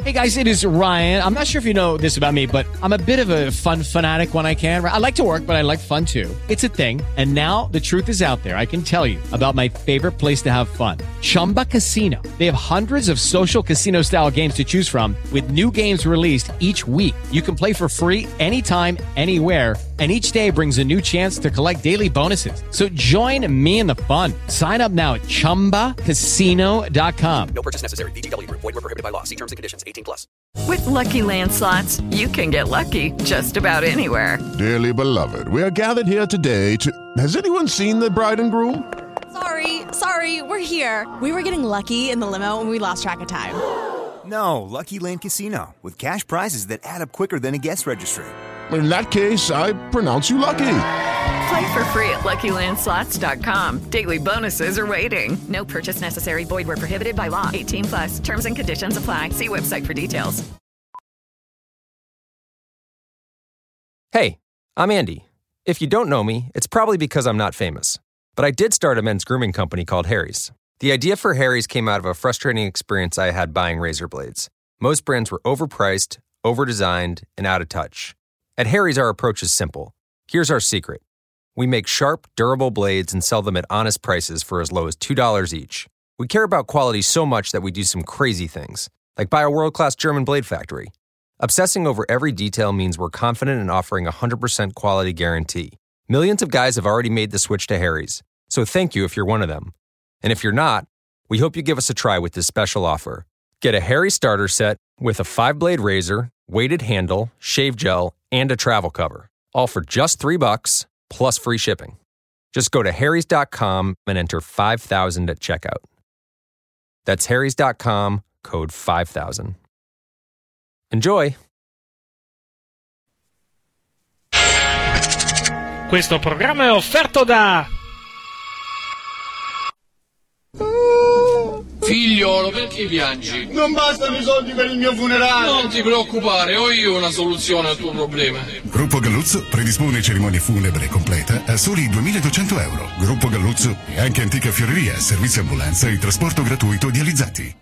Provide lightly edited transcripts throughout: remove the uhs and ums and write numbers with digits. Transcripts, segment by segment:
Hey guys, it is Ryan. I'm not sure if you know this about me, but I'm a bit of a fun fanatic when I can. I like to work, but I like fun too. It's a thing. And now the truth is out there. I can tell you about my favorite place to have fun. Chumba Casino. They have hundreds of social casino style games to choose from with new games released each week. You can play for free anytime, anywhere. And each day brings a new chance to collect daily bonuses. So join me in the fun. Sign up now at ChumbaCasino.com. No purchase necessary. VGW Group. Void where prohibited by law. See terms and conditions. 18+. With Lucky Land Slots, you can get lucky just about anywhere. Dearly beloved, we are gathered here today to... Has anyone seen the bride and groom? Sorry, we're here. We were getting lucky in the limo and we lost track of time. No, Lucky Land Casino, with cash prizes that add up quicker than a guest registry. In that case, I pronounce you lucky. Play for free at LuckyLandSlots.com. Daily bonuses are waiting. No purchase necessary. Void where prohibited by law. 18+. Terms and conditions apply. See website for details. Hey, I'm Andy. If you don't know me, it's probably because I'm not famous. But I did start a men's grooming company called Harry's. The idea for Harry's came out of a frustrating experience I had buying razor blades. Most brands were overpriced, overdesigned, and out of touch. At Harry's, our approach is simple. Here's our secret. We make sharp, durable blades and sell them at honest prices for as low as $2 each. We care about quality so much that we do some crazy things, like buy a world-class German blade factory. Obsessing over every detail means we're confident in offering a 100% quality guarantee. Millions of guys have already made the switch to Harry's, so thank you if you're one of them. And if you're not, we hope you give us a try with this special offer. Get a Harry's starter set with a 5-blade razor, weighted handle, shave gel, and a travel cover, all for just $3 plus free shipping. Just go to harrys.com and enter 5000 at checkout. That's harrys.com, code 5000. Enjoy! Questo programma è offerto da... Figliolo, perché piangi? Non bastano i soldi per il mio funerale. Non ti preoccupare, ho io una soluzione al tuo problema. Gruppo Galluzzo predispone cerimonia funebre completa a soli 2.200 euro. Gruppo Galluzzo e anche antica fioreria, servizio ambulanza e trasporto gratuito dializzati.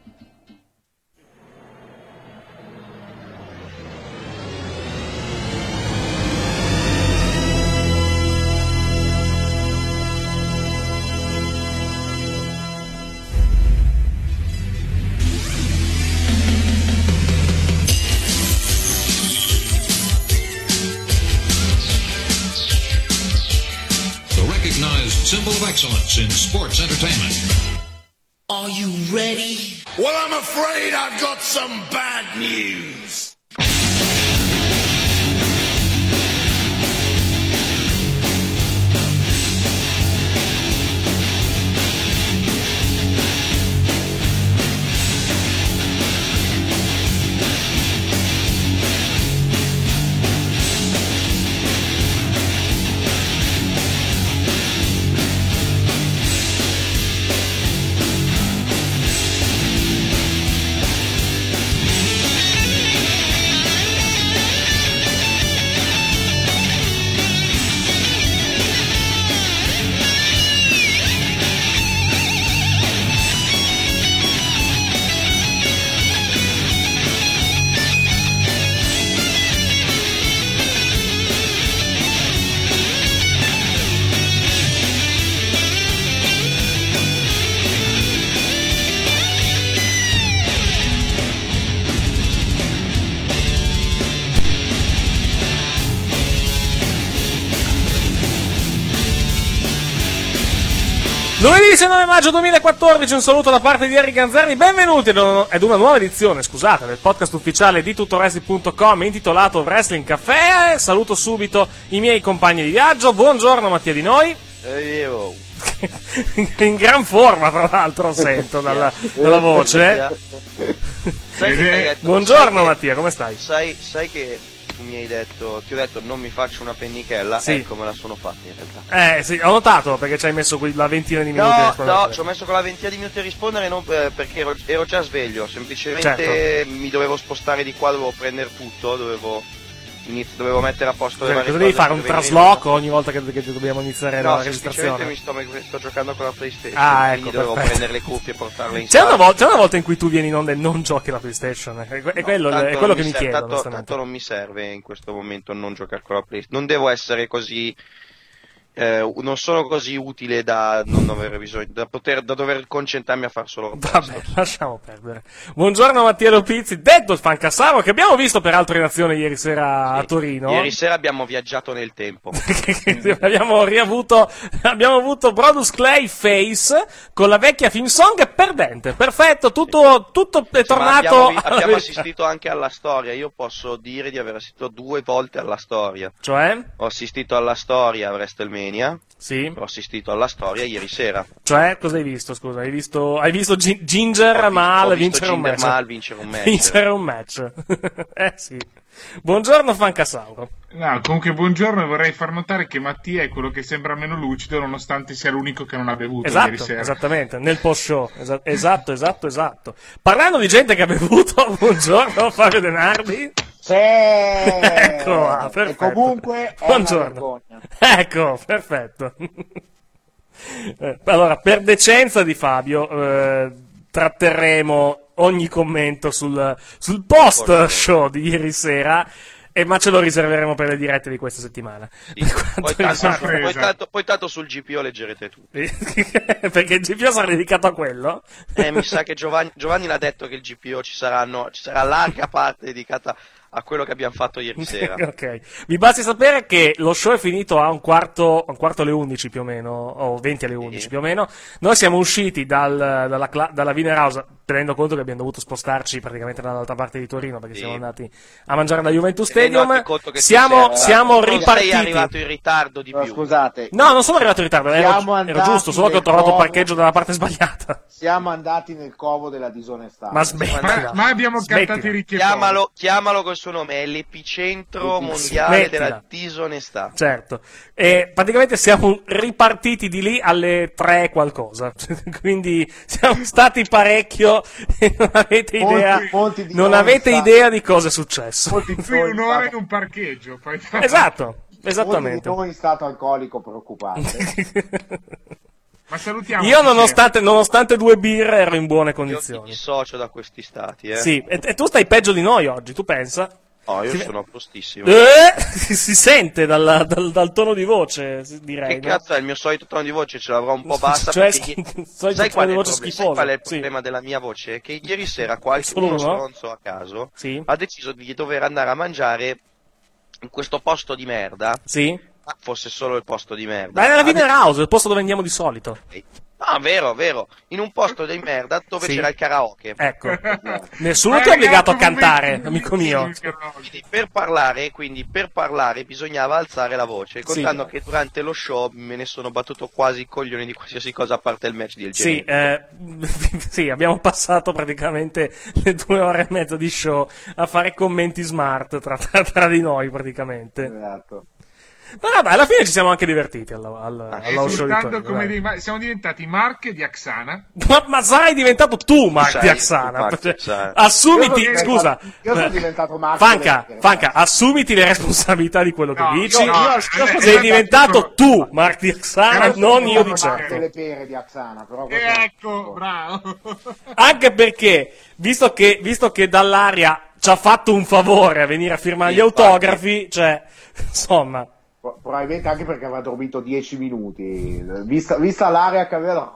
Symbol of excellence in sports entertainment. Are you ready? Well, I'm afraid I've got some bad news. Lunedì 19 maggio 2014, un saluto da parte di Harry Ganzerni, benvenuti ad una nuova edizione, scusate, del podcast ufficiale di tutowrestling.com intitolato Wrestling Café. Saluto subito i miei compagni di viaggio, buongiorno Mattia Di Noi. In gran forma, tra l'altro, sento dalla voce. Buongiorno Mattia, come stai? Sai che tu mi hai detto, ti ho detto non mi faccio una pennichella, sì. Ecco me la sono fatta in realtà. Sì, ho notato perché ci hai messo la ventina di minuti a rispondere. No, ci ho messo quella ventina di minuti a rispondere non perché ero già sveglio, semplicemente mi dovevo spostare di qua, dovevo prendere tutto, dovevo dovevo mettere a posto le varie cosa devi cose fare? Un trasloco ogni volta che dobbiamo iniziare la registrazione? semplicemente sto giocando con la PlayStation. Ecco, quindi dovevo prendere le cuffie e portarle in c'è sala. una volta in cui tu vieni in onda e non giochi la PlayStation. È quello che mi chiedo. Tanto non mi serve in questo momento non giocare con la PlayStation. Non devo essere così. Non sono così utile da non avere bisogno, da dover concentrarmi a far solo questo. Vabbè, lasciamo perdere. Buongiorno Mattia Lopizzi, detto il Fancassaro, che abbiamo visto peraltro in azione ieri sera a Torino. Ieri sera abbiamo viaggiato nel tempo. abbiamo avuto Brodus Clay Face con la vecchia theme song perdente, perfetto, tutto è tornato. Abbiamo assistito anche alla storia. Io posso dire di aver assistito 2 volte alla storia. Cioè? Ho assistito alla storia a WrestleMania. Sì. Ho assistito alla storia ieri sera. Cioè, cosa hai visto? Scusa, hai visto Ginger Mahal vincere un match. Vincere un match. Sì. Buongiorno Fancasauro. No, comunque buongiorno, vorrei far notare che Mattia è quello che sembra meno lucido nonostante sia l'unico che non ha bevuto ieri sera. Esattamente, nel post show. Esatto. Parlando di gente che ha bevuto, buongiorno Fabio Denardi. Sì, ecco, perfetto. E comunque è buongiorno. Ecco, perfetto. Allora, per decenza di Fabio, tratterremo ogni commento sul post show di ieri sera. Ma ce lo riserveremo per le dirette di questa settimana. Sì. Poi tanto sul GPO leggerete tutti. Perché il GPO sarà dedicato a quello? Mi sa che Giovanni l'ha detto che il GPO ci sarà larga parte dedicata a quello che abbiamo fatto ieri sera. Ok. Mi basti sapere che lo show è finito a un quarto alle 11 più o meno, o 20 alle 11 più o meno. Noi siamo usciti dalla Wiener House, tenendo conto che abbiamo dovuto spostarci praticamente dall'altra parte di Torino, perché siamo andati a mangiare da Juventus Stadium. Siamo ripartiti. Sei arrivato in ritardo di più. Scusate. No, non sono arrivato in ritardo, ero giusto, solo che ho trovato il parcheggio dalla parte sbagliata. Siamo andati nel covo della disonestà. Ma abbiamo cantato i ricchi. Chiamalo col suo nome, è l'epicentro mondiale della disonestà. Certo. E praticamente siamo ripartiti di lì alle 3 qualcosa. Quindi siamo stati parecchio e non avete idea di cosa è successo. Un'ora in un parcheggio. Esatto, esattamente. Noi in stato alcolico preoccupante. Ma salutiamo. Io nonostante 2 birre ero in buone condizioni. Io mi dissocio da questi stati. Sì, e tu stai peggio di noi oggi, tu pensa? No, io sono a postissimo. Si sente dal tono di voce, direi. Che cazzo è il mio solito tono di voce? Ce l'avrò un po' bassa. Sai qual è il problema della mia voce? Che ieri sera qualcuno stronzo a caso ha deciso di dover andare a mangiare in questo posto di merda. Sì. Ma fosse solo il posto di merda. Ma è nella Wiener House, il posto dove andiamo di solito. No, vero. In un posto di merda dove c'era il karaoke. Ecco. Nessuno ti è obbligato a cantare, amico mio. Quindi per parlare bisognava alzare la voce. Contando che durante lo show me ne sono battuto quasi i coglioni di qualsiasi cosa a parte il match di El Generico. Sì, abbiamo passato praticamente le 2 ore e mezza di show a fare commenti smart tra di noi praticamente. Esatto. Ma vabbè, alla fine ci siamo anche divertiti alla show di Torino. Siamo diventati Mark di Axana. Ma sarai diventato tu Mark di Axana. Assumiti, scusa. Io sono diventato Mark. Fanca, assumiti le responsabilità di quello che dici. Sei diventato tu Mark di Axana, non io di certo. Le pere di Axana, però ecco, bravo. Anche perché, visto che dall'aria ci ha fatto un favore a venire a firmare gli autografi, cioè, insomma. Probabilmente anche perché aveva dormito 10 minuti, vista l'area che aveva.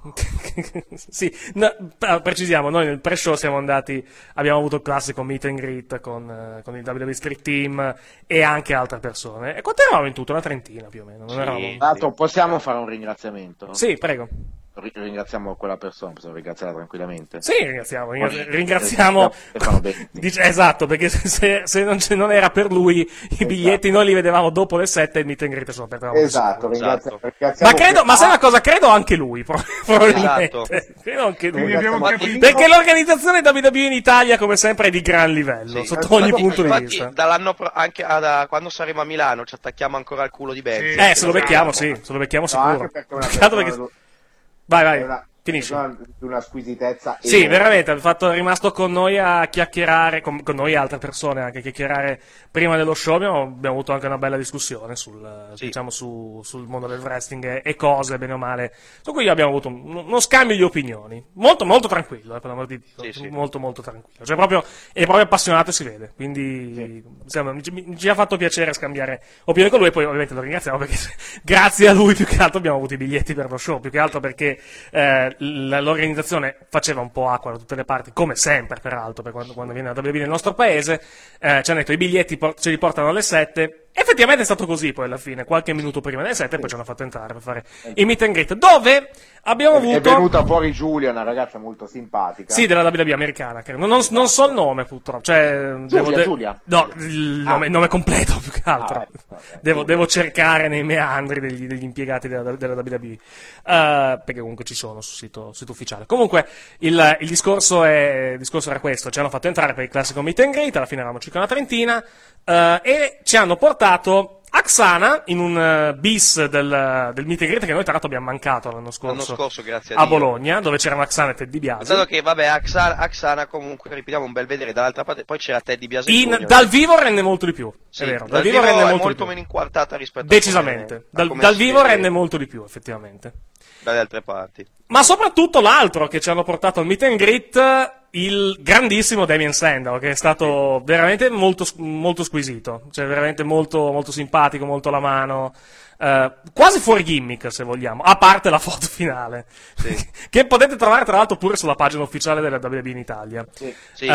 Sì, precisiamo, noi nel pre-show abbiamo avuto il classico meet and greet con il WWE Street Team e anche altre persone. E quanto eravamo in tutto? Una trentina più o meno. Esatto, possiamo fare un ringraziamento? Sì, prego. Ringraziamo quella persona, possiamo ringraziarla tranquillamente. Sì, ringraziamo. Esatto, perché se non era per lui, i biglietti noi li vedevamo dopo le 7 e il meet and greet sono aperto. Esatto. Ma sai una cosa, credo anche lui, probabilmente. Credo anche lui. Perché l'organizzazione WWE in Italia, come sempre, è di gran livello, sotto ogni punto di vista. Dall'anno anche quando saremo a Milano ci attacchiamo ancora al culo di Benz. Se lo becchiamo sicuro. Peccato perché... Vai. Finisci. Di una squisitezza. Sì, veramente, il fatto è rimasto con noi a chiacchierare, con noi e altre persone anche a chiacchierare prima dello show, abbiamo avuto anche una bella discussione diciamo sul mondo del wrestling e cose, bene o male, su cui abbiamo avuto uno scambio di opinioni, molto molto tranquillo, per l'amor di Dio, sì. Molto molto tranquillo, cioè è proprio appassionato e si vede, quindi ci ha fatto piacere scambiare opinioni con lui, e poi ovviamente lo ringraziamo perché grazie a lui più che altro abbiamo avuto i biglietti per lo show, più che altro perché l'organizzazione faceva un po' acqua da tutte le parti, come sempre peraltro, per quando viene la WWE nel nostro paese, ci hanno detto i biglietti ce li portano alle 7, effettivamente è stato così poi alla fine, qualche minuto prima delle 7, poi ci hanno fatto entrare per fare i meet and greet, dove abbiamo avuto... È venuta fuori Giulia, una ragazza molto simpatica. Sì, della WWE americana, non so il nome purtroppo, cioè... Giulia? No, il nome completo più che altro. Devo cercare nei meandri degli impiegati della WWE, perché comunque ci sono sul sito ufficiale. Comunque il discorso era questo, ci hanno fatto entrare per il classico meet and greet, alla fine eravamo circa una trentina, e ci hanno portato Aksana in un bis del meet and greet che noi tra l'altro abbiamo mancato l'anno scorso grazie a Bologna, dove c'erano Aksana e Ted DiBiase. Dato che vabbè, Aksana comunque ripetiamo un bel vedere, dall'altra parte poi c'era Ted DiBiase dal vivo rende molto di più, sì, è vero, dal vivo rende molto meno inquartata rispetto decisamente dal vivo rende molto di più effettivamente dalle altre parti. Ma soprattutto l'altro che ci hanno portato al meet and greet, il grandissimo Damien Sandow, che è stato veramente molto, molto squisito, cioè veramente molto, molto simpatico, molto alla mano, quasi fuori gimmick se vogliamo, a parte la foto finale, sì. Che potete trovare tra l'altro pure sulla pagina ufficiale della WWE in Italia. Sì.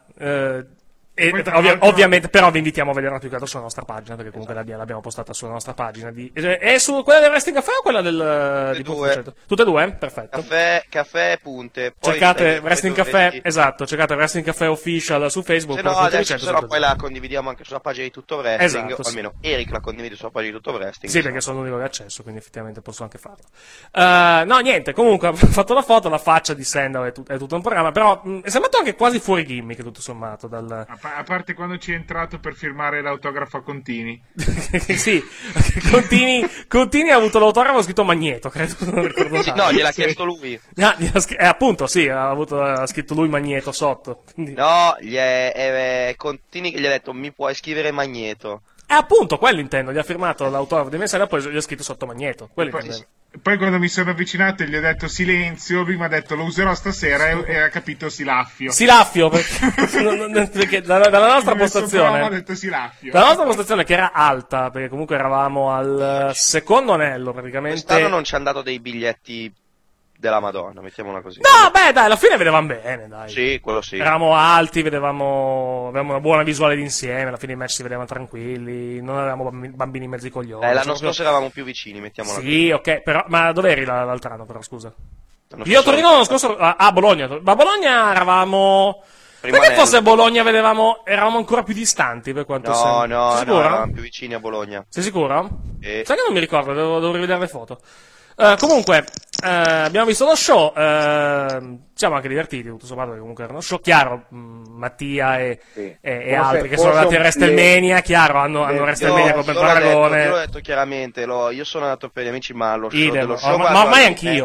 Ovviamente, però vi invitiamo a vederla più che altro sulla nostra pagina, perché comunque l'abbiamo postata sulla nostra pagina. È su quella del Wrestling Caffè o quella di due? Tutte e due? Perfetto. Caffè punte. Poi cercate Wrestling Caffè, esatto, cercate Wrestling Caffè Official su Facebook. Però poi la condividiamo anche sulla pagina di Tutto Wrestling, esatto, o almeno Eric la condivide sulla pagina di Tutto Wrestling. Sì, perché sono l'unico che ha accesso, quindi effettivamente posso anche farlo. No, niente, comunque ho fatto la foto, la faccia di Sandow è tutto un programma, però è sembrato anche quasi fuori gimmick tutto sommato a parte quando ci è entrato per firmare l'autografo a Contini. Sì, Contini ha avuto l'autografo scritto Magneto, credo, non ricordo. Sì, no, gliel'ha chiesto lui. Appunto, sì, ha scritto lui Magneto sotto. Quindi... No, Contini che gli ha detto mi puoi scrivere Magneto. Appunto, quello intendo, gli ha firmato l'autografo di Mensana, poi gli ha scritto sotto Magneto. Poi quando mi sono avvicinato e gli ho detto silenzio, lui mi ha detto lo userò stasera e ha capito Silaffio. Silaffio, perché dalla nostra postazione ha detto Silaffio. Dalla nostra postazione che era alta, perché comunque eravamo al secondo anello praticamente. Quest'anno non ci hanno dato dei biglietti della Madonna, mettiamola così. No, beh, dai, alla fine vedevamo bene, dai. Sì, quello sì. Eravamo alti, avevamo una buona visuale d'insieme, alla fine i match si vedevano tranquilli, non avevamo bambini in mezzo ai coglioni. L'anno scorso eravamo più vicini, mettiamola così. Sì, ok, però, ma dove eri l'altro anno, però, scusa? Io a Torino l'anno scorso, a Bologna. A Bologna eravamo... Perché forse a Bologna eravamo ancora più distanti per quanto No, eravamo più vicini a Bologna. Sei sicuro? Sai che non mi ricordo, devo rivedere le foto. Comunque, abbiamo visto lo show, siamo anche divertiti, tutto sommato, perché comunque era uno show, chiaro, Mattia e altri che sono andati a WrestleMania, chiaro, hanno WrestleMania come paragone. Io l'ho detto chiaramente, io sono andato per gli amici, ma lo show dello show... Ma ormai anch'io,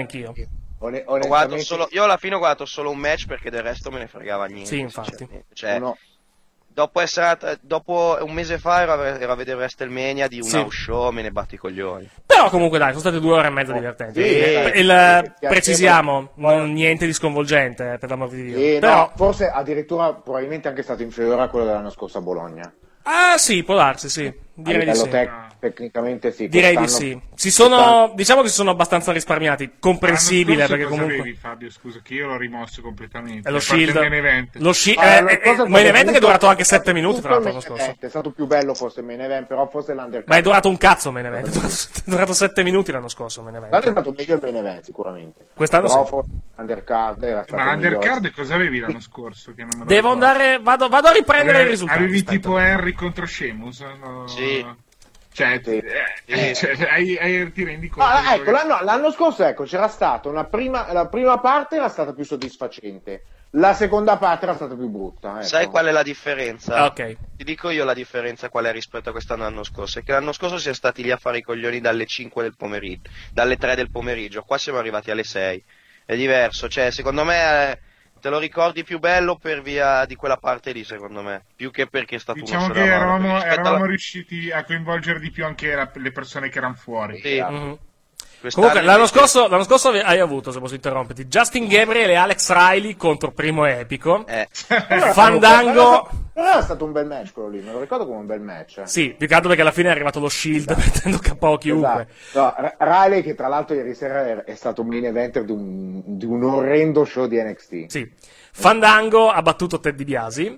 Io alla fine ho guardato solo un match perché del resto me ne fregava niente. Sì, infatti. Dopo un mese fa ero a vedere WrestleMania di un house show, me ne batti i coglioni. Però comunque dai, sono state 2 ore e mezza divertenti. Precisiamo, niente di sconvolgente, per l'amor di Dio. Però... No, forse addirittura probabilmente anche stato inferiore a quello dell'anno scorso a Bologna. Ah sì, può darsi, sì. Direi di sì. Tecnicamente sì. Direi di sì. Diciamo che si sono abbastanza risparmiati, comprensibile, perché comunque... Avevi, Fabio, scusa, che io l'ho rimosso completamente. Lo Shield. Il main event che è durato anche 7 minuti, tra l'altro, l'anno scorso. È stato più bello forse il main event, però forse l'undercard. Ma è durato un cazzo il main event. È durato 7 minuti l'anno scorso il main event. L'anno è stato meglio il main event, sicuramente. Quest'anno però sì. Undercard era stato ma l'undercard cosa avevi l'anno scorso? Che non me lo devo andare, vado a riprendere i risultati. Avevi tipo Harry contro Sheamus? No. Sì. Cioè, ti rendi conto? Ecco, l'anno scorso c'era stata la prima parte era stata più soddisfacente, la seconda parte era stata più brutta. Ecco. Sai qual è la differenza? Ok. Ti dico io la differenza qual è rispetto a quest'anno l'anno scorso, è che l'anno scorso siamo stati lì a fare i coglioni dalle 5 del pomeriggio, dalle 3 del pomeriggio, qua siamo arrivati alle 6. È diverso, cioè secondo me te lo ricordi più bello per via di quella parte lì, secondo me, più che perché è stato diciamo uno che eravamo riusciti a coinvolgere di più anche le persone che erano fuori. Sì. Comunque l'anno scorso hai avuto, se posso interromperti, Justin Gabriel e Alex Riley contro Primo Epico. Fandango. Era stato un bel match quello lì, me lo ricordo come un bel match. Sì, più che altro perché alla fine è arrivato lo Shield mettendo KO chiunque. Esatto. No, Riley, che tra l'altro ieri sera è stato main eventer di un orrendo show di NXT. Sì. Fandango ha battuto Ted DiBiase.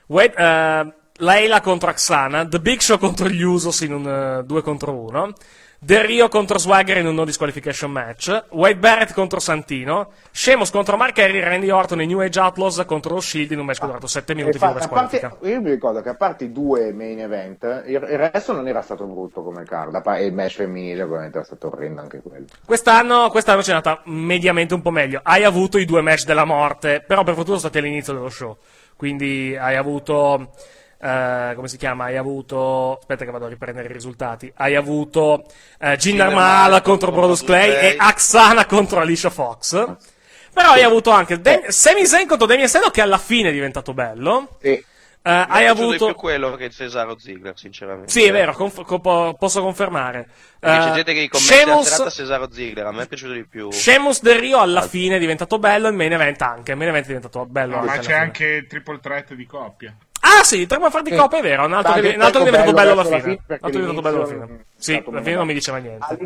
Layla contro Aksana. The Big Show contro gli Usos in un 2 contro 1. Del Rio contro Swagger in un no disqualification match. Wade Barrett contro Santino. Sheamus contro Mark Henry. Randy Orton e New Age Outlaws contro lo Shield in un match che ha durato 7 minuti fino alla squalifica. Io mi ricordo che a parte i 2 main event, il resto non era stato brutto come card. E il match femminile ovviamente era stato orrendo anche quello. Quest'anno c'è andata mediamente un po' meglio. Hai avuto i 2 match della morte, però per fortuna sono stati all'inizio dello show. Quindi hai avuto... come si chiama? Hai avuto... Aspetta che vado a riprendere i risultati. Hai avuto Jinder Mahal contro Brodus Clay e Aksana contro Alicia Fox. Però hai avuto anche Sami Zayn contro Damien Sandow, che alla fine è diventato bello. Sì. Hai avuto più quello che Cesaro Ziggler, sinceramente. Sì, è vero, posso confermare. C'è gente che commenta la serata Cesaro Ziggler, a me è piaciuto di più. Sheamus Del Rio alla fine è diventato bello, il main event anche. Il main event è diventato bello. Ma c'è anche il triple threat di coppia. Ah sì, tre far di coppia è vero, un altro che è diventato bello alla fine. Sì, alla fine non mi diceva niente.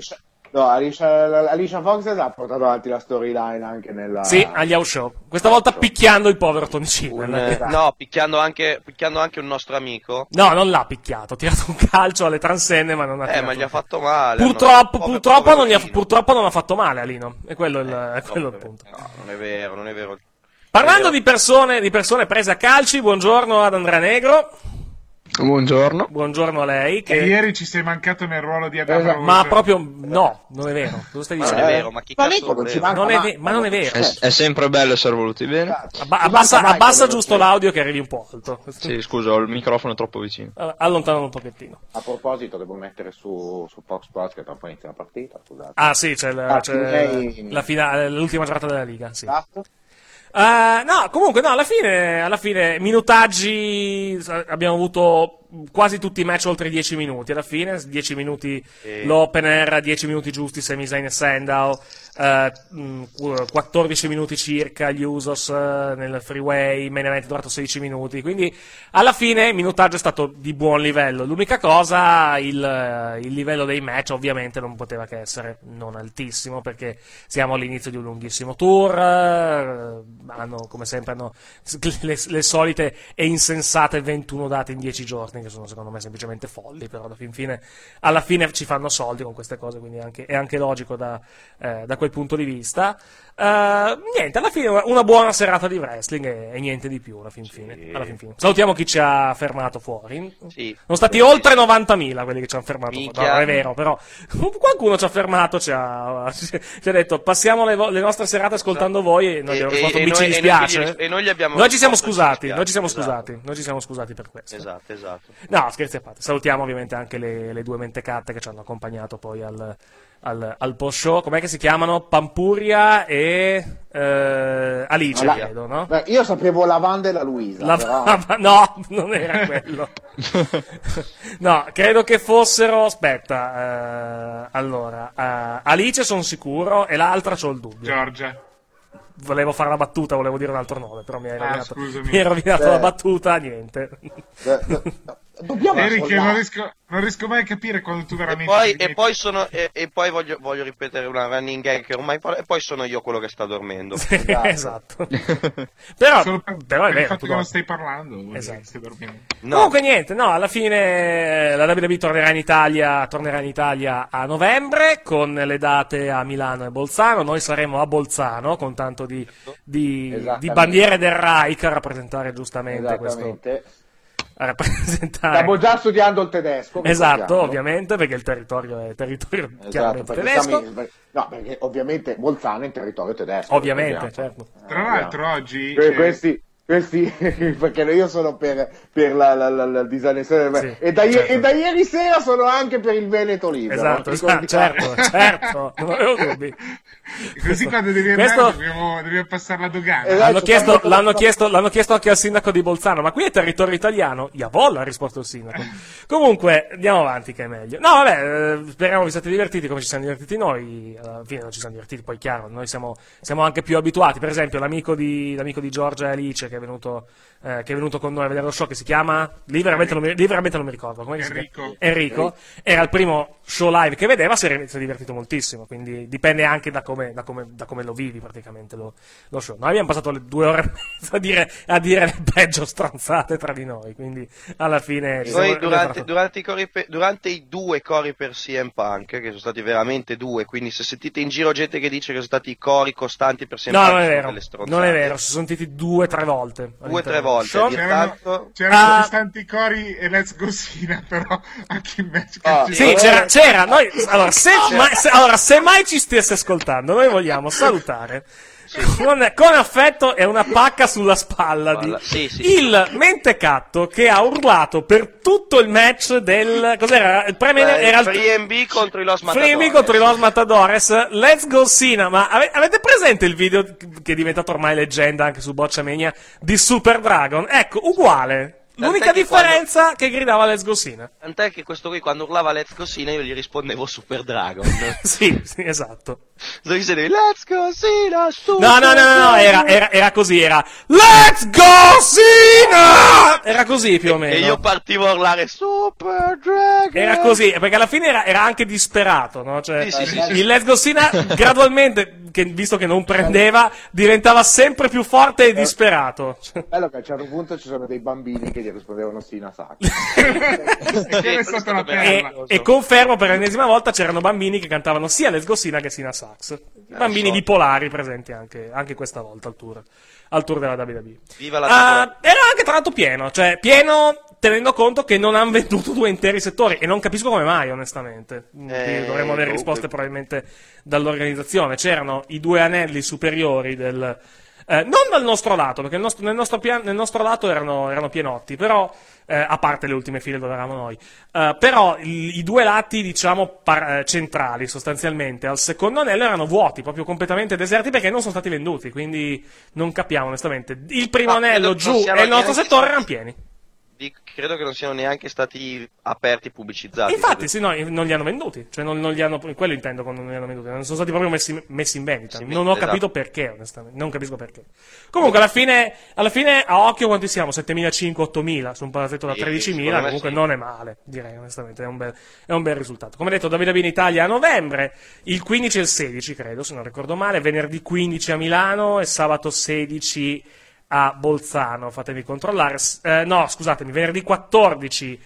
Alicia Fox ha portato avanti la storyline anche nella... Sì, agli house show. Questa volta picchiando il povero Tony China. No, picchiando anche un nostro amico. No, non l'ha picchiato, ha tirato un calcio alle transenne, ma non ha tirato. Ma gli ha fatto male. Purtroppo non ha fatto male Alino. È quello il punto. No, non è vero. Parlando di persone prese a calci, buongiorno ad Andrea Negro. Buongiorno. Buongiorno a lei. Che ieri ci sei mancato nel ruolo di Adamo Rose. Ma proprio non è vero. Cosa stai dicendo? Non è vero, ma chi cazzo non è vero. È sempre bello essere voluti bene. Abbassa giusto l'audio che arrivi un po' alto. Sì, scusa, ho il microfono troppo vicino. Allontanalo un pochettino. A proposito, devo mettere su Fox Sports che tra un po' inizia la partita, scusate. Ah sì, c'è la finale, l'ultima giornata della Liga, sì. Esatto. Alla fine minutaggi, abbiamo avuto quasi tutti i match oltre i 10 minuti alla fine, 10 minuti l'opener, 10 minuti giusti Sami Zayn e Sandow, 14 minuti circa gli Usos nel freeway, main event è durato 16 minuti, quindi alla fine il minutaggio è stato di buon livello. L'unica cosa, il livello dei match ovviamente non poteva che essere non altissimo, perché siamo all'inizio di un lunghissimo tour, come sempre hanno le solite e insensate 21 date in 10 giorni, che sono secondo me semplicemente folli, però alla fine ci fanno soldi con queste cose, quindi è anche logico da quel punto di vista. Niente, alla fine una buona serata di wrestling e niente di più alla fin fine. Salutiamo chi ci ha fermato fuori. Sì. Sono stati oltre 90.000 quelli che ci hanno fermato fuori. No, non è vero, però qualcuno ci ha fermato, ci ha detto passiamo le nostre serate ascoltando voi e noi ci dispiace. E noi gli abbiamo Noi ci siamo scusati per questo. Esatto. No, scherzi a parte. Salutiamo ovviamente anche le due mentecatte che ci hanno accompagnato poi al post show. Com'è che si chiamano? Pampuria e Alice, credo, no? Beh, io sapevo Lavanda e la Luisa. No, non era quello. No, credo che fossero. Aspetta, Alice sono sicuro e l'altra c'ho il dubbio. Giorgia. Volevo fare la battuta, volevo dire un altro nome, però mi hai rovinato la battuta, niente. Eric, non riesco mai a capire quando tu veramente... E poi voglio ripetere una running gag che ormai fa, e poi sono io quello che sta dormendo. Esatto. però è vero. Il fatto che non stai parlando, esatto. Stai dormendo. No. Comunque niente, alla fine la WWE tornerà in Italia a novembre con le date a Milano e Bolzano. Noi saremo a Bolzano con tanto di bandiere del Reich a rappresentare giustamente questo. A rappresentare. Stiamo già studiando il tedesco. Esatto, ovviamente, perché il territorio è chiaramente tedesco. Perché ovviamente Bolzano è in territorio tedesco. Ovviamente, certo. Tra l'altro oggi... Questi Questi, perché io sono per la disannessione, Sì, e da ieri sera sono anche per il Veneto Libero. Esatto, certo, non avevo dubbi. Così quando devi andare dobbiamo passare la dogana. L'hanno chiesto anche al sindaco di Bolzano, ma qui è territorio italiano? Jawohl, ha risposto il sindaco. Comunque, andiamo avanti che è meglio. No, vabbè, speriamo vi siate divertiti come ci siamo divertiti noi. Alla fine non ci siamo divertiti, poi chiaro, noi siamo anche più abituati. Per esempio, l'amico di Giorgia e Alice che è venuto con noi a vedere lo show, che si chiama lì veramente non mi ricordo come Enrico, era il primo show live che vedeva, si è divertito moltissimo, quindi dipende anche da come lo vivi praticamente lo show. Noi abbiamo passato le 2 ore e mezza a dire le peggio stronzate tra di noi, quindi alla fine noi durante i 2 cori per CM Punk, che sono stati veramente 2, quindi se sentite in giro gente che dice che sono stati i cori costanti per CM Punk, non è vero, si sono sentiti 2-3 volte. 2-3 volte. C'erano costanti cori e Let's Go Sina, però anche in match. Sì, c'era. Noi, allora, se mai ci stesse ascoltando, noi vogliamo salutare con affetto e una pacca sulla spalla il mentecatto che ha urlato per tutto il match del cos'era il premio era il FreeMB contro i Los Matadores. Let's Go Sina. Ma avete presente il video che è diventato ormai leggenda anche su Bocciamania di Super Dragon? Ecco, uguale. L'unica differenza che gridava Let's Go Sina. Tant'è che questo qui quando urlava Let's Go Sina io gli rispondevo Super Dragon. sì, esatto. Dove sei? Let's Go Sina, Super No, era così, era Let's Go Sina! Era così più o meno. E io partivo a urlare Super Dragon. Era così, perché alla fine era anche disperato, no? Cioè, sì. Il Let's Go Sina gradualmente, visto che non prendeva, diventava sempre più forte e disperato. Bello che a un certo punto ci sono dei bambini che gli rispondevano Sina Sax. E confermo per l'ennesima volta c'erano bambini che cantavano sia Let's Go Sina che Sina Sax. Bambini bipolari presenti anche questa volta al tour della WWE. Viva la era anche tra l'altro pieno tenendo conto che non hanno venduto 2 interi settori, e non capisco come mai, onestamente. Dovremmo avere risposte probabilmente dall'organizzazione. C'erano i 2 anelli superiori non dal nostro lato, perché nel nostro lato erano pienotti, però a parte le ultime file dove eravamo noi, però i 2 lati, diciamo, centrali sostanzialmente al secondo anello erano vuoti, proprio completamente deserti, perché non sono stati venduti, quindi non capiamo onestamente. Il primo anello giù e il nostro settore erano pieni. Credo che non siano neanche stati aperti, pubblicizzati. Infatti, sì, no, non li hanno venduti. Cioè, non li hanno, quello intendo con non li hanno venduti. Non sono stati proprio messi in vendita. Sì, non ho capito perché, onestamente. Non capisco perché. Comunque, alla fine, a occhio, quanti siamo? 7.500, 8.000 su un palazzetto da 13.000. Comunque, non è male, direi, onestamente. È un bel risultato. Come detto, WWE in Italia a novembre, il 15 e il 16, credo, se non ricordo male. Venerdì 15 a Milano e sabato 16 a Bolzano, fatemi controllare, no, scusatemi, venerdì 14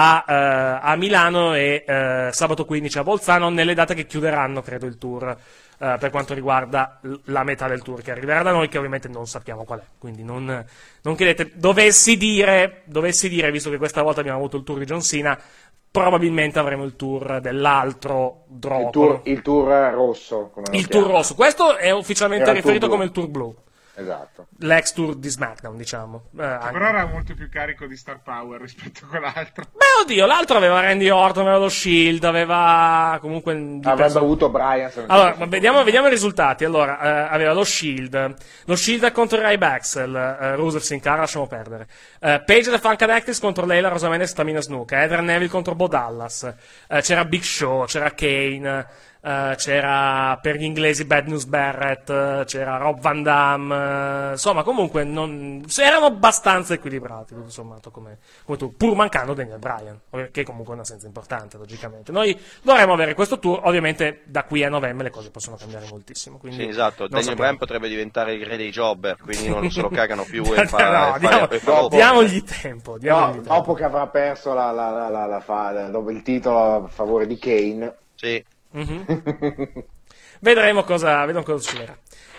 a Milano e sabato 15 a Bolzano, nelle date che chiuderanno, credo, il tour, per quanto riguarda la metà del tour che arriverà da noi, che ovviamente non sappiamo qual è, quindi non chiedete. Dovessi dire, visto che questa volta abbiamo avuto il tour di John Cena, probabilmente avremo il tour dell'altro Drocolo. Il tour rosso. Il tour rosso, questo è ufficialmente riferito come il tour blu. Esatto. L'ex tour di SmackDown, diciamo. Però era molto più carico di Star Power rispetto a quell'altro. Beh, oddio, l'altro aveva Randy Orton, aveva lo Shield, aveva comunque avrebbe avuto Bryan. Allora, vediamo i risultati. Allora, aveva lo Shield contro Ryback Axel, Rusev Sin Cara, lasciamo perdere. Paige the Funk Adactis contro Layla, Rosamund e Tamina Snuka, Adrian Neville contro Bo Dallas, c'era Big Show, c'era Kane, c'era per gli inglesi Bad News Barrett, c'era Rob Van Dam, insomma, comunque erano abbastanza equilibrati, tutto sommato, come tu, pur mancando Daniel Bryan, che comunque è un'assenza importante, logicamente. Noi dovremmo avere questo tour, ovviamente da qui a novembre le cose possono cambiare moltissimo. Quindi sì, esatto, Daniel Bryan potrebbe divere il re dei jobber, quindi non se lo cagano più e diamogli tempo. Dopo che avrà perso dopo il titolo a favore di Kane. Sì. Mm-hmm. Vedremo cosa succederà.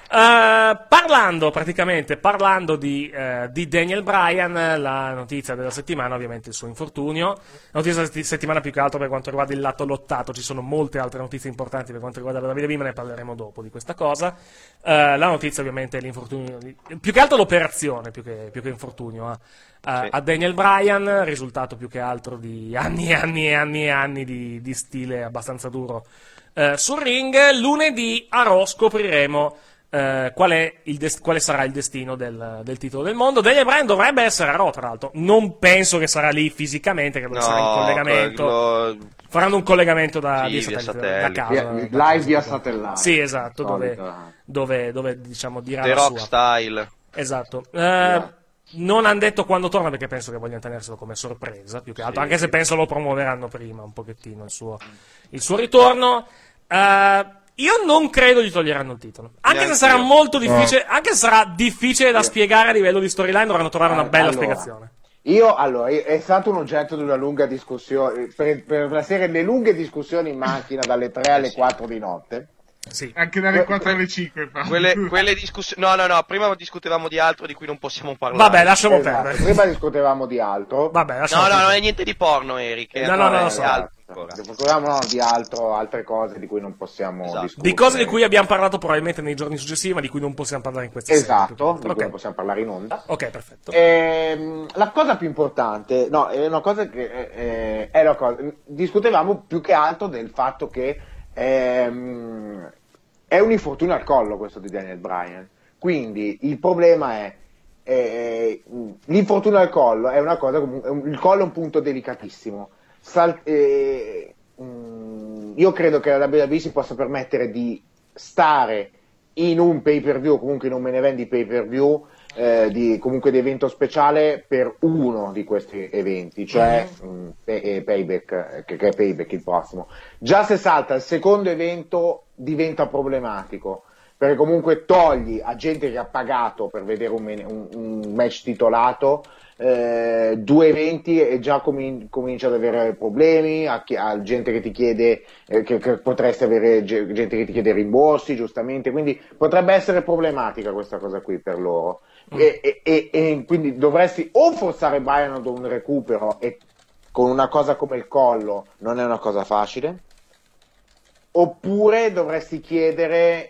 Parlando di Daniel Bryan, la notizia della settimana, ovviamente il suo infortunio. La notizia della settimana più che altro per quanto riguarda il lato lottato, ci sono molte altre notizie importanti per quanto riguarda la WWE, ma ne parleremo dopo di questa cosa. La notizia ovviamente è l'infortunio, più che altro l'operazione, più che infortunio a Daniel Bryan, risultato più che altro di anni e anni di stile abbastanza duro sul ring. Lunedì a Raw scopriremo quale sarà il destino del titolo del mondo. Daniel Bryan dovrebbe essere a Raw, tra l'altro. Non penso che sarà lì fisicamente, credo che sarà in collegamento. Faranno un collegamento via satellite, da casa. Live via satellite. Sì, esatto, dove diciamo dirà The la Rock sua. Style. Esatto. Non hanno detto quando torna, perché penso che vogliano tenerselo come sorpresa, più che altro, anche se penso lo promuoveranno prima un pochettino il suo ritorno. Io non credo gli toglieranno il titolo, anche se sarà molto difficile, anche se sarà difficile da spiegare a livello di storyline, dovranno trovare una bella spiegazione. È stato un oggetto di una lunga discussione, per la serie le lunghe discussioni in macchina dalle 3 alle 4 di notte. Sì. Anche dalle 4 alle 5. Quelle discussioni. No, prima discutevamo di altro di cui non possiamo parlare. Vabbè, lasciamo perdere. Prima discutevamo di altro. Vabbè, no, non è niente di porno, Eric. No, so. Discutevamo di altre cose di cui non possiamo discutere. Di cose di cui abbiamo parlato probabilmente nei giorni successivi, ma di cui non possiamo parlare in questa serie. Esatto, di cui non possiamo parlare in onda. Ok, perfetto. La cosa più importante, è una cosa che discutevamo più che altro del fatto che è un infortunio al collo questo di Daniel Bryan, quindi il problema è l'infortunio al collo è una cosa, il collo è un punto delicatissimo. Io credo che la WWE si possa permettere di stare in un pay per view, comunque in un main event di pay per view, comunque di evento speciale per uno di questi eventi, cioè Payback, che è Payback il prossimo. Già se salta il secondo evento diventa problematico, perché comunque togli a gente che ha pagato per vedere un match titolato 2 eventi e già comincia ad avere problemi, a gente che ti chiede che potresti avere gente che ti chiede rimborsi, giustamente, quindi potrebbe essere problematica questa cosa qui per loro. E quindi dovresti o forzare Bryan ad un recupero, e con una cosa come il collo non è una cosa facile, oppure dovresti chiedere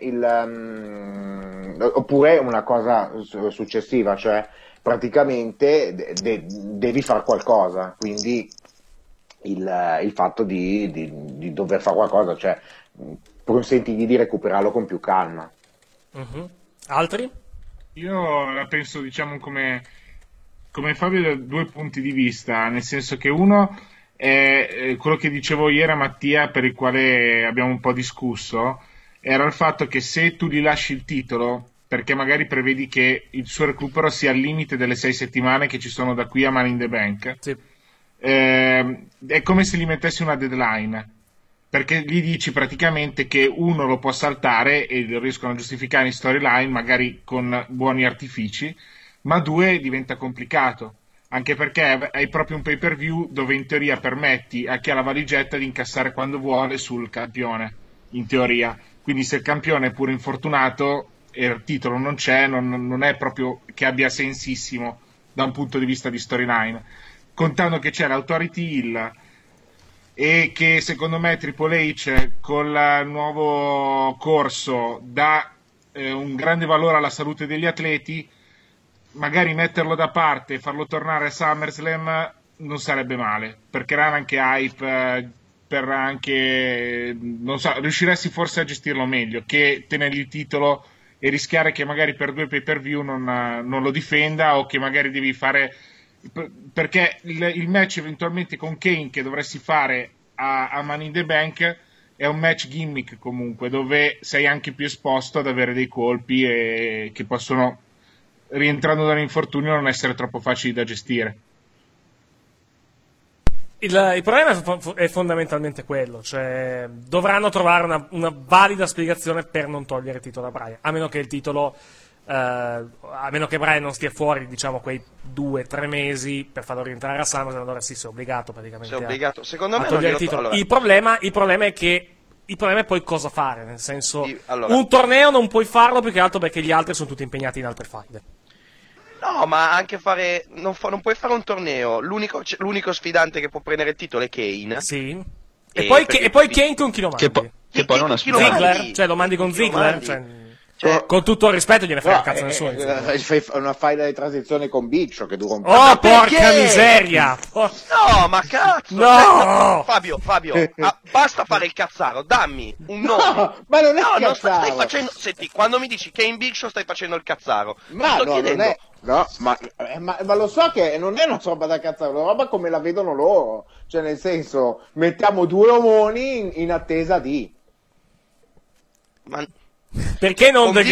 oppure una cosa successiva, cioè praticamente devi fare qualcosa, quindi il fatto di dover fare qualcosa, cioè consentigli di recuperarlo con più calma. Altri? Io la penso, diciamo, come Fabio, da 2 punti di vista, nel senso che uno è quello che dicevo ieri a Mattia, per il quale abbiamo un po' discusso, era il fatto che se tu gli lasci il titolo, perché magari prevedi che il suo recupero sia al limite delle 6 settimane che ci sono da qui a Money in the Bank, sì. È come se gli mettessi una deadline, perché gli dici praticamente che uno lo può saltare e lo riescono a giustificare in storyline magari con buoni artifici, ma 2 diventa complicato, anche perché hai proprio un pay per view dove in teoria permetti a chi ha la valigetta di incassare quando vuole sul campione, in teoria. Quindi se il campione è pure infortunato e il titolo non c'è, non è proprio che abbia sensissimo da un punto di vista di storyline, contando che c'è l'Authority Hill e che secondo me Triple H con il nuovo corso dà un grande valore alla salute degli atleti. Magari metterlo da parte e farlo tornare a SummerSlam non sarebbe male, per creare anche hype, per anche, non so, riusciresti forse a gestirlo meglio che tenergli il titolo e rischiare che magari per 2 pay per view non lo difenda, o che magari devi fare, perché il match eventualmente con Kane che dovresti fare a Money in the Bank è un match gimmick comunque, dove sei anche più esposto ad avere dei colpi e che possono, rientrando dall'infortunio, non essere troppo facili da gestire. Il problema è fondamentalmente quello, cioè dovranno trovare una valida spiegazione per non togliere il titolo a Bryan, a meno che il titolo a meno che Bryan non stia fuori, diciamo, quei 2-3 mesi per farlo rientrare a SummerSlam, allora sì, sei obbligato praticamente secondo me a togliere il titolo. Il problema è che Il problema è poi cosa fare, nel senso, allora, un torneo non puoi farlo più che altro perché gli altri sono tutti impegnati in altre faide. No, ma anche fare. Non puoi fare un torneo. L'unico sfidante che può prendere il titolo è Kane. Sì. E poi Kane con chi lo mandi? Che poi non è Ziggler? Cioè lo mandi con Ziggler? Cioè, con tutto il rispetto gliene frega cazzo nessuno. Fai una faida di transizione con Big Show che dura un po'. Oh, porca miseria! No, ma cazzo! No! Fabio, basta fare il cazzaro, dammi un nome. No, ma non è cazzaro. Non stai facendo. Senti, quando mi dici che in Big Show stai facendo il cazzaro. Ma no, non è. No, ma lo so che non è una roba da cazzaro, è una roba come la vedono loro. Cioè, nel senso, mettiamo due omoni in attesa di. Ma. Perché non The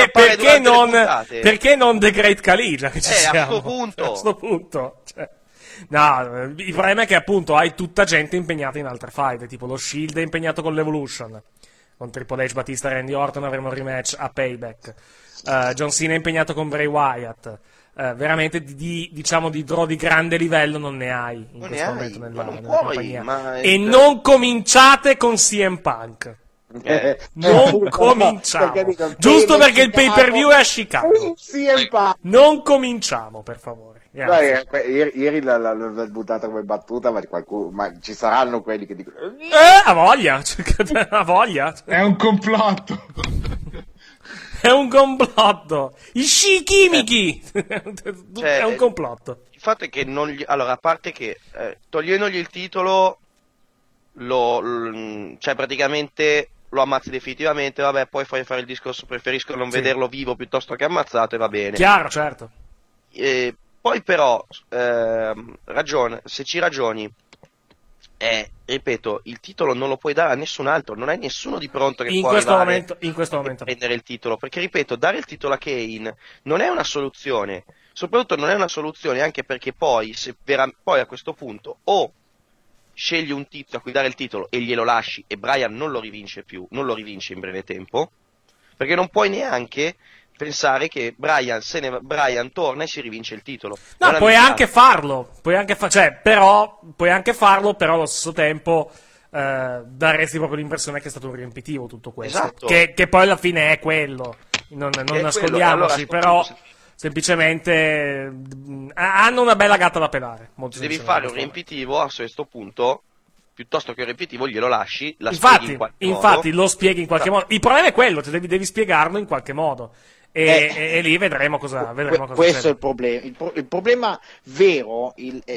Great Khali? Già che ci siamo. A sto punto. Cioè, no, il problema è che appunto hai tutta gente impegnata in altre fight, tipo lo Shield è impegnato con l'Evolution, con Triple H, Batista, Randy Orton avremo un rematch a Payback, John Cena è impegnato con Bray Wyatt, veramente di draw di grande livello non ne hai in questo momento nella compagnia. E non cominciate con CM Punk. Non cominciamo giusto perché il pay per view è a Chicago. Non cominciamo, per favore. Ieri l'ho buttata come battuta, ma ci saranno quelli che dicono a voglia. È un complotto. È un complotto. I scichimichi. È un complotto. Il fatto è che allora, a parte che togliendogli il titolo cioè praticamente lo ammazzi definitivamente, vabbè, poi fai fare il discorso, preferisco non vederlo vivo piuttosto che ammazzato, e va bene. Chiaro, certo. Poi però, se ci ragioni, ripeto, il titolo non lo puoi dare a nessun altro, non hai nessuno di pronto che può arrivare in questo momento prendere il titolo, perché ripeto, dare il titolo a Kane non è una soluzione, soprattutto non è una soluzione anche perché poi, poi a questo punto, o scegli un tizio a cui dare il titolo e glielo lasci e Bryan non lo rivince in breve tempo, perché non puoi neanche pensare che Bryan torna e si rivince il titolo. No, puoi anche farlo, però allo stesso tempo daresti proprio l'impressione che è stato un riempitivo tutto questo, esatto. che poi alla fine è quello, non nascondiamoci, però semplicemente hanno una bella gatta da pelare. Se devi fare un riempitivo a questo punto, piuttosto che un riempitivo glielo lasci, spieghi in qualche modo. Infatti lo spieghi in qualche modo. Il problema è quello, cioè devi spiegarlo in qualche modo. E lì vedremo cosa questo succede. È il problema. Il problema vero,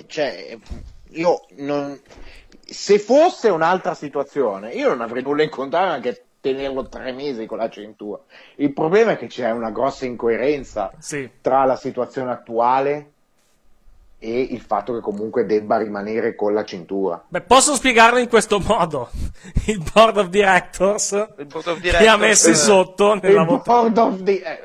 se fosse un'altra situazione, io non avrei nulla in contrario anche tenerlo 3 mesi con la cintura. Il problema è che c'è una grossa incoerenza tra la situazione attuale e il fatto che comunque debba rimanere con la cintura. Beh, posso spiegarlo in questo modo. Il board of directors che ha messi sotto nella board of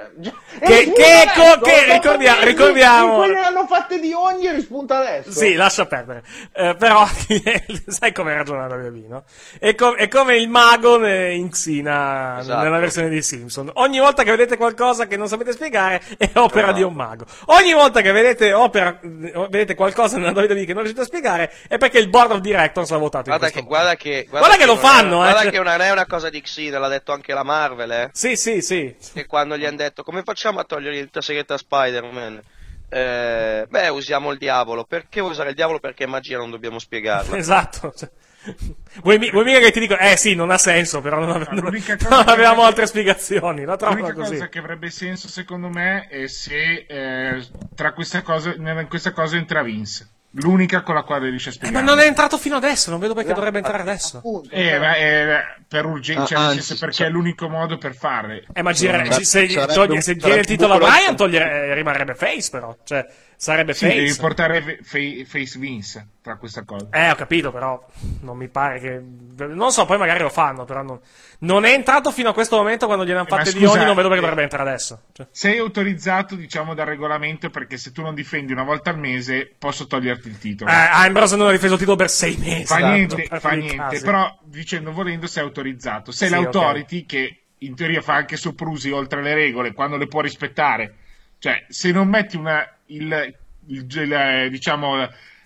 ricordiamo quelli hanno fatte di ogni e rispunta adesso. Sì, lascia perdere. Però sai come ragiona la WWE, no? È come il mago in Xena, esatto, nella versione di Simpson. Ogni volta che vedete qualcosa che non sapete spiegare è opera di un mago. Ogni volta che vedete qualcosa nella WWE che non riuscite a spiegare è perché il board of directors ha votato guarda che lo fanno, guarda che non è una cosa di Xena, l'ha detto anche la Marvel, Sì. Che quando gli hanno detto come facciamo a togliere il segreto a Spider-Man, usiamo il diavolo. Perché usare il diavolo? Perché è magia, non dobbiamo spiegarla. Esatto. Vuoi mica che ti dico sì, non ha senso, però non avevamo altre spiegazioni. L'unica cosa che avrebbe senso secondo me è se in questa cosa entra Vince. L'unica con la quale riesce a spiegare. Ma non è entrato fino adesso, non vedo perché dovrebbe entrare adesso. Per urgenza, perché è l'unico modo per farle. Ma se tiene il titolo a Bryan rimarrebbe face, però. Cioè, sarebbe face. Devi portare face Vince tra questa cosa. Ho capito, però non mi pare che. Non so, poi magari lo fanno, però non è entrato fino a questo momento quando gliene hanno fatte di ogni, non vedo perché dovrebbe entrare adesso. Cioè. Sei autorizzato, diciamo, dal regolamento, perché se tu non difendi una volta al mese, posso toglierti il titolo. Ambrose non ha difeso il titolo per 6 mesi. Fa niente, però dicendo volendo sei autorizzato. Sei l'autority che in teoria fa anche soprusi oltre le regole quando le può rispettare. Cioè, se non metti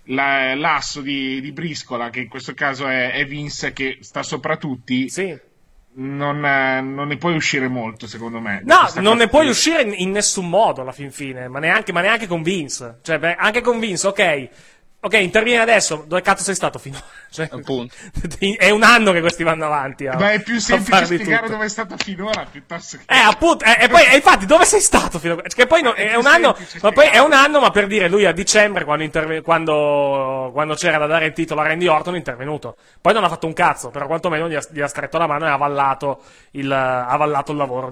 l'asso di briscola, che in questo caso è Vince, che sta sopra tutti, non ne puoi uscire molto, secondo me. No, non ne puoi uscire in nessun modo alla fin fine, ma neanche con Vince. Cioè, anche con Vince, ok, intervieni adesso, dove cazzo sei stato finora? Cioè, appunto. È un anno che questi vanno avanti. Ma è più semplice spiegare dove è stato finora piuttosto che... appunto, e poi, infatti, dove sei stato finora? Che poi è un anno, ma poi è un anno, ma per dire, lui a dicembre, quando c'era da dare il titolo a Randy Orton, è intervenuto. Poi non ha fatto un cazzo, però quantomeno gli ha stretto la mano e ha avallato il lavoro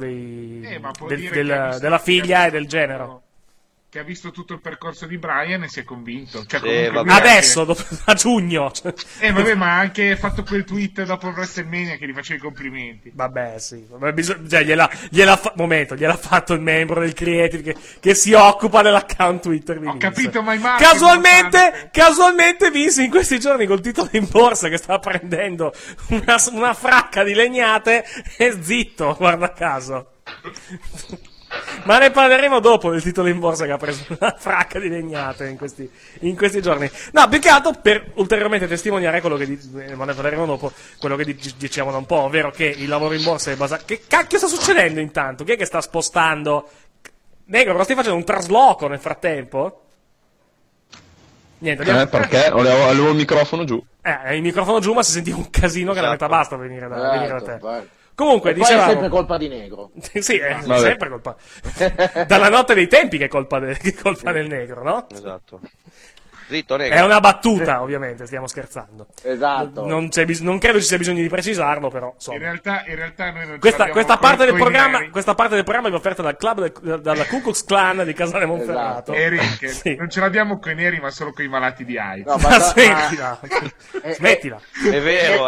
della figlia e del genero. Che ha visto tutto il percorso di Bryan e si è convinto. Cioè, adesso, a giugno. Vabbè, ma ha anche fatto quel tweet dopo WrestleMania che gli faceva i complimenti. Vabbè, sì. Cioè, gliel'ha fatto il membro del Creative che si occupa dell'account Twitter di Vince. Ho capito, ma i casualmente Vince in questi giorni col titolo in borsa che sta prendendo una fracca di legnate è zitto, guarda caso. Ma ne parleremo dopo del titolo in borsa che ha preso una fracca di legnate in questi giorni. No, più che altro per ulteriormente testimoniare quello che ma ne parleremo dopo, quello che dicevano un po', ovvero che il lavoro in borsa è basato. Che cacchio sta succedendo intanto? Chi è che sta spostando? Negro, lo stai facendo un trasloco nel frattempo? Niente, perché avevo il microfono giù. Il microfono giù, ma si sentiva un casino che la metà basta venire da te. Vai. Comunque, dicevamo... è sempre colpa di Negro. Sì, è sempre colpa. Dalla notte dei tempi che è colpa del Negro, no? Esatto. Zitto, Negro. È una battuta, ovviamente, stiamo scherzando. Esatto. Non credo ci sia bisogno di precisarlo, però. Insomma. In realtà noi non questa parte del programma è offerta dal club dalla Ku Klux Klan di Casale Monferrato. Esatto. Eric, non ce l'abbiamo coi neri, ma solo coi malati di AIDS. No, smettila. È vero,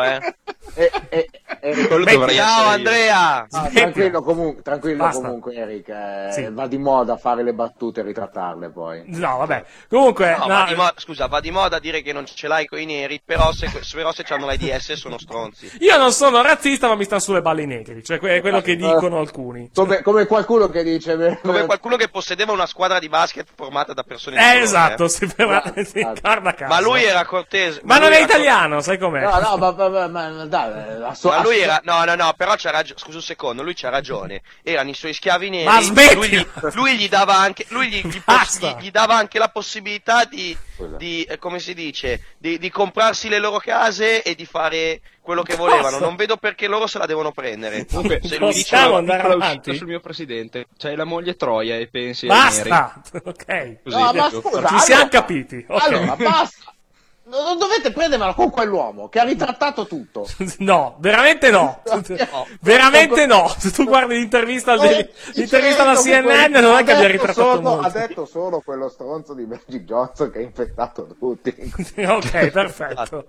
Ciao Andrea! Tranquillo comunque Eric, va di moda fare le battute e ritrattarle poi. No, vabbè. Comunque va di moda dire che non ce l'hai coi neri, però se c'hanno l'AIDS sono stronzi. Io non sono razzista, ma mi stanno sulle balle i negri, cioè è quello che dicono alcuni. Come qualcuno che dice come qualcuno che possedeva una squadra di basket formata da persone di colore. Esatto, guarda caso. Ma lui era cortese. Ma non è italiano, sai com'è? No, ma dai, ma lui era no, però c'ha ragione. Scusa un secondo, lui c'ha ragione. Erano i suoi schiavi neri. Ma lui gli dava anche gli dava anche la possibilità di come si dice, di comprarsi le loro case e di fare quello che volevano. Non vedo perché loro se la devono prendere. Comunque, se lui possiamo andare avanti sul mio presidente, c'è la moglie Troia e pensi basta. Neri. Ok. Così, no, ma scusa, ci siamo capiti. Okay. Allora, basta. Non dovete prendermela con quell'uomo che ha ritrattato tutto. No, veramente no. Veramente no. Se tu guardi l'intervista alla CNN, non è che abbia ritrattato molto. Ha detto solo quello stronzo di Magic Johnson che ha infettato tutti. Ok, perfetto.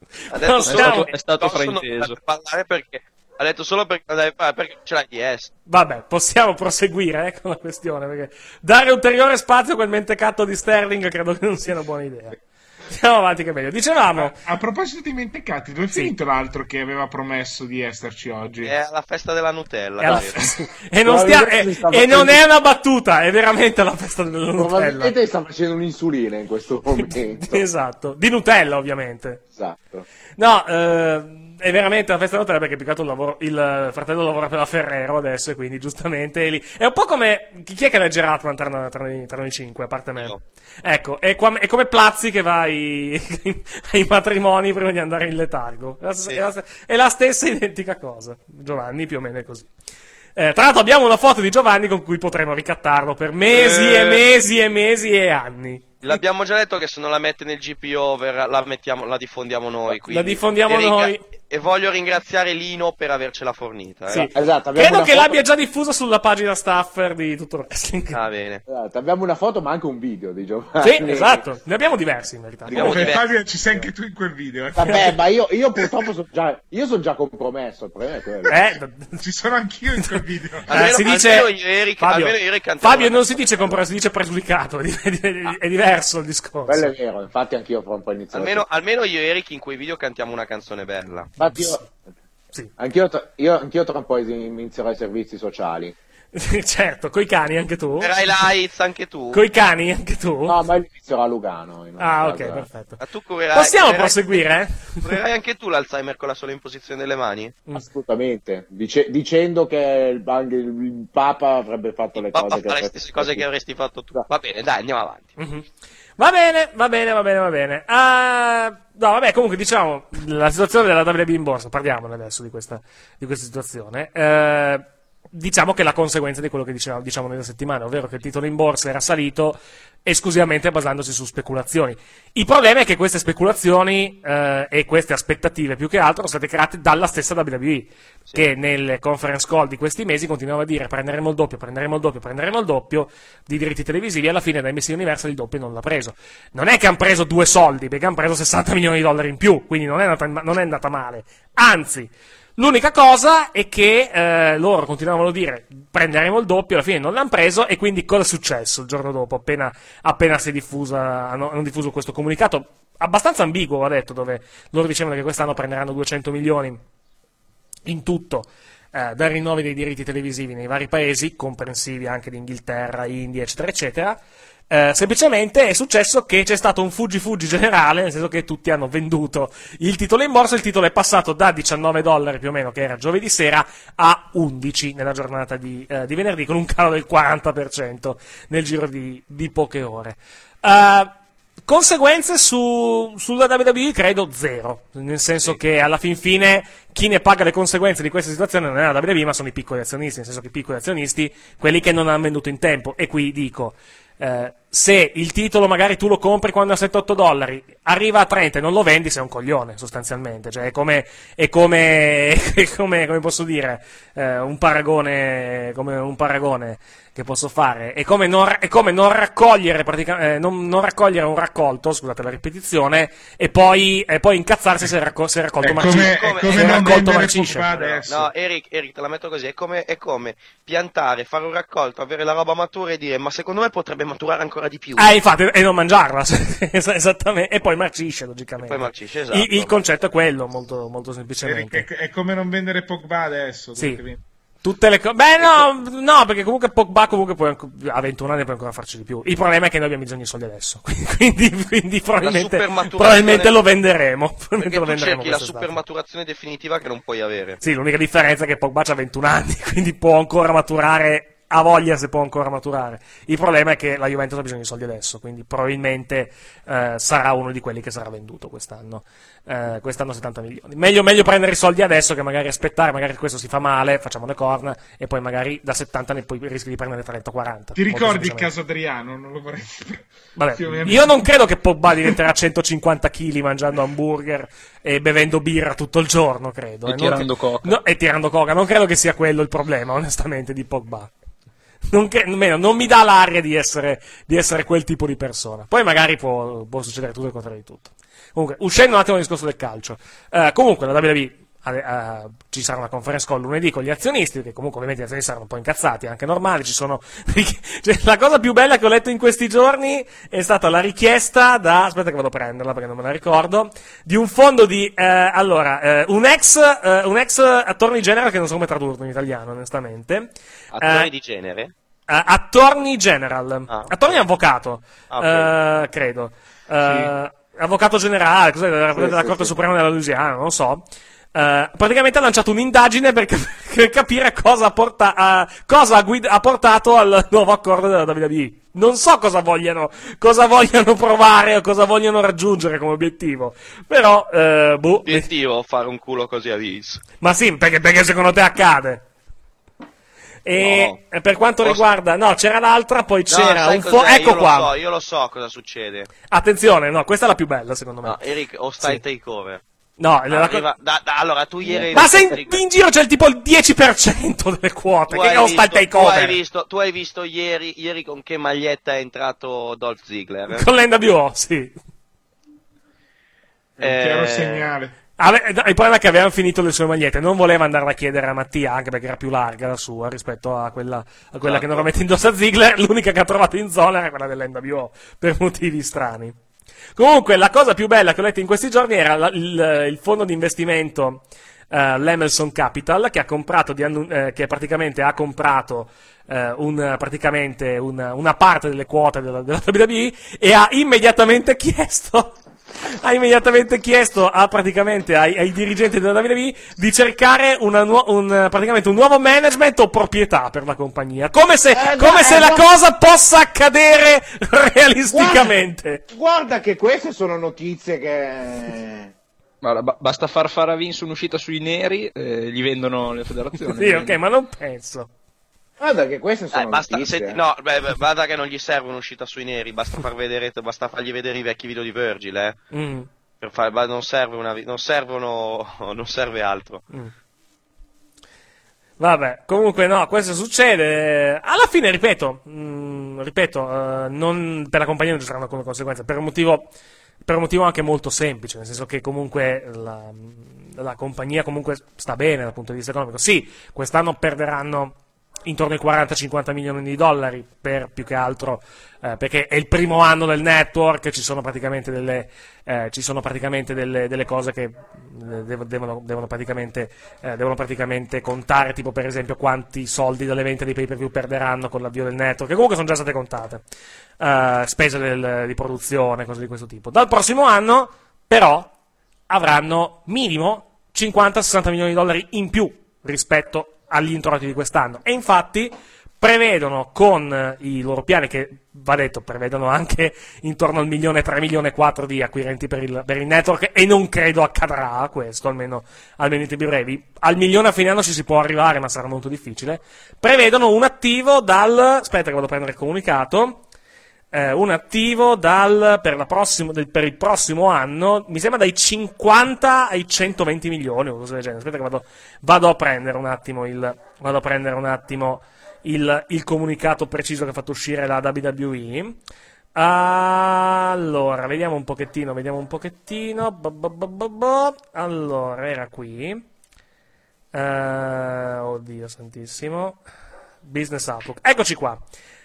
È stato frainteso. Ha detto solo perché ce l'hai di S. Vabbè, possiamo proseguire con la questione, perché dare ulteriore spazio a quel mentecatto di Sterling credo che non sia una buona idea. Andiamo avanti che è meglio. Dicevamo... A proposito di mentecatti, dove è finito l'altro che aveva promesso di esserci oggi? È alla festa della Nutella. E non è una battuta, è veramente la festa della Nutella. Probabilmente sta facendo un'insulina in questo momento. Esatto, di Nutella ovviamente. Esatto. No, è veramente la festa della Nutella perché piccato il fratello lavora per la Ferrero adesso e quindi giustamente è lì. È un po' come... Chi è che legge Ratman tra noi cinque, a parte me? No. Ecco, è come Plazzi che va ai matrimoni prima di andare in letargo. È la stessa identica cosa. Giovanni più o meno è così. Tra l'altro abbiamo una foto di Giovanni con cui potremo ricattarlo per mesi e mesi e mesi e anni. L'abbiamo già detto che se non la mette nel GP Over la diffondiamo noi. Quindi. La diffondiamo noi. E voglio ringraziare Lino per avercela fornita. Sì. Esatto, credo che l'abbia già diffusa sulla pagina staffer di Tutto il Wrestling. Ah, bene. Esatto, abbiamo una foto ma anche un video di Giovanni. Sì, esatto. Ne abbiamo diversi in verità. Fabio, ci sei anche tu in quel video. Vabbè, ma io purtroppo sono già compromesso. Il problema è quello. Ci sono anch'io in quel video. Si dice Eric Fabio non si dice compromesso, si dice pregiudicato. È diverso il discorso. Quello è vero, infatti anch'io fra un po' iniziato. Almeno io e Eric in quei video cantiamo una canzone bella. Infatti anch'io tra un po' inizierò i servizi sociali. Certo, coi cani anche tu. Per highlights anche tu. Coi cani anche tu. No, ma inizierò a Lugano. Ok, perfetto. Ma tu curerai, Possiamo proseguire? Curerai anche tu l'Alzheimer con la sola imposizione delle mani? Assolutamente. dicendo che anche il Papa avrebbe fatto le cose che le stesse cose che avresti fatto tu. Va bene, dai, andiamo avanti. Mm-hmm. Va bene. No, vabbè, comunque diciamo la situazione della WWE in borsa, parliamone adesso di questa situazione. Diciamo che è la conseguenza di quello che diciamo nella settimana, ovvero che il titolo in borsa era salito esclusivamente basandosi su speculazioni. Il problema è che queste speculazioni e queste aspettative più che altro sono state create dalla stessa WWE, che nelle conference call di questi mesi continuava a dire prenderemo il doppio di diritti televisivi, e alla fine da NBC Universal il doppio non l'ha preso. Non è che hanno preso 2 soldi, perché hanno preso $60 milioni in più, quindi non è andata male. Anzi, l'unica cosa è che loro continuavano a dire prenderemo il doppio, alla fine non l'hanno preso, e quindi cosa è successo il giorno dopo, appena si è hanno diffuso questo comunicato abbastanza ambiguo, va detto, dove loro dicevano che quest'anno prenderanno 200 milioni in tutto dai rinnovi dei diritti televisivi nei vari paesi, comprensivi anche di Inghilterra, India, eccetera, eccetera. Semplicemente è successo che c'è stato un fuggi generale, nel senso che tutti hanno venduto il titolo in borsa. Il titolo è passato da $19 più o meno, che era giovedì sera, a 11 nella giornata di venerdì, con un calo del 40% nel giro di poche ore. Conseguenze sulla WWE credo zero, nel senso che alla fin fine chi ne paga le conseguenze di questa situazione non è la WWE, ma sono i piccoli azionisti, nel senso che i piccoli azionisti, quelli che non hanno venduto in tempo. E qui dico, se il titolo magari tu lo compri quando è a $7-8, arriva a 30 e non lo vendi, sei un coglione sostanzialmente. Cioè è come posso dire, un paragone che posso fare, è come non raccogliere non raccogliere un raccolto, scusate la ripetizione, e poi incazzarsi se il raccolto marcisce. No, Eric, te la metto così, è come piantare, fare un raccolto, avere la roba matura e dire ma secondo me potrebbe maturare ancora di più. Infatti, e non mangiarla, esattamente, e poi marcisce, logicamente. Esatto. Il concetto è quello, molto, molto semplicemente. Eric, è come non vendere Pogba adesso. Sì. Tutte le cose. Beh, no, perché comunque Pogba a 21 anni puoi ancora farci di più. Il problema è che noi abbiamo bisogno di soldi adesso. Quindi probabilmente lo venderemo. Perché tu cerchi la supermaturazione definitiva che non puoi avere. Sì, l'unica differenza è che Pogba ha 21 anni, quindi può ancora maturare. Ha voglia, se può ancora maturare. Il problema è che la Juventus ha bisogno di soldi adesso, quindi probabilmente sarà uno di quelli che sarà venduto quest'anno. Quest'anno 70 milioni. Meglio prendere i soldi adesso che magari aspettare, magari questo si fa male, facciamo le corna, e poi magari da 70 poi rischi di prendere 30-40. Ti ricordi il caso Adriano? Non lo vorrei. Vabbè, io non credo che Pogba diventerà 150 kg mangiando hamburger e bevendo birra tutto il giorno, credo. E tirando coca. E tirando coca. Non credo che sia quello il problema, onestamente, di Pogba. Non mi dà l'aria di essere quel tipo di persona. Poi magari può succedere tutto il contrario di tutto. Comunque, uscendo un attimo dal discorso del calcio, comunque la WWE ci sarà una conference call lunedì con gli azionisti, che comunque ovviamente gli azionisti saranno un po' incazzati, anche normali. Cioè, la cosa più bella che ho letto in questi giorni è stata la richiesta aspetta che vado a prenderla perché non me la ricordo, di un fondo di un ex attorney general, che non so come tradurlo in italiano onestamente. Attorney di genere? Attorney general. Attorney avvocato, okay. Credo. Sì. Avvocato generale, cos'è, della Corte Suprema della Louisiana, non lo so. Praticamente ha lanciato un'indagine per capire cosa ha portato al nuovo accordo della WWE. Non so cosa vogliano provare o cosa vogliono raggiungere come obiettivo. Però, Obiettivo, fare un culo così a vis. Ma sì, perché secondo te accade? E per quanto riguarda, c'era l'altra, poi c'era un ecco qua. Io lo so cosa succede. Attenzione, questa è la più bella secondo me. No, Eric, Hostile Takeover. No, allora tu ieri. Ma se in giro c'è tipo il 10% delle quote. Che Hostile Takeover? Tu hai visto ieri con che maglietta è entrato Dolph Ziggler? Con l'NWO, sì. Chiaro segnale. Il problema è che avevano finito le sue magliette, non voleva andarla a chiedere a Mattia, anche perché era più larga la sua rispetto a quella che normalmente indossa Ziggler. L'unica che ha trovato in zona era quella dell'NWO, per motivi strani. Comunque, la cosa più bella che ho letto in questi giorni era il fondo di investimento l'Emerson Capital, che ha comprato che praticamente ha comprato praticamente una parte delle quote della WWE e ha immediatamente chiesto praticamente ai dirigenti della WWE di cercare praticamente un nuovo management o proprietà per la compagnia, come se la cosa possa accadere realisticamente. Guarda che queste sono notizie che... Basta far a Vince un'uscita sui neri, gli vendono le federazioni. Sì, ok, ma non penso. Guarda che queste sono notizie. Guarda che non gli serve un'uscita sui neri, basta fargli vedere i vecchi video di Virgil, non serve altro. Vabbè, comunque no, questo succede. Alla fine, ripeto, non per la compagnia non ci saranno alcune conseguenze, per un motivo anche molto semplice, nel senso che comunque la compagnia comunque sta bene dal punto di vista economico. Sì, quest'anno perderanno intorno ai 40-50 milioni di dollari per più che altro perché è il primo anno del network, ci sono praticamente delle cose che devono praticamente contare, tipo per esempio quanti soldi dalle vendite dei pay-per-view perderanno con l'avvio del network, che comunque sono già state contate, spese di produzione, cose di questo tipo. Dal prossimo anno però avranno minimo 50-60 milioni di dollari in più rispetto agli introiti di quest'anno, e infatti prevedono con i loro piani, che va detto prevedono anche intorno al 1.3 milioni di acquirenti per il network, e non credo accadrà questo, almeno in tempi brevi. Al 1 milione a fine anno ci si può arrivare, ma sarà molto difficile. Prevedono un attivo aspetta che vado a prendere il comunicato, un attivo per il prossimo anno, mi sembra dai 50 ai 120 milioni o cose del genere. Aspetta che vado a prendere un attimo il comunicato preciso che ha fatto uscire la WWE. Allora, vediamo un pochettino. Allora, era qui. Oddio santissimo. Business Outlook. Eccoci qua.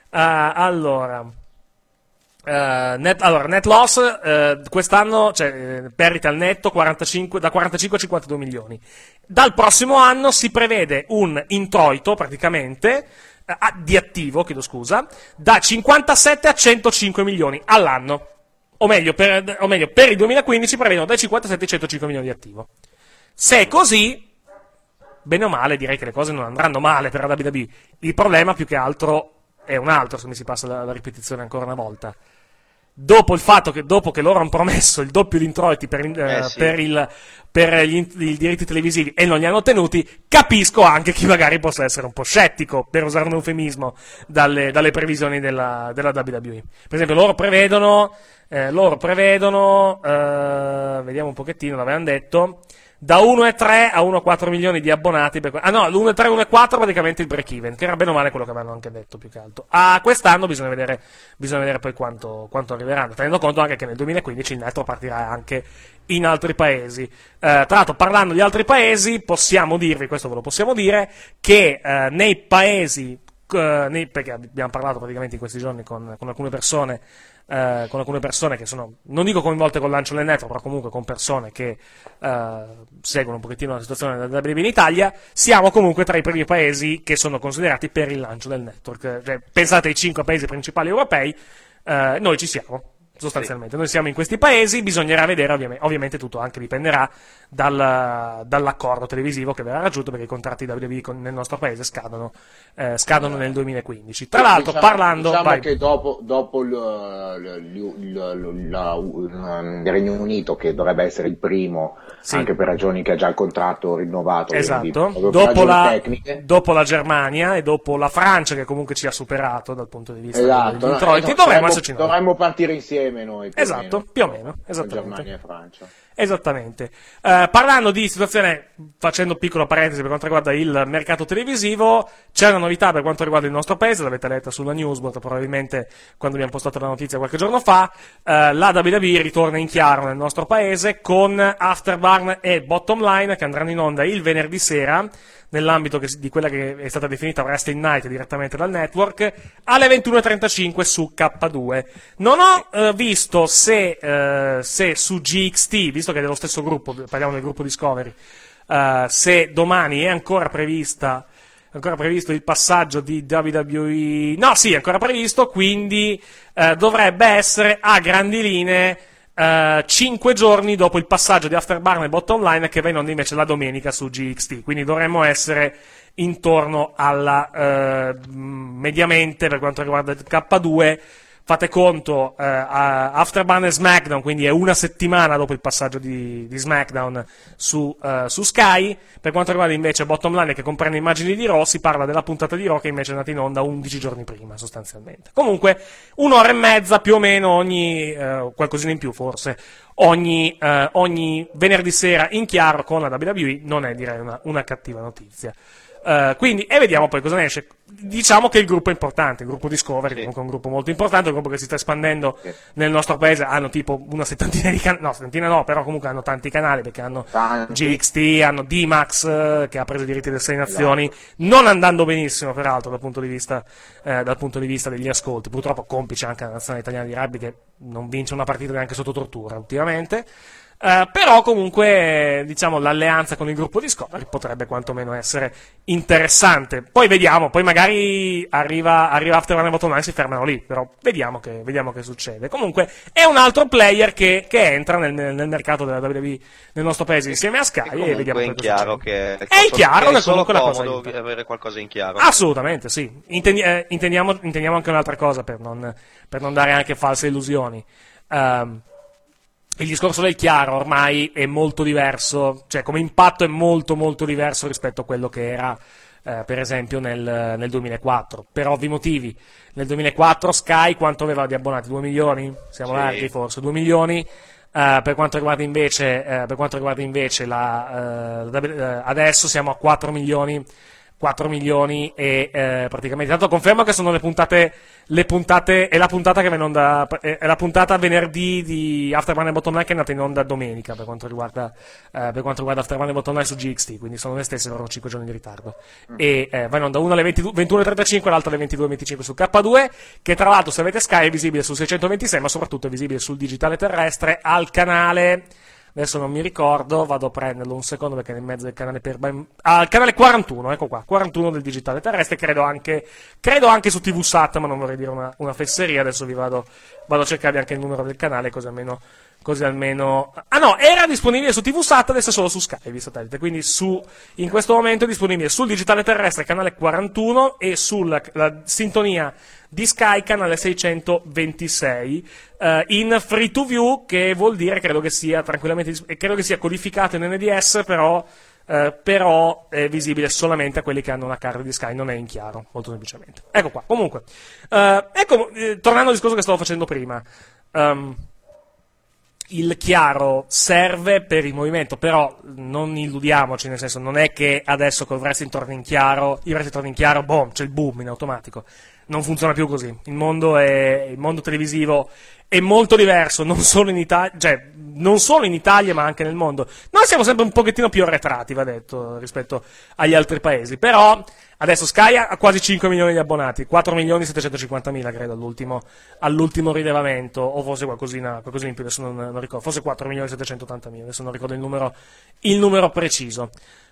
Net loss quest'anno, perdita al netto da 45 a 52 milioni. Dal prossimo anno si prevede un introito praticamente di attivo, da 57 a 105 milioni all'anno. O meglio, per il 2015 prevedono dai 57 ai 105 milioni di attivo. Se è così, bene o male, direi che le cose non andranno male per la WWE. Il problema più che altro è un altro, se mi si passa la ripetizione ancora una volta. Dopo che loro hanno promesso il doppio di introiti per i diritti televisivi e non li hanno ottenuti, capisco anche chi magari possa essere un po' scettico, per usare un eufemismo, dalle previsioni della WWE. Per esempio, loro prevedono, vediamo un pochettino, l'avevano detto, da 1,3 a 1,4 milioni di abbonati. L'1,3 e 1,4 praticamente il break even, che era bene o male quello che avevano anche detto più che altro. A quest'anno bisogna vedere poi quanto arriveranno, tenendo conto anche che nel 2015 il network partirà anche in altri paesi. Tra l'altro, parlando di altri paesi, possiamo dirvi, questo ve lo possiamo dire, che nei paesi, perché abbiamo parlato praticamente in questi giorni con alcune persone che sono, non dico coinvolte col lancio del network, però comunque con persone che seguono un pochettino la situazione della WWE in Italia, siamo comunque tra i primi paesi che sono considerati per il lancio del network. Pensate ai 5 paesi principali europei, noi ci siamo. Sostanzialmente, noi siamo in questi paesi, bisognerà vedere, ovviamente tutto anche dipenderà dall'accordo televisivo che verrà raggiunto, perché i contratti WWE nel nostro paese scadono nel 2015. Tra l'altro, diciamo che dopo il Regno Unito, che dovrebbe essere il primo, anche per ragioni che ha già il contratto rinnovato, esatto, dopo la Germania e dopo la Francia, che comunque ci ha superato dal punto di vista degli introiti, dovremmo partire insieme noi, più o meno, esattamente. Germania e Francia. Esattamente. Parlando di situazione, facendo piccola parentesi per quanto riguarda il mercato televisivo, c'è una novità per quanto riguarda il nostro paese, l'avete letta sulla newsboard probabilmente quando abbiamo postato la notizia qualche giorno fa. La WWE ritorna in chiaro nel nostro paese con Afterburn e Bottom Line, che andranno in onda il venerdì sera nell'ambito di quella che è stata definita Wrestling Night direttamente dal network, alle 21.35 su K2. Non ho visto se su GXT, visto che è dello stesso gruppo, parliamo del gruppo Discovery, se domani è ancora previsto il passaggio di WWE. No, sì, è ancora previsto, quindi dovrebbe essere a grandi linee 5 giorni dopo il passaggio di Afterburner e Bottom Line, che va in onda invece la domenica su GXT. Quindi dovremmo essere intorno alla mediamente, per quanto riguarda il K2, fate conto, Afterburner SmackDown, quindi è una settimana dopo il passaggio di SmackDown su Sky. Per quanto riguarda invece Bottom Line, che comprende immagini di Raw, si parla della puntata di Raw che invece è andata in onda 11 giorni prima, sostanzialmente. Comunque, 1 ora e mezza più o meno ogni, qualcosina in più forse, ogni venerdì sera in chiaro con la WWE, non è direi una cattiva notizia. Quindi, e vediamo poi cosa ne esce. Diciamo che il gruppo è importante, il gruppo Discovery, comunque è un gruppo molto importante, un gruppo che si sta espandendo nel nostro paese. Hanno tipo una settantina di canali, no, settantina no, però comunque hanno tanti canali, perché hanno GXT, hanno D-Max, che ha preso i diritti delle 6 nazioni, non andando benissimo peraltro dal punto di vista degli ascolti. Purtroppo complice anche la nazionale italiana di rugby, che non vince una partita neanche sotto tortura ultimamente. Però comunque, diciamo, l'alleanza con il gruppo Discovery potrebbe quantomeno essere interessante. Poi vediamo, poi magari arriva Afterburner Bottom Line, si fermano lì, però vediamo che succede. Comunque è un altro player che entra nel mercato della WWE nel nostro paese insieme a Sky, e vediamo è chiaro che è chiaro che solo comunque la cosa comodo avere qualcosa in chiaro. Assolutamente sì. Intendiamo anche un'altra cosa per non dare anche false illusioni. Il discorso del chiaro ormai è molto diverso, cioè come impatto è molto molto diverso rispetto a quello che era per esempio nel 2004, per ovvi motivi. Nel 2004 Sky quanto aveva di abbonati? 2 milioni? Siamo larghi forse, 2 milioni. Per quanto riguarda invece adesso siamo a 4 milioni e praticamente, tanto confermo che sono le puntate è la puntata che va in onda, è la puntata venerdì di Afterburner Bottom Line che è andata in onda domenica per quanto riguarda Afterburner Bottom Line su GXT, quindi sono le stesse, avevano 5 giorni di ritardo, e va in onda una alle 21:35 e l'altra alle 22:25 su K2, che tra l'altro, se avete Sky, è visibile sul 626, ma soprattutto è visibile sul digitale terrestre al canale, adesso non mi ricordo, vado a prenderlo un secondo perché è nel mezzo del canale al canale 41, ecco qua, 41 del digitale terrestre, credo anche su TV Sat, ma non vorrei dire una fesseria, adesso vi vado a cercarvi anche il numero del canale, così almeno ah no, era disponibile su TV Sat, adesso è solo su Sky via satellite, quindi in questo momento è disponibile sul digitale terrestre canale 41 e sulla sintonia di Sky canale 626 in free to view, che vuol dire credo che sia codificato in NDS, però è visibile solamente a quelli che hanno una card di Sky, non è in chiaro, molto semplicemente. Ecco qua, comunque tornando al discorso che stavo facendo prima, il chiaro serve per il movimento, però non illudiamoci, nel senso, non è che adesso col wrestling torna in chiaro, boom, c'è il boom in automatico. Non funziona più così. Il mondo televisivo è molto diverso, non solo in Italia, ma anche nel mondo. Noi siamo sempre un pochettino più arretrati, va detto, rispetto agli altri paesi, però adesso Sky ha quasi 5 milioni di abbonati, 4.750.000 credo all'ultimo rilevamento, o forse qualcosina in più, adesso non ricordo, forse 4.780.000, adesso non ricordo il numero preciso.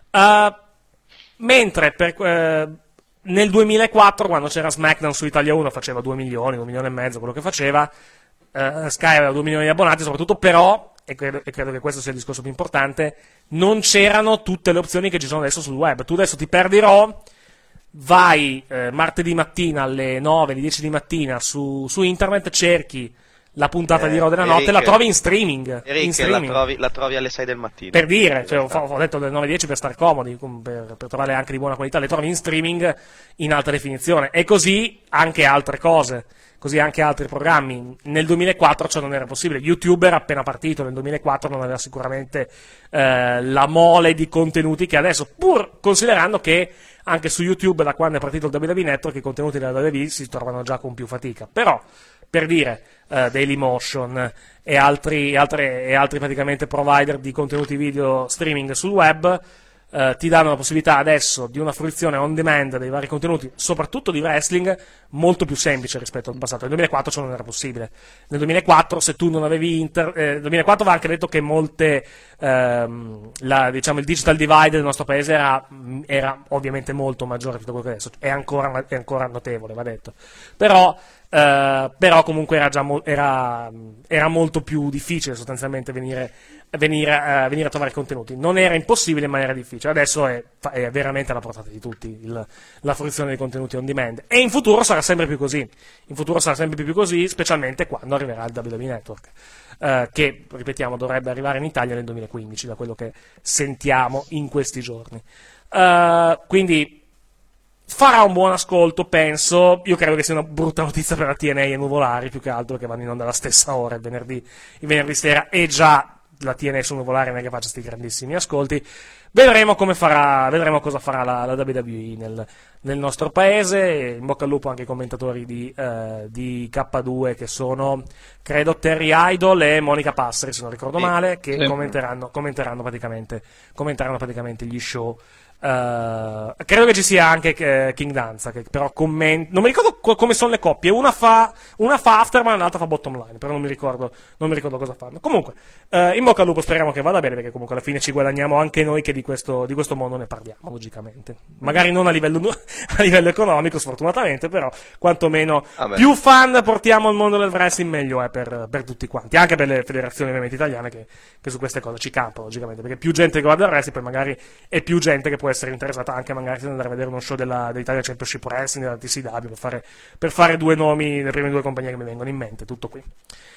Mentre nel 2004, quando c'era SmackDown su Italia 1, faceva 2 milioni, 1 milione e mezzo, quello che faceva. Sky aveva 2 milioni di abbonati, soprattutto, però, e credo che questo sia il discorso più importante, non c'erano tutte le opzioni che ci sono adesso sul web. Tu adesso ti perdi Raw, vai martedì mattina alle 9, alle 10 di mattina su internet, cerchi la puntata di Raw della notte, la trovi in streaming. La trovi alle 6 del mattino. Per dire, cioè, ho detto alle 9-10 per star comodi, per trovarle anche di buona qualità, le trovi in streaming in alta definizione. E così anche altre cose, così anche altri programmi. Nel 2004 ciò non era possibile. YouTube era appena partito, nel 2004 non aveva sicuramente la mole di contenuti che adesso, pur considerando che anche su YouTube, da quando è partito il WWE Network, i contenuti della WWE si trovano già con più fatica. Però, per dire, Dailymotion e altri praticamente provider di contenuti video streaming sul web ti danno la possibilità adesso di una fruizione on demand dei vari contenuti, soprattutto di wrestling, molto più semplice rispetto al passato. Nel 2004 ciò non era possibile. Nel 2004, se tu non avevi nel 2004 va anche detto che molte diciamo il digital divide del nostro paese era ovviamente molto maggiore di tutto quello che adesso è ancora notevole, va detto. Però comunque era molto più difficile sostanzialmente venire a trovare contenuti. Non era impossibile, ma era difficile. Adesso è veramente alla portata di tutti la fruizione dei contenuti on demand, e in futuro sarà sempre più così. Specialmente quando arriverà il WWE Network, che, ripetiamo, dovrebbe arrivare in Italia nel 2015, da quello che sentiamo in questi giorni. Quindi farà un buon ascolto, penso. Io credo che sia una brutta notizia per la TNA e Nuvolari, più che altro, che vanno in onda alla stessa ora il venerdì sera, e già la TNA su Nuvolari non è che faccia questi grandissimi ascolti. Vedremo cosa farà la WWE nel nostro paese. In bocca al lupo anche i commentatori di K2, che sono, credo, Terry Idol e Monica Passeri, se non ricordo male, che commenteranno praticamente gli show. Credo che ci sia anche King Danza, che però non mi ricordo come sono le coppie, una fa Afterman e l'altra fa Bottom Line, però non mi ricordo cosa fanno. Comunque in bocca al lupo, speriamo che vada bene, perché comunque alla fine ci guadagniamo anche noi che di questo mondo ne parliamo, logicamente, magari non a livello economico, sfortunatamente, però quantomeno più fan portiamo al mondo del wrestling, meglio è per tutti quanti, anche per le federazioni ovviamente italiane che su queste cose ci campano, logicamente, perché più gente che guarda il wrestling, poi magari è più gente che può essere interessata anche magari ad andare a vedere uno show dell'Italia Championship Wrestling, della TCW, per fare due nomi, le prime due compagnie che mi vengono in mente. Tutto qui.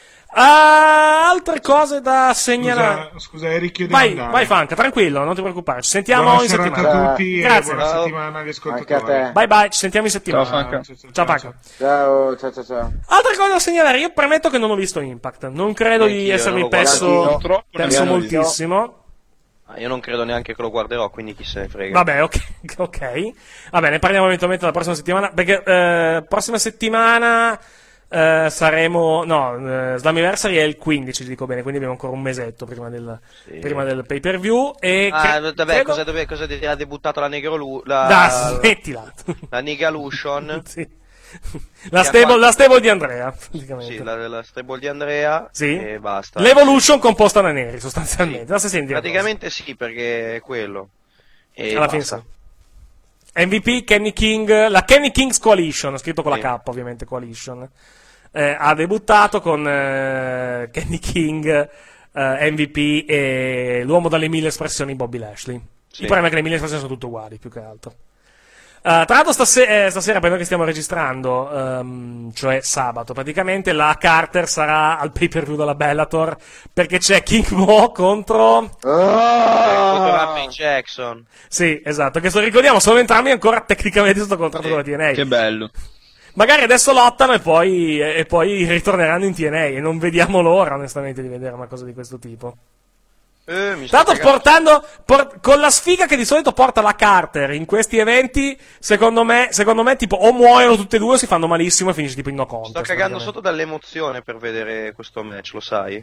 Altre cose da segnalare. Scusa Eric, vai Fanca, tranquillo, non ti preoccupare, ci sentiamo in settimana. A tutti. Grazie. Buona settimana agli ascoltatori. Bye, ci sentiamo in settimana. Ciao Fanca. Ciao Fanca. Ciao. Altre cose da segnalare, io premetto che non ho visto Impact, non credo di essermi perso moltissimo. Io non credo neanche che lo guarderò, quindi chi se ne frega. Vabbè, ok. Vabbè, ne parliamo eventualmente la prossima settimana, perché prossima settimana saremo... No, Slammiversary è il 15, dico bene, quindi abbiamo ancora un mesetto prima del pay-per-view. E cosa ha debuttato la Negro smettila! La Negalution. Sì. La stable di Andrea, praticamente. Sì, la stable di Andrea, sì. E basta. L'Evolution composta da neri, sostanzialmente. Sì. Praticamente sì, perché è quello. E alla fine sa. MVP, Kenny King, la Kenny King's Coalition, scritto con la K, ovviamente, Coalition. Ha debuttato con Kenny King, MVP e l'uomo dalle 1000 espressioni Bobby Lashley. Sì. Il problema è che le 1000 espressioni sono tutte uguali, più che altro. Tra l'altro stasera, per noi che stiamo registrando, cioè sabato, praticamente la Carter sarà al pay-per-view della Bellator, perché c'è King Mo contro Ramey Jackson. Sì, esatto, che ricordiamo sono entrambi ancora tecnicamente sotto contratto con la TNA. Che bello. Magari adesso lottano e poi ritorneranno in TNA, e non vediamo l'ora, onestamente, di vedere una cosa di questo tipo. Tra l'altro con la sfiga che di solito porta la Carter in questi eventi, secondo me tipo o muoiono tutte e due o si fanno malissimo e finisce tipo in no contest. Sto cagando sotto dall'emozione per vedere questo match, lo sai?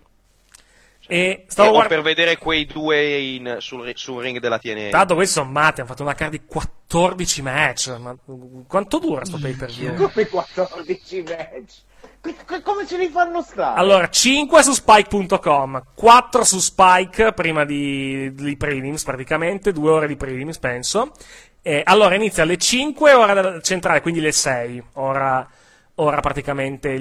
Per vedere quei due sul ring della TNA. Tra l'altro questi sono matti, hanno fatto una card di 14 match. Ma quanto dura sto pay per view? Come 14 match? Come ce li fanno stare? Allora, 5 su Spike.com, 4 su Spike prima di prelims, praticamente 2 ore di prelims, penso. Allora inizia alle 5 ora centrale, quindi le 6 ora praticamente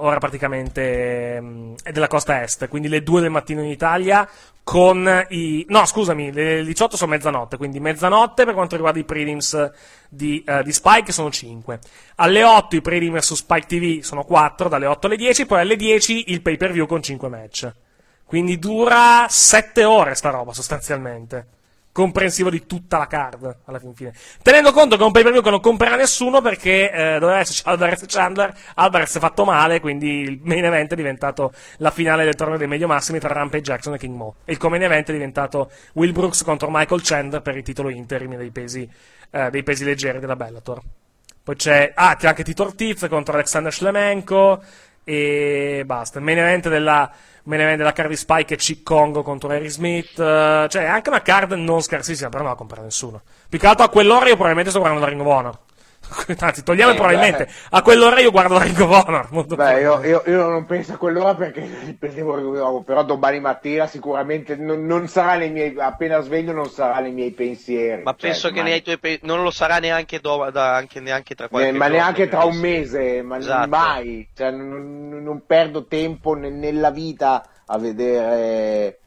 della costa est, quindi le 2 del mattino in Italia, le 18 sono mezzanotte, quindi mezzanotte per quanto riguarda i prelims di Spike sono 5. Alle 8 i prelims su Spike TV sono 4, dalle 8 alle 10, poi alle 10 il pay per view con 5 match. Quindi dura 7 ore sta roba sostanzialmente, comprensivo di tutta la card alla fine. Tenendo conto che è un pay per view che non comprerà nessuno, perché doveva esserci Alvarez e Chandler, Alvarez è fatto male, quindi il main event è diventato la finale del torneo dei medio massimi tra Rampage Jackson e King Mo, e il co-main event è diventato Will Brooks contro Michael Chandler per il titolo interim dei pesi leggeri della Bellator. Poi c'è anche Tito Ortiz contro Alexander Shlemenko, e basta. Main event della card di Spike è Chick Congo contro Harry Smith, cioè è anche una card non scarsissima, però non la compra nessuno. Più che altro a quell'ora io probabilmente sto guardando la Ring of Honor. Anzi, togliamo probabilmente. A quell'ora io guardo la Ring of Honor. Io non penso a quell'ora perché prendevo, però domani mattina sicuramente non sarà nei miei, appena sveglio non sarà nei miei pensieri. Ma penso che nei tuoi non lo sarà neanche neanche tra qualche giorno. Ma neanche tra un mese, ma esatto. Mai. Cioè, non perdo tempo nella vita a vedere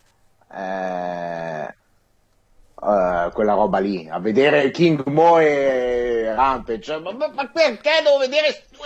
quella roba lì, a vedere King Mo e Rampage, ma perché devo vedere due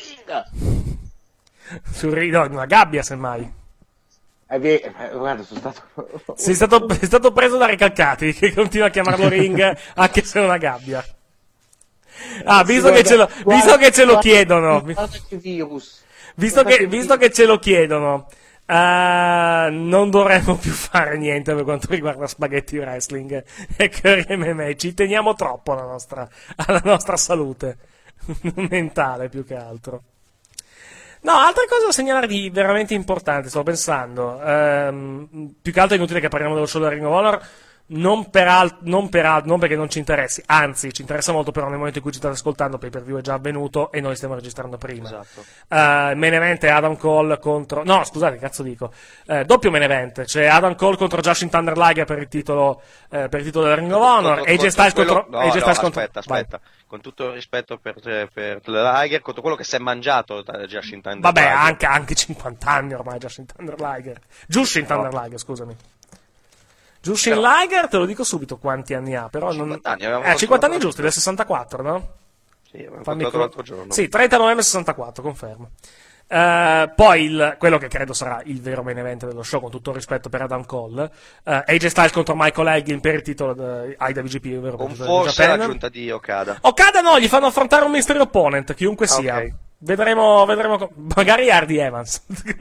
su ring? No, in una gabbia semmai. Guarda, sei stato preso da Recalcati che continua a chiamarlo ring anche se è una gabbia. Visto che ce lo chiedono, visto che ce lo chiedono, non dovremmo più fare niente per quanto riguarda Spaghetti Wrestling e Curry MMA. Ci teniamo troppo alla nostra salute mentale, più che altro. No, altre cose da segnalare di veramente importanti, sto pensando. Più che altro è inutile che parliamo dello show della Ring of Honor. Non perché non ci interessi, anzi ci interessa molto, però nel momento in cui ci state ascoltando pay per view è già avvenuto e noi stiamo registrando prima. Esatto. Main event è Adam Cole contro, no scusate, cazzo dico, doppio main event, c'è Adam Cole contro Jushin Thunder Liger per il titolo della Ring of Honor, AJ Styles contro aspetta, con tutto il rispetto per Liger, contro quello che si è mangiato da Jushin Thunder Liger. Vabbè, anche 50 anni ormai Jushin Thunder Liger, scusami. Jushin Liger, te lo dico subito quanti anni ha, però 50 anni giusti, del 64, no? Sì, l'altro giorno. Sì, 30 novembre 64, confermo. Poi quello che credo sarà il vero main event dello show, con tutto il rispetto per Adam Cole, AJ Styles contro Michael Elgin per il titolo IWGP, vero? Con forse l'aggiunta di Okada no, gli fanno affrontare un mystery opponent, chiunque sia. Okay. Vedremo, magari Hardy Evans.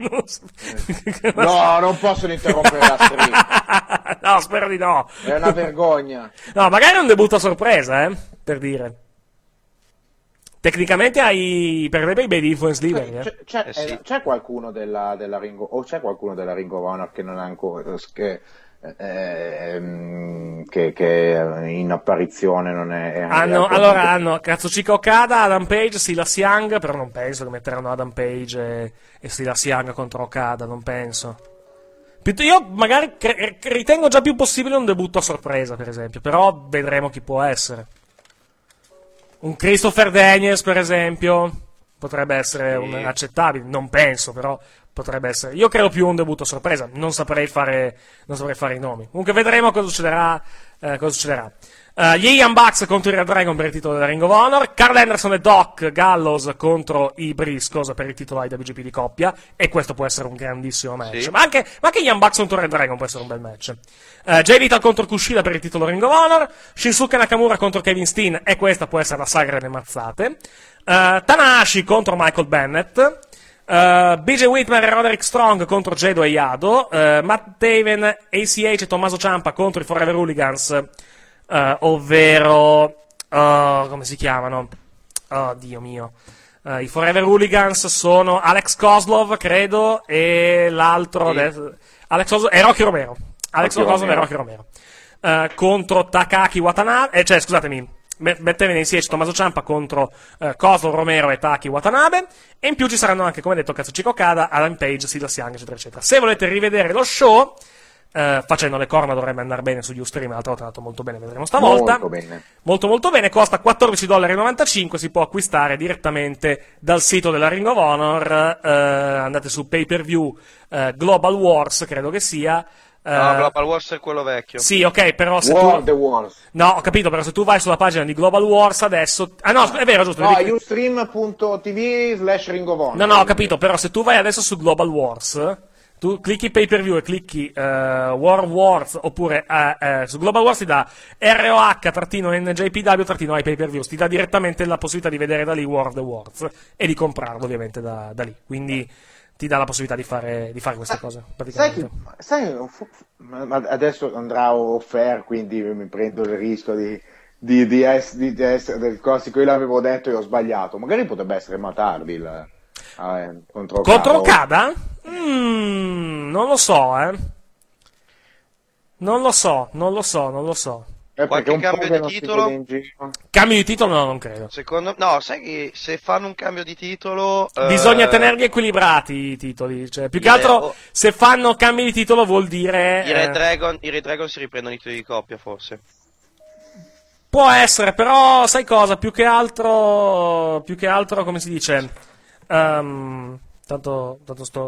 No, non possono interrompere la stream. No, spero di no. È una vergogna. No, magari è un debutto a sorpresa, per dire. Tecnicamente per i bei influence leader. C'è qualcuno della Ring of, o c'è qualcuno della Ring of Honor che non ha ancora che in apparizione non è hanno Kazuchika Okada, Adam Page, Silas Young, però non penso che metteranno Adam Page e Silas Young contro Okada, non penso. Io magari ritengo già più possibile un debutto a sorpresa, per esempio, però vedremo chi può essere. Un Christopher Daniels, per esempio, potrebbe essere accettabile, non penso, però potrebbe essere. Io credo più un debutto a sorpresa, non saprei fare i nomi. Comunque vedremo cosa succederà. Gli Young Bucks contro i Red Dragon per il titolo della Ring of Honor, Carl Anderson e Doc Gallows contro i Briscoes per il titolo IWGP di coppia, e questo può essere un grandissimo match. Sì. Ma anche gli Young Bucks contro i Red Dragon può essere un bel match. Jay Lethal contro Kushida per il titolo Ring of Honor, Shinsuke Nakamura contro Kevin Steen, e questa può essere la sagra delle mazzate. Tanahashi contro Michael Bennett. BJ Whitmer e Roderick Strong contro Jado e Yado, Matt Taven, ACH e Tommaso Ciampa contro i Forever Hooligans, ovvero come si chiamano? Oh Dio mio, i Forever Hooligans sono Alex Kozlov, credo, e l'altro Alex Kozlov e Rocky Romero. Contro Takaki Watanabe, scusatemi, mettevene insieme Tommaso Ciampa contro Kozlov, Romero e Taki Watanabe, e in più ci saranno anche, come detto, Kazuchika Okada, Adam Page, Silas Young, eccetera eccetera. Se volete rivedere lo show, facendo le corna dovrebbe andare bene su Ustream, l'altra volta è andato molto bene, vedremo stavolta. Molto bene, costa $14,95, si può acquistare direttamente dal sito della Ring of Honor, andate su Pay Per View Global Wars, credo che sia. No, Global Wars è quello vecchio. Sì, ok, però se The Wars. No, ho capito, però se tu vai sulla pagina di Global Wars adesso. Ah no, è vero, giusto. No, ustream.tv/Ring of Honor. No, ho capito, però se tu vai adesso su Global Wars, tu clicchi Pay Per View e clicchi War Wars, oppure su Global Wars ti dà ROH-NJPW-i Pay Per View, ti dà direttamente la possibilità di vedere da lì War of the Wars e di comprarlo ovviamente da lì. Quindi ti dà la possibilità di fare queste cose, praticamente. Sai, adesso andrà off-air, quindi mi prendo il rischio di essere del cosi che io l'avevo detto e ho sbagliato. Magari potrebbe essere Matt Hardy Contro Okada? Non lo so, Non lo so. Qualche cambio di titolo? Cambio di titolo no, non credo. No, sai che se fanno un cambio di titolo... Bisogna tenerli equilibrati i titoli, cioè più che altro se fanno cambi di titolo vuol dire... I Red Dragon si riprendono i titoli di coppia, forse. Può essere, però sai cosa? Più che altro come si dice... Tanto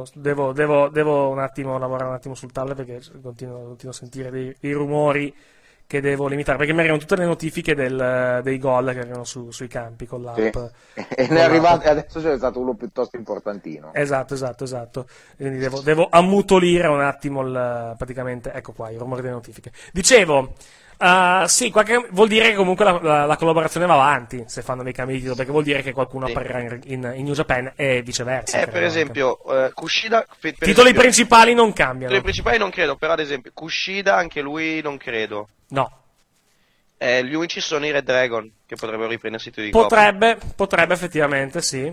devo un attimo lavorare un attimo sul tablet perché continuo a sentire dei rumori che devo limitare, perché mi arrivano tutte le notifiche dei gol che arrivano sui campi con l'app. Sì. E ne è arrivato, adesso c'è stato uno piuttosto importantino. Esatto. Quindi devo ammutolire un attimo praticamente, ecco qua, i rumori delle notifiche. Dicevo, sì, vuol dire che comunque la collaborazione va avanti se fanno dei cambi di titolo, perché vuol dire che qualcuno apparirà in New Japan e viceversa. Per esempio, Kushida... Titoli principali non cambiano. Titoli principali non credo, però ad esempio Kushida anche lui non credo. No. Gli unici sono i Red Dragon che potrebbero riprendersi i titoli di coppia. Potrebbe effettivamente, sì.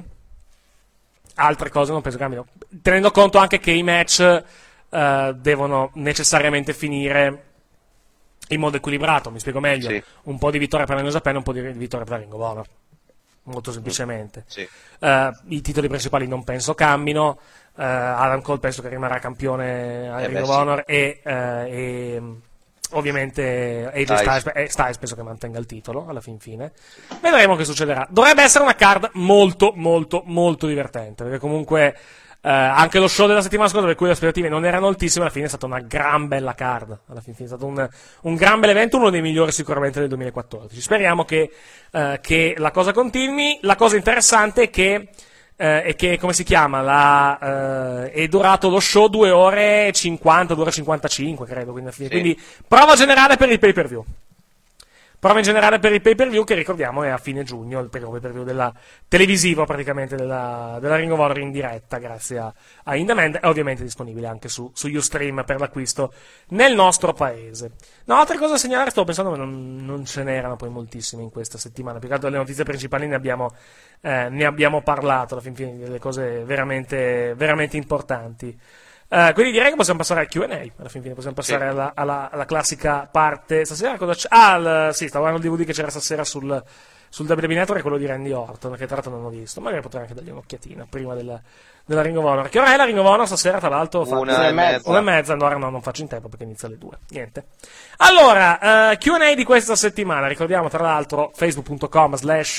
Altre cose non penso cambino. Tenendo conto anche che i match devono necessariamente finire in modo equilibrato, mi spiego meglio. Sì. Un po' di vittoria per la New Japan, un po' di vittoria per la Ring of Honor. Molto semplicemente. Sì. I titoli principali non penso cambino. Adam Cole penso che rimarrà campione a Ring of Honor e ovviamente AJ Styles penso che mantenga il titolo alla fine. Vedremo che succederà. Dovrebbe essere una card molto molto molto divertente, perché comunque anche lo show della settimana scorsa, per cui le aspettative non erano altissime, alla fine è stata una gran bella card, alla fine è stato un gran bel evento, uno dei migliori sicuramente del 2014. Speriamo che la cosa continui. La cosa interessante è che come si chiama, è durato lo show 2 ore 50, 2 ore 55 credo, quindi, sì. Quindi prova generale per il pay-per-view. Prova in generale per il pay-per-view, che ricordiamo è a fine giugno, il primo pay-per-view televisivo praticamente della Ring of Honor in diretta grazie a In Demand, e ovviamente disponibile anche su Ustream per l'acquisto nel nostro paese. No, altre cose da segnalare, stavo pensando, ma non ce n'erano poi moltissime in questa settimana, più che altro le notizie principali ne abbiamo parlato, alla fine delle cose veramente, veramente importanti. Quindi direi che possiamo passare al Q&A, alla fine possiamo passare alla classica parte. Stasera cosa c'è? Sì, stavo guardando il DVD che c'era stasera sul WWE Network, quello di Randy Orton, che tra l'altro non ho visto, magari potrei anche dargli un'occhiatina prima della Ring of Honor. Che ora è la Ring of Honor stasera, tra l'altro? 1:30, allora no, non faccio in tempo perché inizia alle 2. Niente. Allora, Q&A di questa settimana, ricordiamo tra l'altro facebook.com/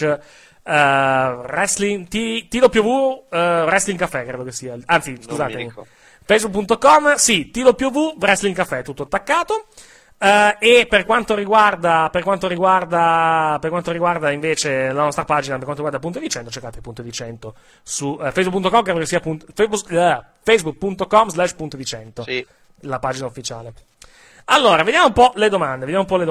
wrestling TW Wrestling Café, credo che sia. Anzi, scusatemi. Facebook.com, sì, TW Wrestling Café, tutto attaccato. E per quanto riguarda invece la nostra pagina, per quanto riguarda Punto di 100, cercate Punto di 100 su facebook.com, credo che sia facebook.com/ Punto di 100, sì, la pagina ufficiale. Allora, vediamo un po' le domande.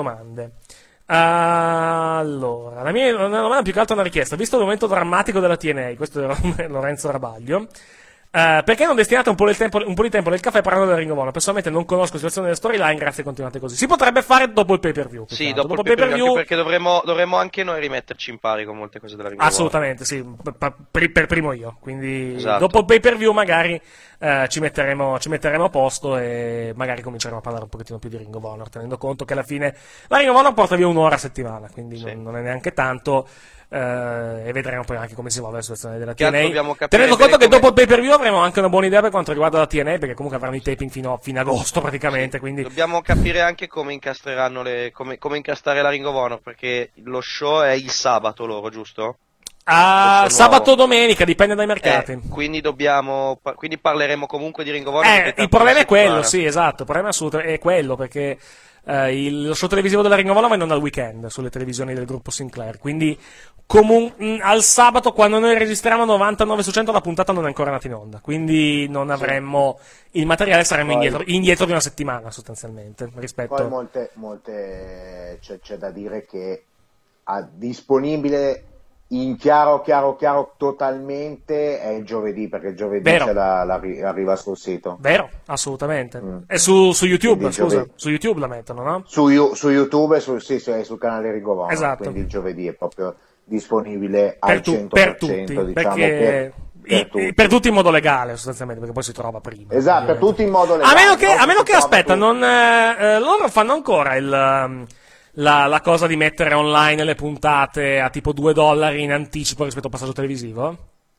Allora, la mia domanda più che altro è una richiesta. Visto il momento drammatico della TNA, questo è Lorenzo Rabaglio, perché non destinate un po' di tempo del caffè parlando del Ring of Honor? Personalmente non conosco la situazione delle storyline, grazie, continuate così. Si potrebbe fare dopo il pay-per-view. Sì, dopo il pay-per-view, anche perché dovremmo anche noi rimetterci in pari con molte cose della Ring of Honor. Assolutamente, sì, per primo io. Quindi esatto, dopo il pay-per-view magari ci metteremo a posto e magari cominceremo a parlare un pochettino più di Ring of Honor, tenendo conto che alla fine la Ring of Honor porta via un'ora a settimana, quindi sì, non è neanche tanto. E vedremo poi anche come si muove la situazione della TNA, tenendo conto che dopo il pay-per-view avremo anche una buona idea per quanto riguarda la TNA, perché comunque avranno i taping fino a agosto praticamente, quindi dobbiamo capire anche come incastreranno come incastrare la Ring of Honor, perché lo show è il sabato loro, giusto? Sabato o domenica, dipende dai mercati. Quindi parleremo comunque di Ring of Honor. Il problema è quello, sì, esatto, il problema assoluto è quello, perché lo show televisivo della Ring of Honor va in onda al weekend sulle televisioni del gruppo Sinclair, quindi al sabato, quando noi registriamo 99 su 100, la puntata non è ancora andata in onda, quindi non avremmo il materiale, saremmo indietro di una settimana sostanzialmente rispetto. Poi molte c'è da dire che disponibile in chiaro totalmente è il giovedì, perché il giovedì arriva sul sito. Vero, assolutamente. E su YouTube, scusa, su YouTube la mettono, no? Su YouTube e sul canale Ring of Honor, esatto. Quindi il giovedì è proprio disponibile al 100%, per tutti, diciamo, perché Per tutti in modo legale, sostanzialmente, perché poi si trova prima. Esatto, per tutti in modo legale. A meno che aspetta, loro fanno ancora la cosa di mettere online le puntate a tipo $2 in anticipo rispetto al passaggio televisivo?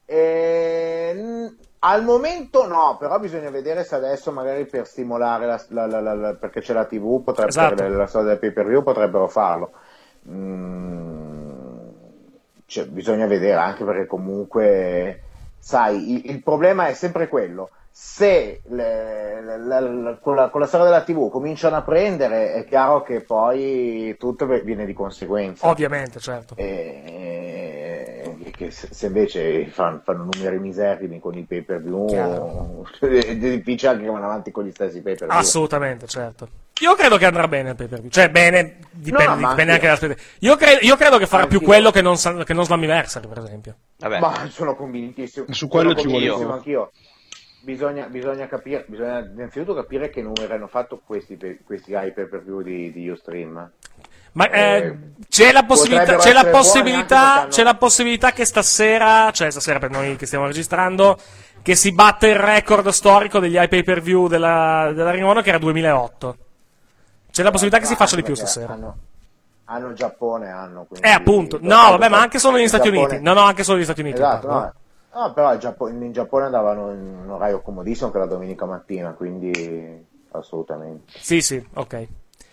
Al momento no, però bisogna vedere se adesso magari per stimolare perché c'è la TV, la storia del pay-per-view potrebbero farlo. Bisogna vedere, anche perché comunque sai, il problema è sempre quello: se con la storia della TV cominciano a prendere, è chiaro che poi tutto viene di conseguenza. Ovviamente, certo. Che se invece fanno numeri miserrimi con i pay-per-view, è difficile anche che vanno avanti con gli stessi pay-per-view. Assolutamente, certo. Io credo che andrà bene il pay-per-view, cioè bene, dipende anche dall'aspetto. Io credo che farà più quello che non Slammiversary, per esempio. Vabbè. Ma sono convintissimo. Su quello ci vuole anch'io. Bisogna innanzitutto capire che numeri hanno fatto questi pay-per-view di Ustream. Ma c'è la possibilità che stasera per noi che stiamo registrando, che si batte il record storico degli pay-per-view della Ring of Honor, che era 2008. C'è la possibilità che si faccia di più stasera. Hanno il Giappone, appunto. No, vabbè, ma anche solo negli Stati Uniti. No, anche solo negli Stati Uniti. Esatto, no, però in Giappone andavano in un orario comodissimo, che la domenica mattina, quindi assolutamente. Sì, ok.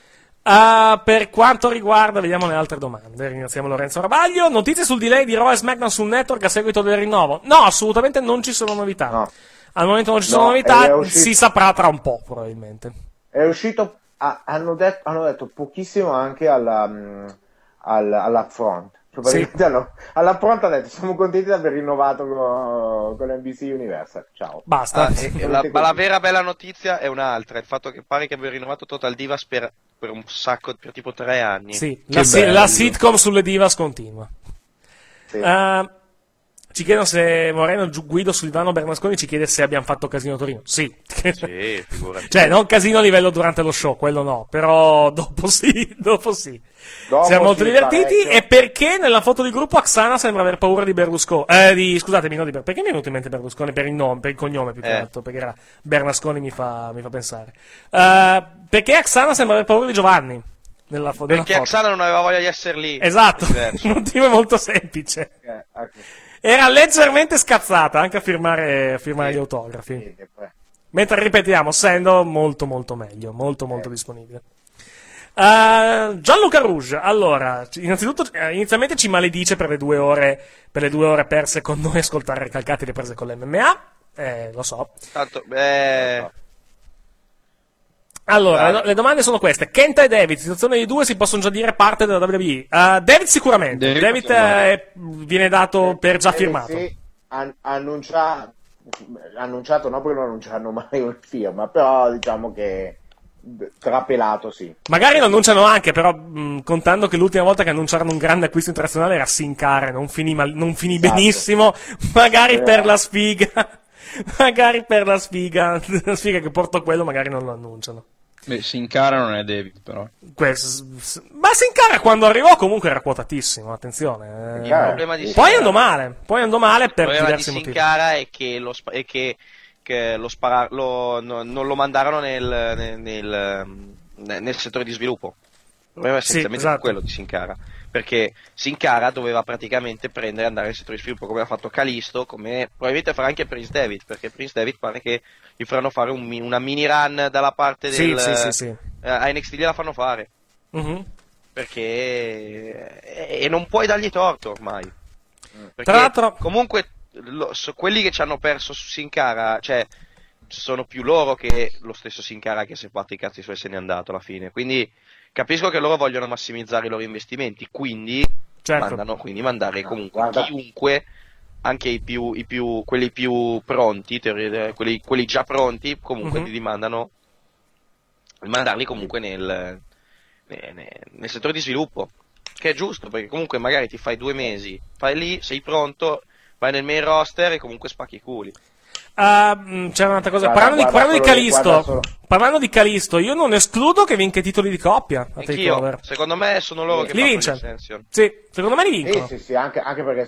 Per quanto riguarda, vediamo le altre domande. Ringraziamo Lorenzo Rabaglio. Notizie sul delay di Raw e SmackDown sul network a seguito del rinnovo? No, assolutamente non ci sono novità. No. Al momento non ci sono novità, si saprà tra un po' probabilmente. È uscito, hanno detto pochissimo anche all'upfront. Sì. All'upfront ha detto: siamo contenti di aver rinnovato con NBC Universal. Ciao. Basta. Ma la vera bella notizia è un'altra: il fatto che pare che abbia rinnovato Total Divas per un sacco, per tipo 3 anni. Sì, la sitcom sulle Divas continua. Sì. Ci chiedono se Moreno Guido Silvano Bernasconi ci chiede se abbiamo fatto casino a Torino. Sì, figurati. Cioè, non casino a livello durante lo show, quello no, però dopo sì. Siamo molto divertiti. Parecchio. E perché nella foto di gruppo Aksana sembra aver paura di Berlusconi? Scusatemi, no, perché mi è venuto in mente Berlusconi per il cognome più che altro, perché era Bernasconi mi fa pensare. Perché Aksana sembra aver paura di Giovanni? Perché Aksana non aveva voglia di essere lì. Esatto, il motivo è molto semplice. Era leggermente scazzata anche a firmare gli autografi. Mentre ripetiamo, Sendo molto molto meglio, molto disponibile. Gianluca Rouge, allora, innanzitutto inizialmente ci maledice per le 2 ore perse con noi, ascoltare Recalcati riprese con l'MMA, lo so. Tanto, Allora, le domande sono queste. Kenta e David, situazione di 2, si possono già dire parte della WWE. David sicuramente. David viene dato per già firmato. Sì, annunciato, no, perché non annunciano mai una firma, però diciamo che trapelato sì. Magari lo annunciano anche, però contando che l'ultima volta che annunciarono un grande acquisto internazionale era Sin Cara, non finì esatto. Benissimo, magari per la sfiga. Magari per la sfiga che porta quello, magari non lo annunciano. Beh, Sin Cara non è David, però. Ma Sin Cara quando arrivò comunque era quatatissimo, attenzione. Il problema di poi andò male per diversi motivi. Il problema di Sin Cara è che non lo mandarono nel settore di sviluppo. Il problema è essenzialmente quello di Sin Cara. Perché Sin Cara doveva praticamente andare nel settore di sviluppo, come ha fatto Kalisto, come probabilmente farà anche Prince David, perché Prince David pare che gli faranno fare una mini run dalla parte del... Sì. A NXT gliela fanno fare. Mm-hmm. Perché... E non puoi dargli torto ormai. Perché tra l'altro... comunque quelli che ci hanno perso su Sin Cara, cioè, sono più loro che lo stesso Sin Cara che si è fatto i cazzi suoi e se n'è andato alla fine. Quindi... capisco che loro vogliono massimizzare i loro investimenti, quindi mandare comunque chiunque, anche quelli più pronti, quelli già pronti, comunque li mandarli comunque nel settore di sviluppo, che è giusto, perché comunque magari ti fai 2 mesi, fai lì, sei pronto, vai nel main roster e comunque spacchi i culi. C'era un'altra cosa. Parlando di Kalisto, io non escludo che vinca i titoli di coppia. Anch'io. Secondo me sono loro che li vince. Sì, secondo me li vincono. Sì, anche perché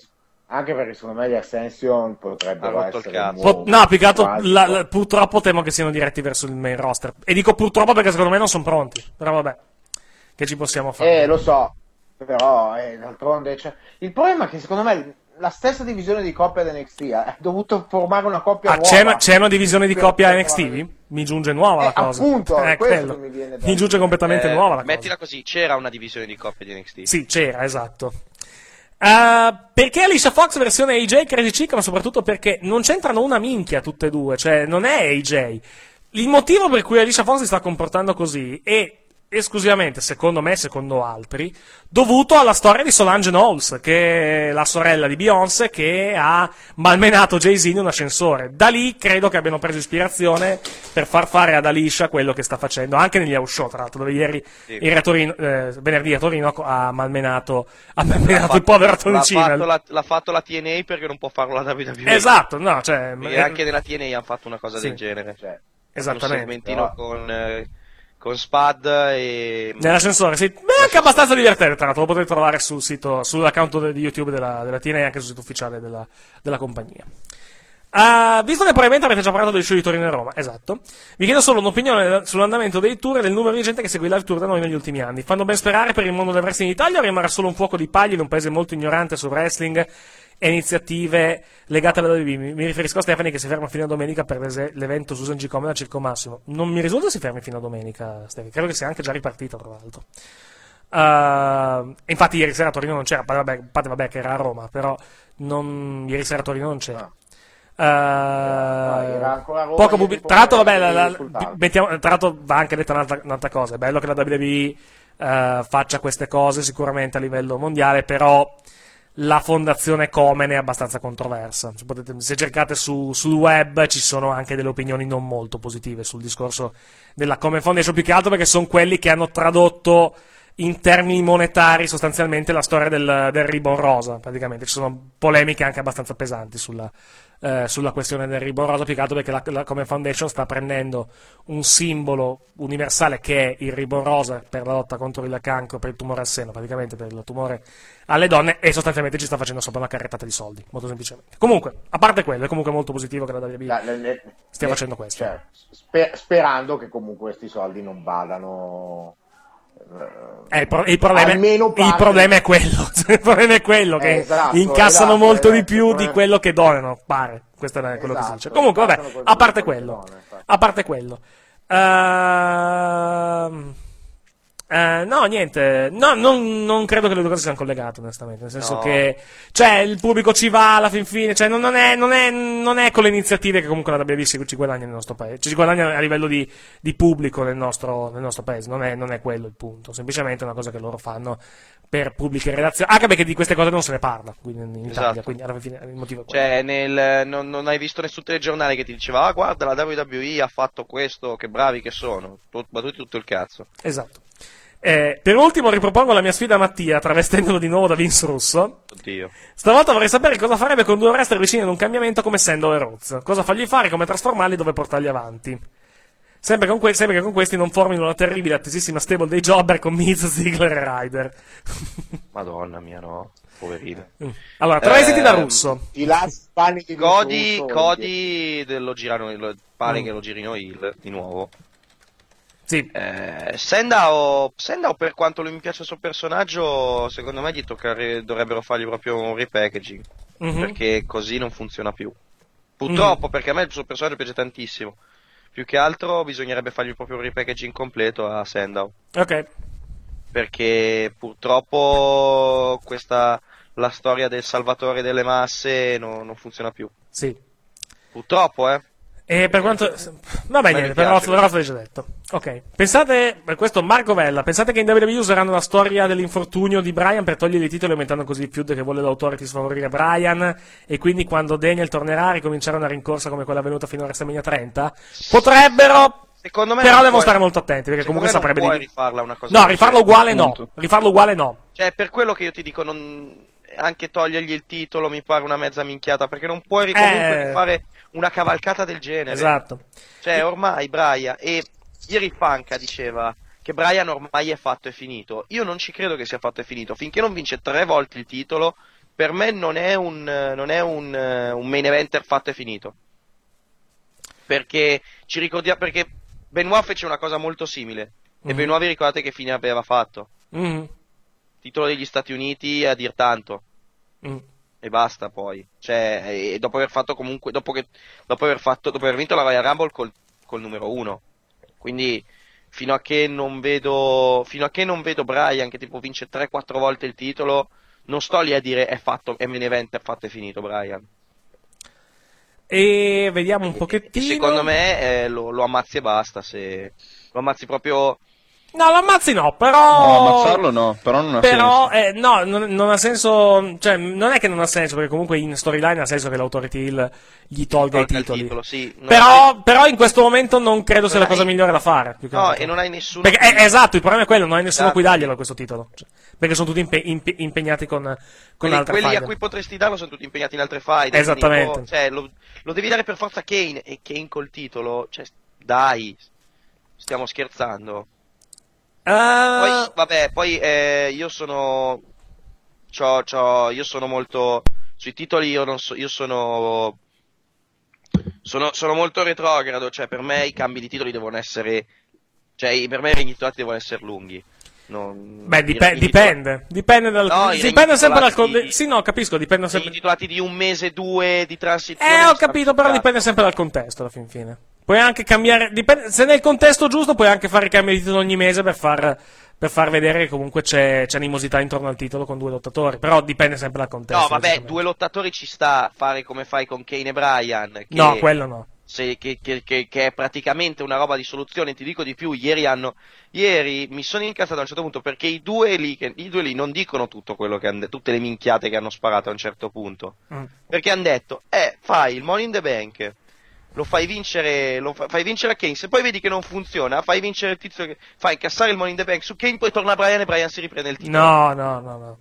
Anche perché secondo me gli Ascension potrebbero essere no, più che altro purtroppo temo che siano diretti verso il main roster. E dico purtroppo perché secondo me non sono pronti. Però vabbè, che ci possiamo fare? Lo so, però d'altronde il problema è che secondo me la stessa divisione di coppia di NXT ha dovuto formare una coppia nuova. C'è una divisione di coppia NXT? Mi giunge nuova la cosa. Appunto, quello. Mi giunge completamente nuova la cosa. Mettila così, c'era una divisione di coppia di NXT. Sì, c'era, esatto. Perché Alicia Fox versione AJ e Crazy Chick, ma soprattutto perché non c'entrano una minchia tutte e due, cioè non è AJ. Il motivo per cui Alicia Fox si sta comportando così è esclusivamente, secondo me e secondo altri, dovuto alla storia di Solange Knowles, che è la sorella di Beyoncé, che ha malmenato Jay-Z in un ascensore. Da lì credo che abbiano preso ispirazione per far fare ad Alicia quello che sta facendo, anche negli house show, tra l'altro, dove ieri, venerdì a Torino, ha malmenato il povero Tony Chimel. L'ha fatto la TNA perché non può farlo la WWE. Esatto, no, cioè... E anche nella TNA hanno fatto una cosa del genere. Cioè, esattamente. Un segmentino con Spud e... Nell'ascensore, sì. Beh, anche abbastanza divertente, tra l'altro. Lo potete trovare sul sito, sull'account di YouTube della TNA e anche sul sito ufficiale della compagnia. Visto che probabilmente avete già parlato del show di Torino e Roma, esatto, vi chiedo solo un'opinione sull'andamento dei tour e del numero di gente che segue il live tour da noi negli ultimi anni. Fanno ben sperare per il mondo del wrestling in Italia o rimarrà solo un fuoco di paglia in un paese molto ignorante sul wrestling e iniziative legate alla WWE? Mi riferisco a Stephanie che si ferma fino a domenica per l'evento Susan G. Come al Circo Massimo. Non mi risulta si fermi fino a domenica, Stephanie. Credo che sia anche già ripartito, tra l'altro. Infatti ieri sera a Torino non c'era, vabbè che era a Roma, però ieri sera a Torino non c'era. Era ancora a Roma, poco tra l'altro tra l'altro va anche detta un'altra cosa. È bello che la WWE faccia queste cose sicuramente a livello mondiale, però la fondazione Komen è abbastanza controversa. Se cercate sul web ci sono anche delle opinioni non molto positive sul discorso della Komen Foundation, più che altro perché sono quelli che hanno tradotto in termini monetari sostanzialmente la storia del ribbon rosa. Praticamente ci sono polemiche anche abbastanza pesanti sulla questione del ribbon rosa, più che altro perché la Komen Foundation sta prendendo un simbolo universale che è il ribbon rosa per la lotta contro il cancro, per il tumore al seno, praticamente per il tumore alle donne, e sostanzialmente ci sta facendo sopra una carrettata di soldi, molto semplicemente. Comunque, a parte quello, è comunque molto positivo che la WWE stia facendo questo. Cioè, sperando che comunque questi soldi non vadano... il problema è quello. Il problema è quello che incassano molto di più di quello che donano, pare. Questo è quello che si dice. Comunque, vabbè, a parte quello. No, niente. No, non credo che le due cose siano collegate, onestamente. Nel senso che, cioè, il pubblico ci va alla fin fine. Cioè, non è con le iniziative che comunque la WWE ci guadagna nel nostro paese. Ci guadagna a livello di pubblico nel nostro paese. Non è quello il punto. Semplicemente è una cosa che loro fanno per pubbliche relazioni. Anche perché di queste cose non se ne parla in Italia. Quindi alla fine il motivo è quello. Cioè, non hai visto nessun telegiornale che ti diceva: guarda, la WWE ha fatto questo, che bravi che sono. Battuti tutto il cazzo. Esatto. Per ultimo ripropongo la mia sfida a Mattia, travestendolo di nuovo da Vince Russo. Oddio. Stavolta vorrei sapere cosa farebbe con due wrestler vicini ad un cambiamento come Sandor e Rhodes. Cosa fargli fare, come trasformarli, dove portarli avanti. Sempre che con questi non formino la terribile attesissima stable dei jobber con Miz, Ziggler e Ryder. Madonna mia, no. Poverino. Allora, travestiti da Russo. I last panni di Cody lo girano, pare che lo girino heel di nuovo. Sì. Sandow, per quanto lui mi piace il suo personaggio, secondo me dovrebbero fargli proprio un repackaging, perché così non funziona più. Purtroppo, perché a me il suo personaggio piace tantissimo. Più che altro bisognerebbe fargli proprio un repackaging completo a Sandow. Ok. Perché purtroppo la storia del salvatore delle masse non funziona più. Sì. Purtroppo, E per quanto... Vabbè, niente, però l'ho già detto. Ok. Pensate, per questo Marco Vella, pensate che in WWE useranno la storia dell'infortunio di Bryan per togliere i titoli, aumentando così il feud che vuole l'Authority sfavorire Bryan, e quindi quando Daniel tornerà ricomincerà una rincorsa come quella avvenuta fino a WrestleMania 30? Potrebbero, secondo me però devono stare molto attenti, perché comunque saprebbe di... rifarla una cosa. No, rifarlo uguale no. Cioè, per quello che io ti dico, anche togliergli il titolo mi pare una mezza minchiata, perché non puoi comunque fare una cavalcata del genere. Esatto. Cioè, ormai Bryan, e ieri Fanca diceva che Bryan ormai è fatto e finito. Io non ci credo che sia fatto e finito. Finché non vince 3 volte il titolo, per me non è un main eventer fatto e finito. Perché ci ricordiamo, perché Benoit fece una cosa molto simile. E Benoit, vi ricordate che fine aveva fatto? Titolo degli Stati Uniti a dir tanto. E basta poi. Cioè, e dopo aver fatto comunque, dopo aver vinto la Royal Rumble col numero 1. Quindi fino a che non vedo Bryan che tipo vince 3-4 volte il titolo, non sto lì a dire è main event, è fatto e finito Bryan. E vediamo un pochettino. Secondo me lo ammazzi e basta, se lo ammazzi proprio. No, lo ammazzi no, però. No, ammazzarlo no, però non ha senso. No, non ha senso. Cioè, non è che non ha senso, perché comunque in storyline ha senso che l'Authority Hill gli tolga i titoli. Titolo, sì. Però in questo momento non credo sia la cosa migliore da fare. E non hai nessuno. Perché esatto, il problema è quello, non hai nessuno a cui darglielo questo titolo. Cioè, perché sono tutti impegnati con altre quelli fight. A cui potresti darlo sono tutti impegnati in altre fight. Esattamente. Cioè, lo devi dare per forza a Kane, e Kane col titolo. Cioè, dai, stiamo scherzando. Poi io sono molto sui titoli, io sono molto retrogrado, cioè per me i cambi di titoli devono essere, cioè per me i regni titolati devono essere lunghi. Dipende sempre dal sì, no, capisco, dipende sempre. I titolati di un mese, 2 di transizione. Ho capito, però dipende sempre dal contesto alla fin fine. Puoi anche cambiare, se nel contesto giusto puoi anche fare cambi di titolo ogni mese per far vedere che comunque c'è animosità intorno al titolo con 2 lottatori, però dipende sempre dal contesto. No, vabbè, 2 lottatori ci sta, fare come fai con Kane e Bryan. No, quello no. Che è praticamente una roba di soluzione. Ti dico di più, ieri mi sono incazzato a un certo punto perché i due lì non dicono tutto quello che tutte le minchiate che hanno sparato a un certo punto. Perché hanno detto fai il Money in the Bank, lo fai vincere a Kane, se poi vedi che non funziona fai vincere il tizio che fai incassare il Money in the Bank su Kane, poi torna Bryan e Bryan si riprende il titolo. No.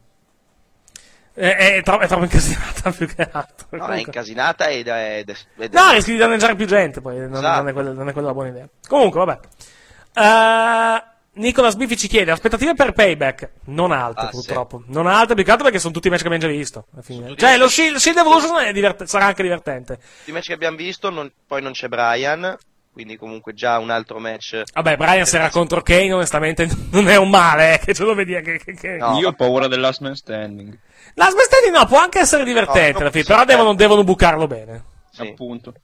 È troppo incasinata più che altro. No, è incasinata ed no, rischi di danneggiare più gente, poi non è quella la buona idea. Comunque, vabbè. Nicolas Biffi ci chiede aspettative per Payback. Non alte, purtroppo. Sì. Non alte, più che altro perché sono tutti i match che abbiamo già visto. Alla fine. Cioè, lo Shield Evolution sarà anche divertente. I match che abbiamo visto, poi non c'è Bryan. Quindi comunque già un altro match. Vabbè, Bryan se era contro Kane, onestamente non è un male, che ce lo vedi che... No, io ho paura del Last Man Standing. Last Man Standing no, può anche essere divertente alla fine, però devono bucarlo bene. Sì. Appunto.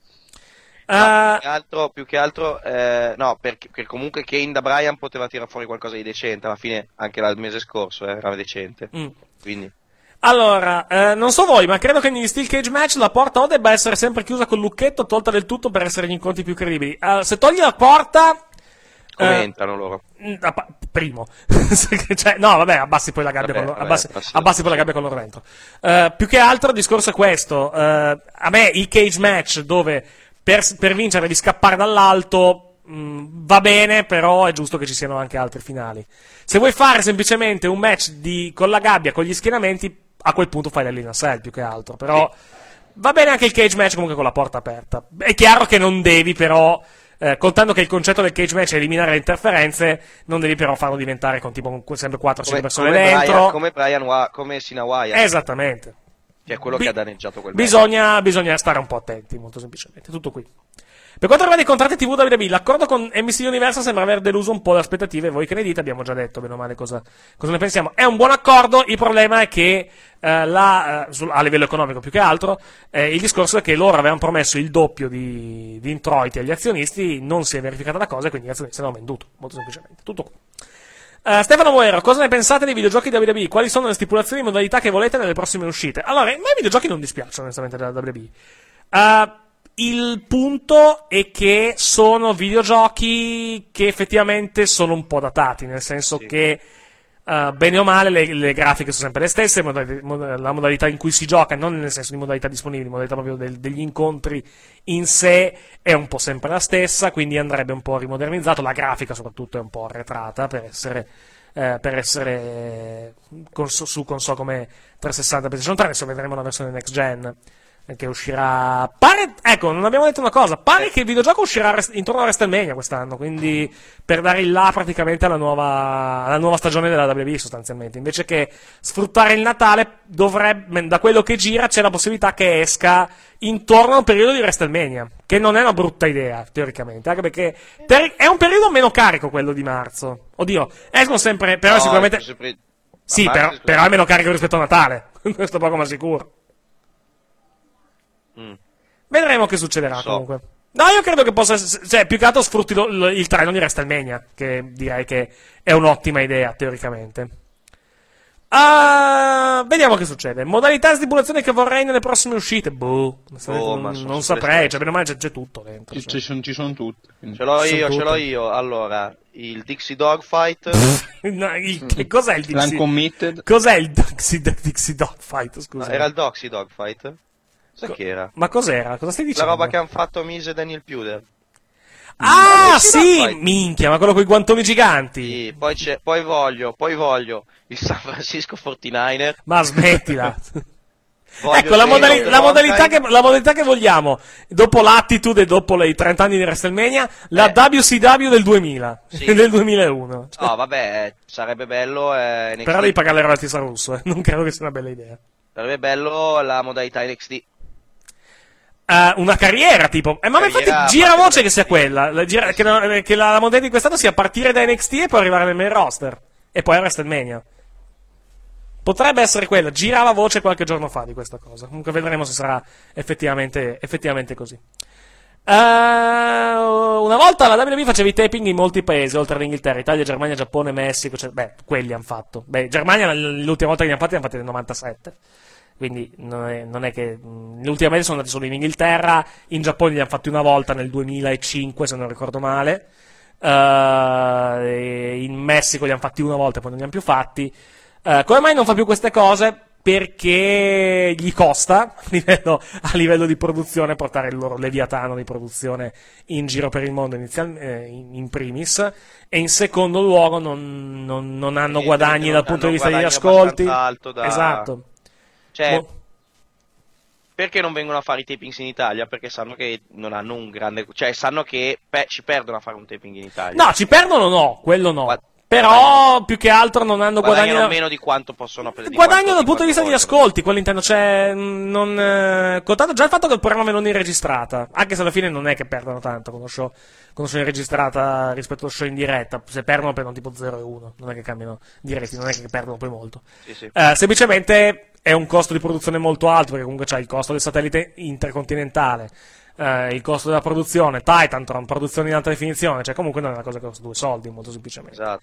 Più che altro no, perché comunque Kane da Bryan poteva tirare fuori qualcosa di decente, alla fine anche il mese scorso era decente. Quindi allora, non so voi, ma credo che negli Steel Cage match la porta o debba essere sempre chiusa col lucchetto, tolta del tutto per essere gli incontri più credibili. Se togli la porta... Come entrano loro? Primo. Cioè, no, vabbè, abbassi poi la gabbia abbassi poi la gabbia con loro dentro. Più che altro il discorso è questo. A me il cage match dove per vincere devi scappare dall'alto va bene, però è giusto che ci siano anche altri finali. Se vuoi fare semplicemente un match con la gabbia, con gli schienamenti, a quel punto fai l'Hell in a Cell più che altro, però va bene anche il cage match comunque con la porta aperta. È chiaro che non devi però, contando che il concetto del cage match è eliminare le interferenze, non devi però farlo diventare con tipo sempre 4-5 persone dentro. Come Sina Wyatt. Esattamente. Che è quello che ha danneggiato quel bisogna stare un po' attenti, molto semplicemente, tutto qui. Per quanto riguarda i contratti TV WWE, l'accordo con NBC Universal sembra aver deluso un po' le aspettative. Voi che ne dite? Abbiamo già detto bene o male cosa ne pensiamo. È un buon accordo, il problema è che a livello economico più che altro, il discorso è che loro avevano promesso il doppio di introiti agli azionisti, non si è verificata la cosa e quindi gli azionisti hanno venduto, molto semplicemente. Tutto qui. Stefano Moero, cosa ne pensate dei videogiochi da WWE? Quali sono le stipulazioni e modalità che volete nelle prossime uscite? Allora, a me i videogiochi non dispiacciono onestamente della WWE. Il punto è che sono videogiochi che effettivamente sono un po' datati, nel senso che bene o male le grafiche sono sempre le stesse, la modalità in cui si gioca, non nel senso di modalità disponibili, modalità proprio degli incontri in sé è un po' sempre la stessa, quindi andrebbe un po' rimodernizzato, la grafica soprattutto è un po' arretrata per essere su console come 360 PlayStation 3, adesso vedremo la versione next gen che uscirà. Pare, ecco, non abbiamo detto una cosa. Pare che il videogioco uscirà intorno a WrestleMania quest'anno, quindi per dare il là praticamente alla nuova stagione della WWE sostanzialmente. Invece che sfruttare il Natale, dovrebbe, da quello che gira, c'è la possibilità che esca intorno a un periodo di WrestleMania, che non è una brutta idea, teoricamente, anche perché è un periodo meno carico quello di marzo. Oddio, escono sempre, però No, sicuramente. Sì, marzo, però è meno carico rispetto a Natale. Questo è poco ma sicuro. Vedremo che succederà comunque. No, io credo che possa essere, cioè, più che altro sfrutti il treno di WrestleMania, che direi che è un'ottima idea, teoricamente. Vediamo che succede. Modalità di stipulazione che vorrei nelle prossime uscite. Non saprei, cioè, bene o male c'è tutto dentro. Ci sono tutte. Ce l'ho io. Allora, il Dixie Dogfight. Che cos'è il Dixie? L'Uncommitted. Cos'è il Dixie Dogfight? Scusa. No, era il Doxy Dogfight? Sai che era? Ma cos'era? Cosa stai dicendo? La roba che hanno fatto Mise e Daniel Puder. Ah, sì, minchia, ma quello con i guantoni giganti. Sì, poi voglio il San Francisco 49er. Ma smettila. Ecco, la modalità che vogliamo, dopo l'Attitude e dopo i 30 anni di WrestleMania, la WCW del 2000, sì. Del 2001. Cioè. No, vabbè, sarebbe bello. NXT. Però devi pagare le royalties a Russo, non credo che sia una bella idea. Sarebbe bello la modalità NXT. Una carriera tipo, ma infatti gira voce che sia quella, che la modalità di quest'anno sia partire da NXT e poi arrivare nel main roster e poi a WrestleMania. Potrebbe essere quella, girava voce qualche giorno fa di questa cosa. Comunque vedremo se sarà effettivamente così. Una volta la WWE faceva i taping in molti paesi, oltre all'Inghilterra, Italia, Germania, Giappone, Messico, quelli hanno fatto. Germania l'ultima volta che li hanno fatti nel 97. Quindi non è che l'ultima volta sono andati solo in Inghilterra, in Giappone li hanno fatti una volta nel 2005 se non ricordo male, in Messico li hanno fatti una volta e poi non li hanno più fatti. Come mai non fa più queste cose? Perché gli costa a livello di produzione portare il loro leviatano di produzione in giro per il mondo in primis, e in secondo luogo non hanno guadagni dal punto di vista degli ascolti. Esatto. Cioè, perché non vengono a fare i tapings in Italia? Perché sanno che non hanno un grande... Cioè, sanno che ci perdono a fare un taping in Italia. No, ci perdono no, quello no. Però, più che altro non hanno guadagno... meno di quanto possono... Guadagno dal punto di vista degli ascolti, quello intendo. Cioè, contato già il fatto che il programma non è registrata, anche se alla fine non è che perdono tanto con lo show in registrata rispetto allo show in diretta. Se perdono perdono tipo 0 e 1, non è che cambiano diretti, non è che perdono poi molto. Sì. Semplicemente è un costo di produzione molto alto, perché comunque c'è il costo del satellite intercontinentale, il costo della produzione, Titantron, produzione in alta definizione, cioè comunque non è una cosa che costa 2 soldi, molto semplicemente. Esatto.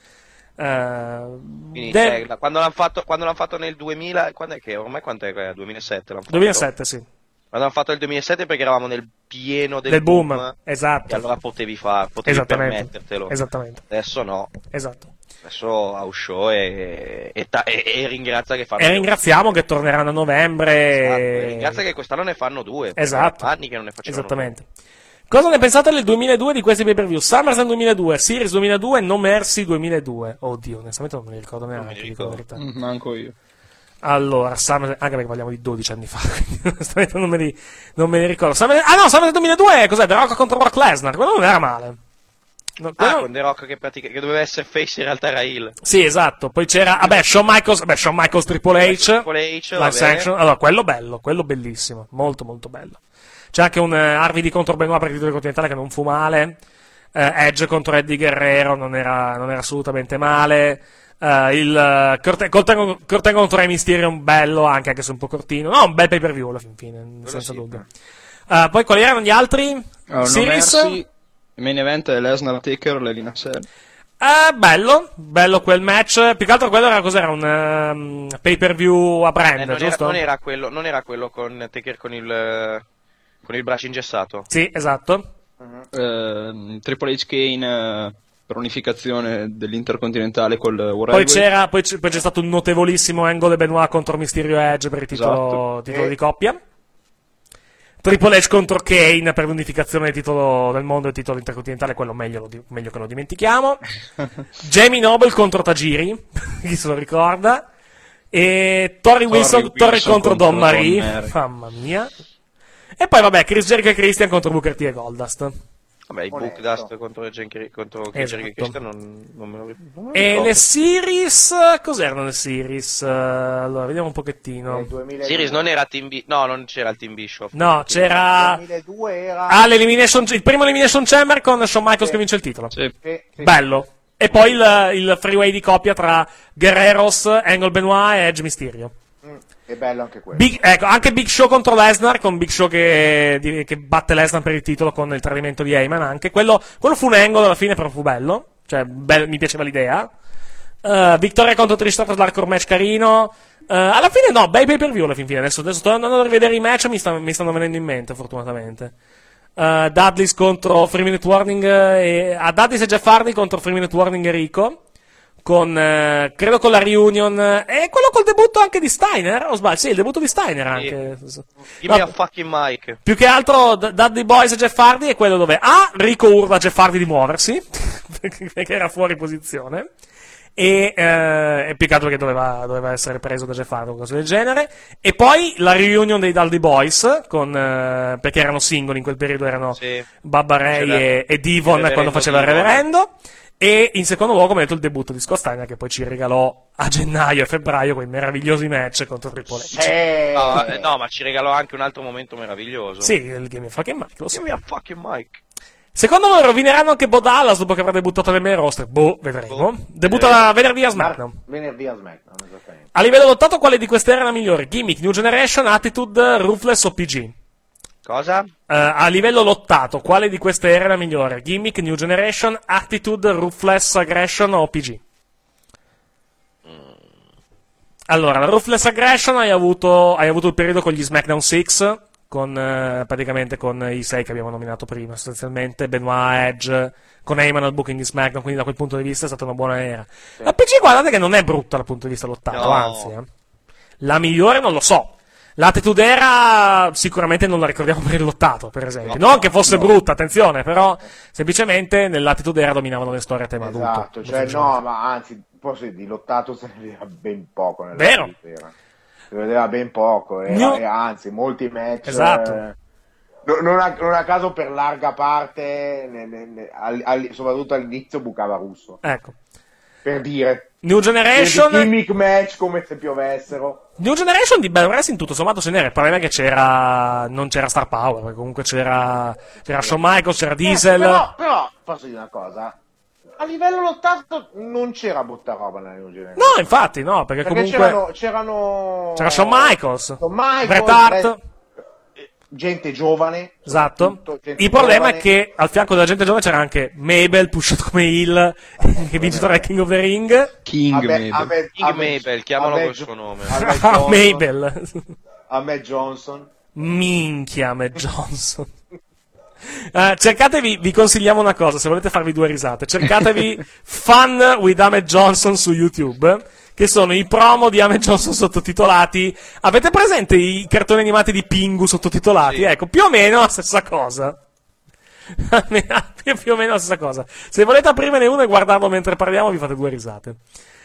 Quindi, quando l'hanno fatto nel 2000, quando è che ormai quanto è? 2007 l'hanno fatto? 2007, sì. Quando hanno fatto il 2007 perché eravamo nel pieno del boom, esatto. E allora potevi permettertelo. Esattamente. Adesso no. Esatto. Adesso house show e ringrazia che fanno. E ringraziamo che torneranno a novembre. Esatto. E ringrazia che quest'anno ne fanno 2. Esatto. Anni che non ne facevano. Esattamente. Cosa ne pensate del 2002 di questi pay per view? SummerSlam 2002, Series 2002, No Mercy 2002. Oddio, onestamente non me li ricordo neanche. Dico la verità. Manco io. Allora, anche perché parliamo di 12 anni fa, quindi onestamente non me li ricordo. SummerSlam 2002 cos'è? The Rock contro Brock Lesnar, quello non era male. No, con The Rock che doveva essere face, in realtà era heel. Sì, esatto. Poi c'era, Shawn Michaels Triple H Live Sanction. Allora, quello bello, quello bellissimo, molto molto bello. C'è anche un RVD contro Benoit per il titolo continentale che non fu male. Edge contro Eddie Guerrero non era assolutamente male. Il Kurt Angle contro Rey Mysterio un bello, anche se un po' cortino. No, un bel pay per view alla fine, senza dubbio. Poi quali erano gli altri? Series? Mercy, main event è Lesnar Taker, Lelina Sel. Bello quel match. Più che altro quello era cos'era? Un pay per view a brand, giusto? Non era quello con Taker con il braccio ingessato. Sì, esatto. Triple H Kane per unificazione dell'intercontinentale col War Poi c'è stato un notevolissimo angle di Benoit contro Mysterio Edge per il titolo di coppia. Triple H contro Kane per l'unificazione del titolo del mondo e il titolo intercontinentale, quello meglio che lo dimentichiamo. Jamie Noble contro Tajiri, chi se lo ricorda. E Torrie Wilson contro Don Marie. Mamma mia. E poi vabbè, Chris Jericho e Christian contro Booker T e Goldust. Vabbè, i Book Dust contro Jericho e Christian non me lo ricordo. E le series, cos'erano le series? Allora, vediamo un pochettino. Series non era Team no, non c'era il Team Bischoff. No, c'era... 2002 era... il primo Elimination Chamber con Shawn Michaels che vince il titolo. Sì. Bello. E poi il freeway di coppia tra Guerreros, Angle Benoit e Edge Mysterio. È bello anche quello. Anche Big Show contro Lesnar, con Big Show che batte Lesnar per il titolo con il tradimento di Heyman anche. Quello fu un angle alla fine, però fu bello. Cioè, mi piaceva l'idea. Vittoria contro Trish Stratus, l'hardcore match carino. Alla fine no, bei pay per view alla fine. Adesso sto andando a rivedere i match, mi stanno venendo in mente, fortunatamente. Dudleys contro 3 Minute Warning, Dudleys e Jeff Hardy contro 3 Minute Warning e Rico. Credo con la reunion, e quello col debutto anche di Steiner, o sbaglio? Sì, il debutto di Steiner anche. Give me a fucking mic. Più che altro Dudley Boyz e Jeff Hardy è quello dove Rico urla a Jeff Hardy di muoversi, perché era fuori posizione, e più che altro che doveva essere preso da Jeff Hardy o cose del genere. E poi la reunion dei Dudley Boyz, perché erano singoli in quel periodo, erano Bubba Ray e Devon quando faceva il reverendo. E in secondo luogo, come detto, il debutto di Scott Steiner, che poi ci regalò a gennaio e febbraio quei meravigliosi match contro Triple H. No, ma ci regalò anche un altro momento meraviglioso. Sì, il Give Me a Fucking Mic. Give Me a Fucking Mic. Secondo me rovineranno anche Bo Dallas dopo che avrà debuttato nel main roster. Vedremo. Debutta venerdì a SmackDown. Esattamente. A livello lottato, quale di queste era la migliore? Gimmick, New Generation, Attitude, Ruthless o PG? Cosa? A livello lottato, quale di queste era la migliore? Gimmick, New Generation, Attitude, Ruthless Aggression o PG? Allora, la Ruthless Aggression hai avuto il periodo con gli SmackDown 6, praticamente con i 6 che abbiamo nominato prima, sostanzialmente Benoit, Edge, con Heyman al booking di SmackDown, quindi da quel punto di vista è stata una buona era. Sì. La PG, guardate che non è brutta dal punto di vista lottato, anzi. La migliore non lo so. L'Attitude Era sicuramente non la ricordiamo per il lottato, per esempio. Non che fosse brutta, attenzione, però semplicemente nell'Attitude Era dominavano le storie a tema adulto. Esatto, ma anzi, forse di lottato se ne vedeva ben poco Vero? Era. Se ne vedeva ben poco, e anzi, molti match. Esatto. Non a caso per larga parte, soprattutto all'inizio, bucava Russo. Ecco. Per dire. New Generation. Gimmick match come se piovessero. New Generation di bel wrestling tutto sommato se n'era. Il problema è che non c'era Star Power, perché comunque c'era Shawn Michaels, c'era Diesel. Però, posso dire una cosa? A livello lottato non c'era brutta roba nella New Generation. No, infatti, no, perché comunque c'era Shawn Michaels, Bret Hart, gente giovane. Esatto. Il problema è che al fianco della gente giovane c'era anche Mabel, pushato come heel, che vincitore del King of the Ring. King Mabel, chiamalo col suo nome. Mabel. Ahmed Johnson. Minchia, Ahmed Johnson. Cercatevi, vi consigliamo una cosa, se volete farvi due risate, cercatevi Fun with Ahmed Johnson su YouTube, che sono i promo di Ahmed Johnson sottotitolati. Avete presente i cartoni animati di Pingu sottotitolati? Sì. Ecco, più o meno la stessa cosa. Più o meno la stessa cosa. Se volete aprirvene uno e guardarlo mentre parliamo, vi fate due risate.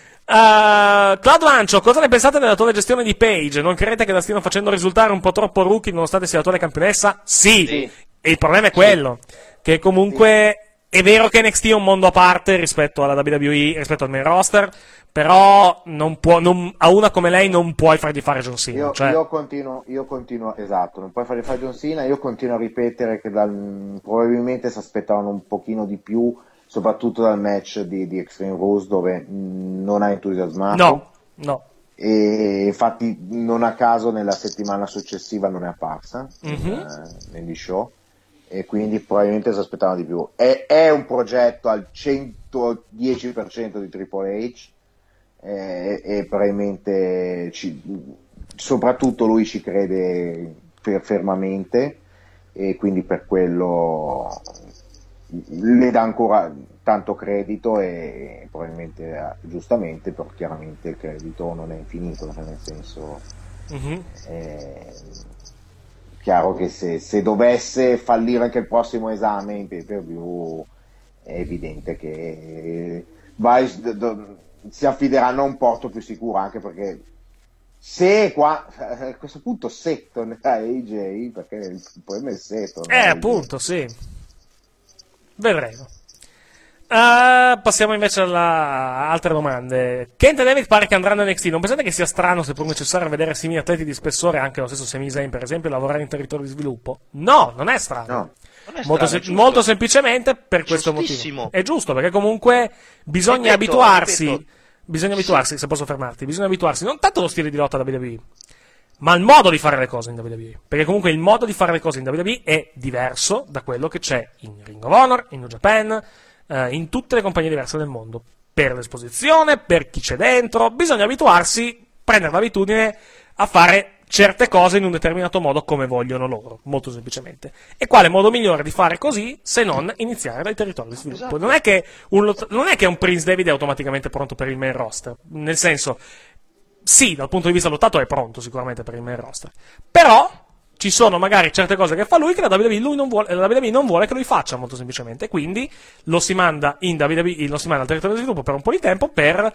Cloud Lancio, cosa ne pensate dell'attuale gestione di Paige? Non credete che la stiano facendo risultare un po' troppo rookie nonostante sia l'attuale campionessa? Sì. E il problema è quello, che comunque è vero che NXT è un mondo a parte rispetto alla WWE, rispetto al main roster, però a una come lei non puoi fargli fare John Cena. Io continuo, esatto, non puoi fargli fare John Cena. Io continuo a ripetere che probabilmente si aspettavano un pochino di più, soprattutto dal match di Extreme Rules, dove non ha entusiasmato. No. E infatti non a caso nella settimana successiva non è apparsa negli show, e quindi probabilmente si aspettavano di più. È un progetto al 110% di Triple H, e probabilmente soprattutto lui ci crede fermamente, e quindi per quello le dà ancora tanto credito, e probabilmente giustamente, però chiaramente il credito non è infinito, nel senso chiaro che se dovesse fallire anche il prossimo esame in pay per view, è evidente che si affideranno a un porto più sicuro, anche perché Se qua a questo punto Setton AJ, perché il problema è Setton. Appunto, sì. Vedremo. Passiamo invece alla altre domande. Kent e David pare che andranno in NXT. Non pensate che sia strano, seppur necessario, vedere simili atleti di spessore, anche lo stesso Sami Zayn, per esempio, lavorare in territorio di sviluppo? No, non è strano. No. Molto semplicemente per questo motivo. È giusto, perché comunque bisogna abituarsi. Bisogna abituarsi, se posso fermarti. Bisogna abituarsi non tanto allo stile di lotta WWE, ma al modo di fare le cose in WWE. Perché comunque il modo di fare le cose in WWE è diverso da quello che c'è in Ring of Honor, in New Japan, in tutte le compagnie diverse del mondo. Per l'esposizione, per chi c'è dentro, bisogna abituarsi, prendere l'abitudine a fare certe cose in un determinato modo come vogliono loro, molto semplicemente. E quale modo migliore di fare così se non iniziare dai territori di sviluppo? Esatto. Non è che un Prince David è automaticamente pronto per il main roster, nel senso, sì, dal punto di vista lottato è pronto sicuramente per il main roster, però ci sono magari certe cose che fa lui che la WWE non vuole che lui faccia, molto semplicemente, quindi lo si manda in WWE, lo si manda al territorio di sviluppo per un po' di tempo per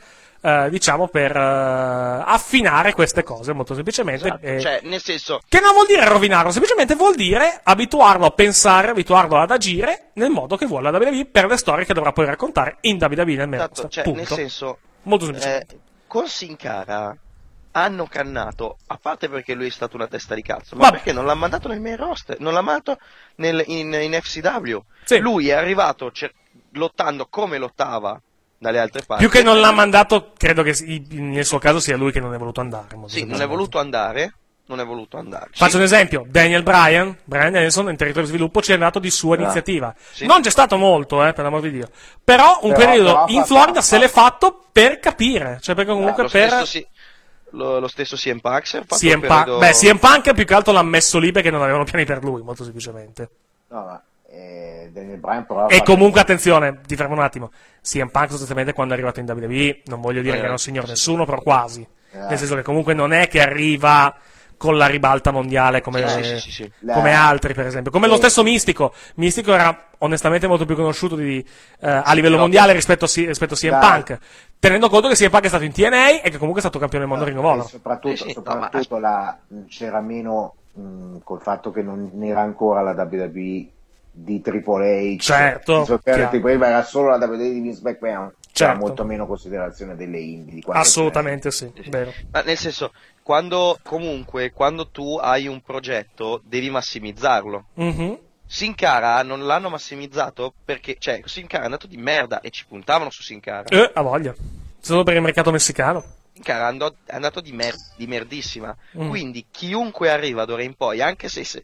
affinare queste cose, molto semplicemente. Esatto. Cioè, nel senso, che non vuol dire rovinarlo, semplicemente vuol dire abituarlo a pensare, abituarlo ad agire nel modo che vuole la WWE per le storie che dovrà poi raccontare in WWE nel main roster. Cioè, nel senso, molto semplicemente. Con Sin Cara hanno cannato, a parte perché lui è stato una testa di cazzo, ma perché non l'ha mandato nel main roster, non l'ha mandato in FCW. Sì. Lui è arrivato lottando come lottava dalle altre parti. Più che non l'ha mandato, credo che nel suo caso sia lui che non è voluto andare. Sì, non è voluto andare. Faccio un esempio, Daniel Bryan Danielson in territorio di sviluppo ci è andato di sua iniziativa. Sì. Non c'è stato molto, per l'amor di Dio. Però un periodo in Florida se l'è fatto per capire, cioè perché comunque lo stesso CM Punk. CM Punk più che altro l'ha messo lì perché non avevano piani per lui, molto semplicemente. No, ma Daniel Bryan però e comunque attenzione, ti fermo un attimo, CM Punk sostanzialmente quando è arrivato in WWE non voglio dire che era un signor nessuno, però quasi, nel senso che comunque non è che arriva con la ribalta mondiale come altri, per esempio, come lo stesso Mistico era onestamente molto più conosciuto a livello mondiale rispetto a CM Punk, tenendo conto che CM Punk è stato in TNA e che comunque è stato campione del mondo Ring of Honor. Soprattutto c'era meno col fatto che non era ancora la WWE di Triple H, certo, era solo la WWE di Vince McMahon, c'era molto meno considerazione delle indie di assolutamente sì, vero. Ma nel senso, quando tu hai un progetto devi massimizzarlo. Sin Cara non l'hanno massimizzato perché, cioè, Sin Cara è andato di merda e ci puntavano su Sin Cara. A voglia, solo per il mercato messicano. Sin Cara è andato di merdissima. Quindi chiunque arriva d'ora in poi, anche se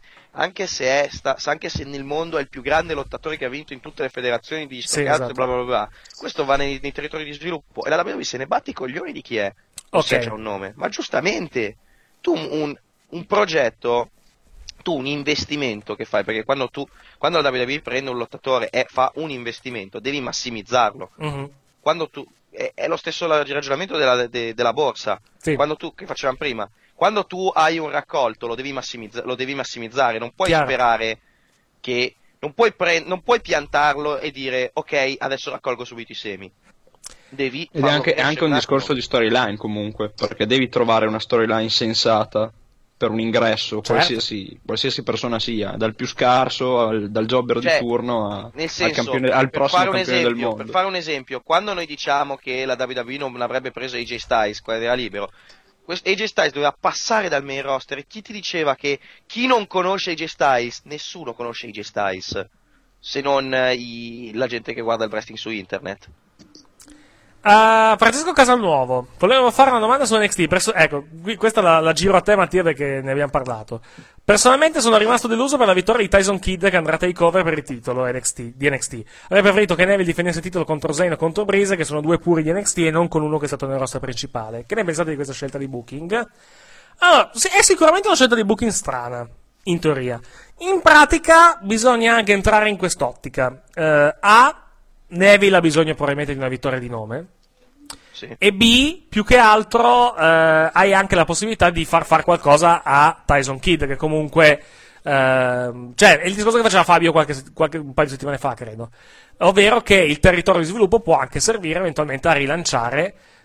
nel mondo è il più grande lottatore che ha vinto in tutte le federazioni di esatto. bla bla bla, questo va nei territori di sviluppo e la WWE se ne batte i coglioni di chi è. Se c'è un nome, ma giustamente tu un progetto, tu un investimento che fai, perché quando la WWE prende un lottatore e fa un investimento devi massimizzarlo. Quando tu è lo stesso ragionamento della borsa, quando tu, che facevamo prima, quando tu hai un raccolto lo devi massimizzare, non puoi sperare che non puoi piantarlo e dire ok adesso raccolgo subito i semi. Ed è anche un discorso di storyline comunque, perché devi trovare una storyline sensata per un ingresso, qualsiasi persona sia, dal più scarso dal jobber di turno al prossimo campione del mondo. Per fare un esempio, quando noi diciamo che la WWE non avrebbe preso AJ Styles quando era libero, AJ Styles doveva passare dal main roster e chi ti diceva che chi non conosce AJ Styles, nessuno conosce AJ Styles se non la gente che guarda il wrestling su internet. Francesco Casalnuovo, volevo fare una domanda su NXT. Ecco, questa la giro a te Mattia perché ne abbiamo parlato. Personalmente sono rimasto deluso per la vittoria di Tyson Kidd che andrà takeover per il titolo di NXT. Avrei preferito che Neville difendesse il titolo contro Zayn o contro Breeze, che sono due puri di NXT e non con uno che è stato nel roster principale. Che ne pensate di questa scelta di booking? Allora, è sicuramente una scelta di booking strana, in teoria. In pratica bisogna anche entrare in quest'ottica. Neville ha bisogno probabilmente di una vittoria di nome, e B, più che altro hai anche la possibilità di far qualcosa a Tyson Kidd, che comunque cioè è il discorso che faceva Fabio un paio di settimane fa, credo, ovvero che il territorio di sviluppo può anche servire eventualmente a rilanciare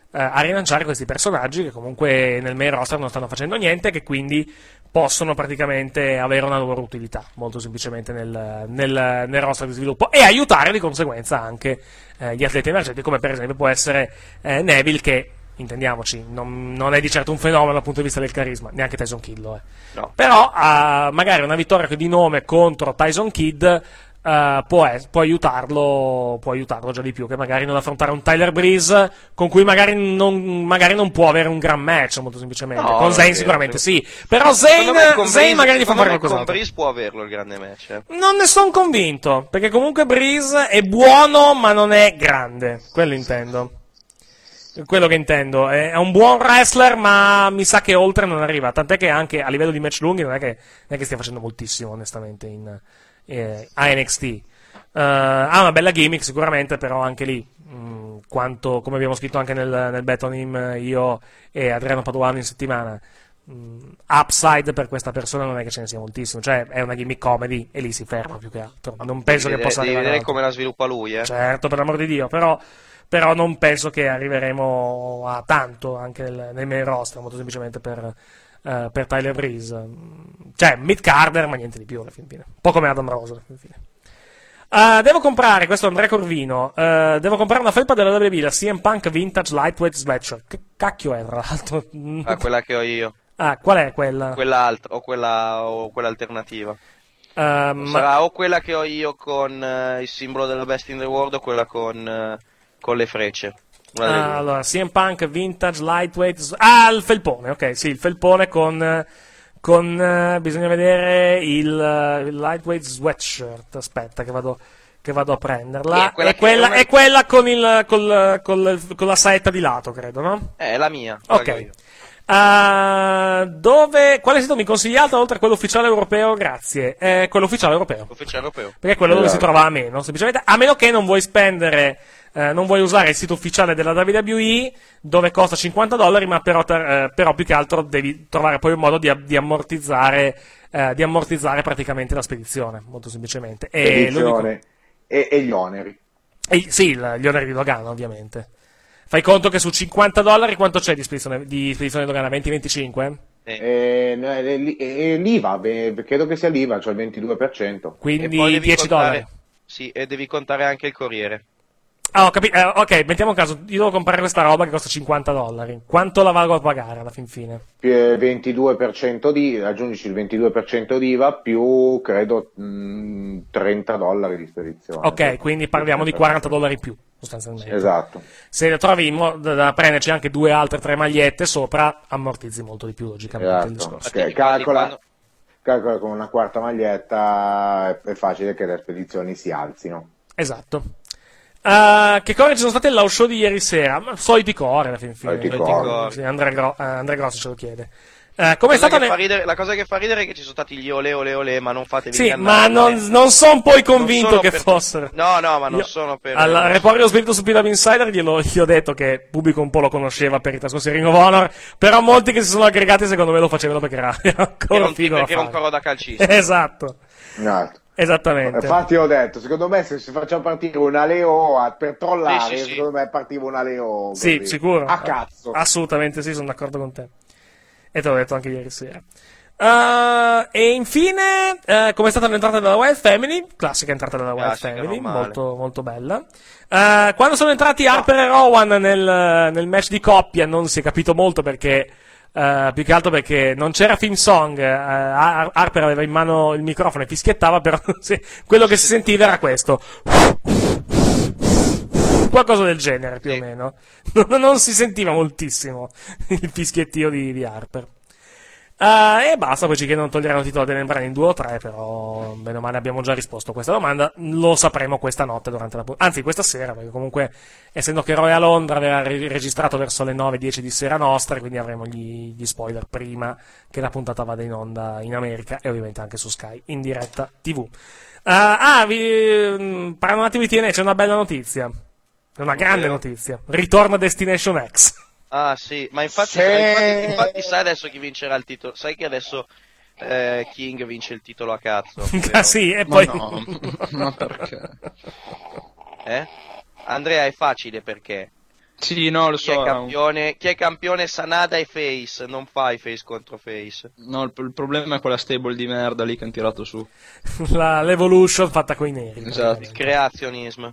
a rilanciare questi personaggi che comunque nel main roster non stanno facendo niente, che quindi possono praticamente avere una loro utilità molto semplicemente nel roster di sviluppo, e aiutare di conseguenza anche gli atleti emergenti, come per esempio può essere Neville, che intendiamoci non è di certo un fenomeno dal punto di vista del carisma, neanche Tyson Kidd lo è. No. Però magari una vittoria di nome contro Tyson Kidd può aiutarlo già di più, che magari non affrontare un Tyler Breeze con cui magari non può avere un gran match, molto semplicemente. Con Zayn sicuramente sì, però Zayn magari gli fa fare qualcosa. Con Breeze può averlo il grande match. Non ne sono convinto, perché comunque Breeze è buono ma non è grande, quello che intendo. È un buon wrestler, ma mi sa che oltre non arriva, tant'è che anche a livello di match lunghi non è che stia facendo moltissimo, onestamente, a NXT. Ha una bella gimmick sicuramente, però anche lì quanto, come abbiamo scritto anche nel Betonym io e Adriano Paduano in settimana, upside per questa persona non è che ce ne sia moltissimo, cioè è una gimmick comedy e lì si ferma più che altro. Non penso che possa arrivare. Devi vedere come la sviluppa lui, Certo, per l'amor di Dio, però non penso che arriveremo a tanto anche nel main roster, molto semplicemente per Tyler Breeze, cioè mid-carder ma niente di più alla fine, un po' come Adam Rose alla fine. Devo comprare, questo è Andrea Corvino, devo comprare una felpa della WWE, la CM Punk Vintage Lightweight Sweatshirt. Che cacchio è, tra l'altro? Quella che ho io. Qual è quella? Quella o quella alternativa. Sarà o quella che ho io con il simbolo della Best in the World o quella con le frecce. Allora, CM Punk Vintage Lightweight, il felpone, ok, sì, il felpone con bisogna vedere il Lightweight Sweatshirt. Aspetta che vado a prenderla. È quella con la saetta di lato, credo, no? È la mia. Ok. Quale sito mi consigliate oltre a quello ufficiale europeo? Grazie. Quello ufficiale europeo. Perché è quello dove si trova a meno, semplicemente, a meno che non vuoi spendere, non vuoi usare il sito ufficiale della WWE, dove costa $50, ma però più che altro devi trovare poi un modo di ammortizzare praticamente la spedizione, molto semplicemente. E gli oneri. Sì, gli oneri di dogana, ovviamente. Fai conto che su $50 quanto c'è di spedizione dogana? 20-25? L'IVA, credo che sia l'IVA, cioè il 22%. Quindi $10. Sì, e devi contare anche il corriere. Ho capito. Ok, mettiamo un caso, io devo comprare questa roba che costa $50. Quanto la valgo a pagare alla fin fine? Più il 22% di, aggiungici il 22% di IVA più credo $30 di spedizione. Ok, quindi parliamo di $40 in più, sostanzialmente. Esatto. Se trovi da prenderci anche 2 altre 3 magliette sopra, ammortizzi molto di più, logicamente. Esatto. Il discorso. Okay, calcola con una quarta maglietta è facile che le spedizioni si alzino. Esatto. Che core ci sono state all'house show di ieri sera? Soliti core alla fine. Sì, Andrea Grossi ce lo chiede. Come è stata la cosa che fa ridere è che ci sono stati gli ole, ma non fatevi sì, ma non sono poi convinto che fossero. No, ma non sono per. Al Reporter dello Spirito su PW Insider gli ho detto che il pubblico un po' lo conosceva per i trascorsi Ring of Honor, però molti che si sono aggregati secondo me lo facevano perché era ancora figo. Perché era un coro da calcista. Esatto. Esattamente. Infatti ho detto, secondo me se facciamo partire una Leo per trollare, secondo me partiva una Leo sì, sicuro. A cazzo. Assolutamente sì, sono d'accordo con te. E te l'ho detto anche ieri sera. E infine, come è stata l'entrata della Wild Family? Classica entrata della Wild Family, molto, molto bella. Quando sono entrati Harper e Rowan nel match di coppia non si è capito molto perché più che altro perché non c'era theme song, Harper aveva in mano il microfono e fischiettava, però quello che si sentiva era questo, qualcosa del genere più o meno, non si sentiva moltissimo il fischiettio di Harper. E basta, poi ci chiedono toglieranno il titolo delle membrane in 2 o 3, però bene o male abbiamo già risposto a questa domanda, lo sapremo questa notte anzi questa sera, perché comunque essendo che Roy a Londra aveva registrato verso le 9-10 di sera nostra, quindi avremo gli spoiler prima che la puntata vada in onda in America e ovviamente anche su Sky in diretta TV. Parliamo un attimo di TNA, c'è una bella notizia, una grande notizia, ritorna Destination X. Ah sì, ma infatti sai adesso chi vincerà il titolo? Sai che adesso King vince il titolo a cazzo? Sì, e poi ma perché? Andrea, è facile perché Sì, no, lo so. Chi è campione Sanada e Face, non fai Face contro Face. No, il problema è quella stable di merda lì che hanno tirato su. L'Evolution fatta coi neri. Esatto. Il creazionismo.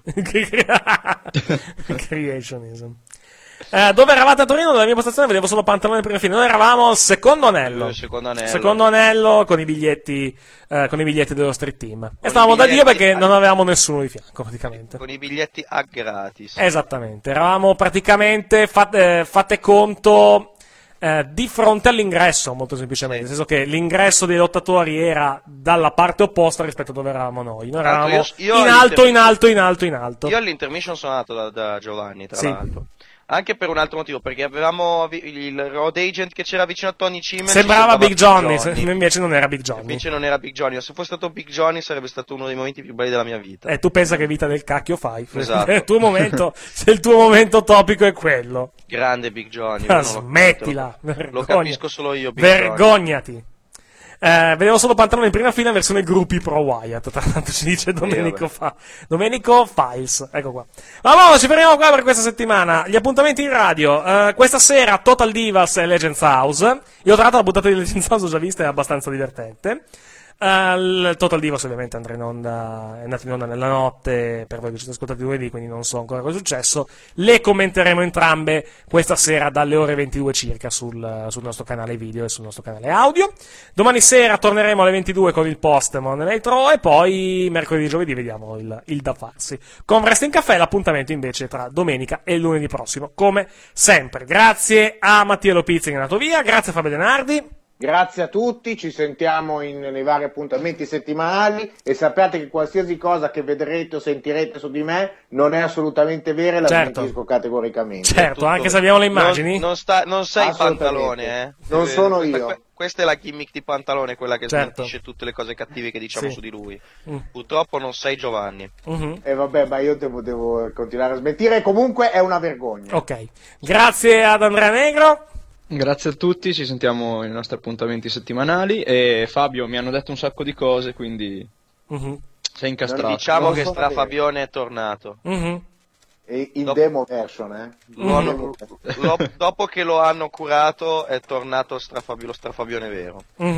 Creationism. Dove eravate a Torino? Nella mia postazione vedevo solo pantalone prima fine. Noi eravamo al secondo anello. Secondo anello con i biglietti dello Street Team. E stavamo da Dio perché non avevamo nessuno di fianco praticamente. Con i biglietti a gratis. Esattamente. Eravamo praticamente fate conto di fronte all'ingresso, molto semplicemente. Nel senso che l'ingresso dei lottatori era dalla parte opposta rispetto a dove eravamo noi. Noi eravamo in alto. Io all'intermission sono andato da Giovanni, tra l'altro. Anche per un altro motivo, perché avevamo il road agent che c'era vicino a Tony Chimel. Sembrava Big Johnny, invece non era Big Johnny. Invece non era Big Johnny, se fosse stato Big Johnny sarebbe stato uno dei momenti più belli della mia vita. Tu pensa che vita del cacchio fai? Esatto. Se il tuo momento topico è quello. Grande Big Johnny. Smettila. Lo capisco solo io, Big Vergognati. Johnny. Vedevo solo pantalone in prima fila in versione gruppi pro Wyatt. Tra l'altro ci dice Domenico Files. Ecco qua. Ma ci fermiamo qua per questa settimana. Gli appuntamenti in radio. Questa sera Total Divas e Legends House. Io tra l'altro la puntata di Legends House ho già vista, è abbastanza divertente. Il Total Divas ovviamente andrà in onda, è andato in onda nella notte per voi che ci siete ascoltati lunedì, quindi non so ancora cosa è successo. Le commenteremo entrambe questa sera dalle ore 22 circa sul nostro canale video e sul nostro canale audio. Domani sera torneremo alle 22 con il post Monday Night Raw e poi mercoledì e giovedì vediamo il da farsi. Con Wrestling Café l'appuntamento invece tra domenica e lunedì prossimo, come sempre. Grazie a Mattia Lopizzi che è andato via, grazie a Fabio Denardi. Grazie a tutti, ci sentiamo nei vari appuntamenti settimanali e sappiate che qualsiasi cosa che vedrete o sentirete su di me non è assolutamente vera e la smentisco categoricamente. Certo, anche se abbiamo le immagini. Non sei Pantalone, Non sono io. Questa è la gimmick di Pantalone, quella che smentisce tutte le cose cattive che diciamo su di lui. Purtroppo non sei Giovanni. E vabbè, ma io devo continuare a smentire, comunque è una vergogna. Ok, grazie ad Andrea Negro. Grazie a tutti, ci sentiamo nei nostri appuntamenti settimanali e Fabio mi hanno detto un sacco di cose, quindi sei incastrato. Diciamo che Strafabione è tornato. E in demo version, dopo che lo hanno curato è tornato lo Strafabione vero.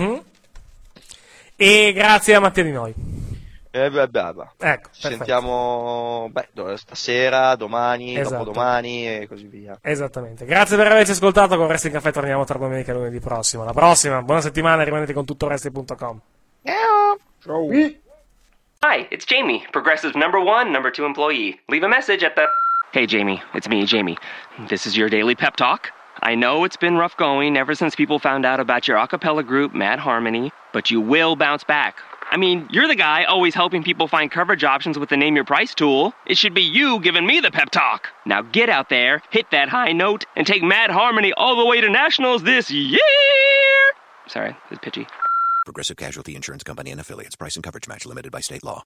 E grazie a Mattia Di Noi. Ecco, ci sentiamo stasera, domani, dopodomani e così via. Esattamente. Grazie per averci ascoltato. Con Wrestling Café torniamo tra domenica e lunedì prossimo. Alla prossima, buona settimana e rimanete con tutto Wrestling.com. Ciao. Hi, it's Jamie, Progressive's #1, #2 employee. Leave a message at the... Hey Jamie, it's me, Jamie. This is your daily pep talk. I know it's been rough going ever since people found out about your a cappella group, Mad Harmony, but you will bounce back. I mean, you're the guy always helping people find coverage options with the Name Your Price tool. It should be you giving me the pep talk. Now get out there, hit that high note, and take Mad Harmony all the way to nationals this year! Sorry, it's pitchy. Progressive Casualty Insurance Company and Affiliates. Price and coverage match limited by state law.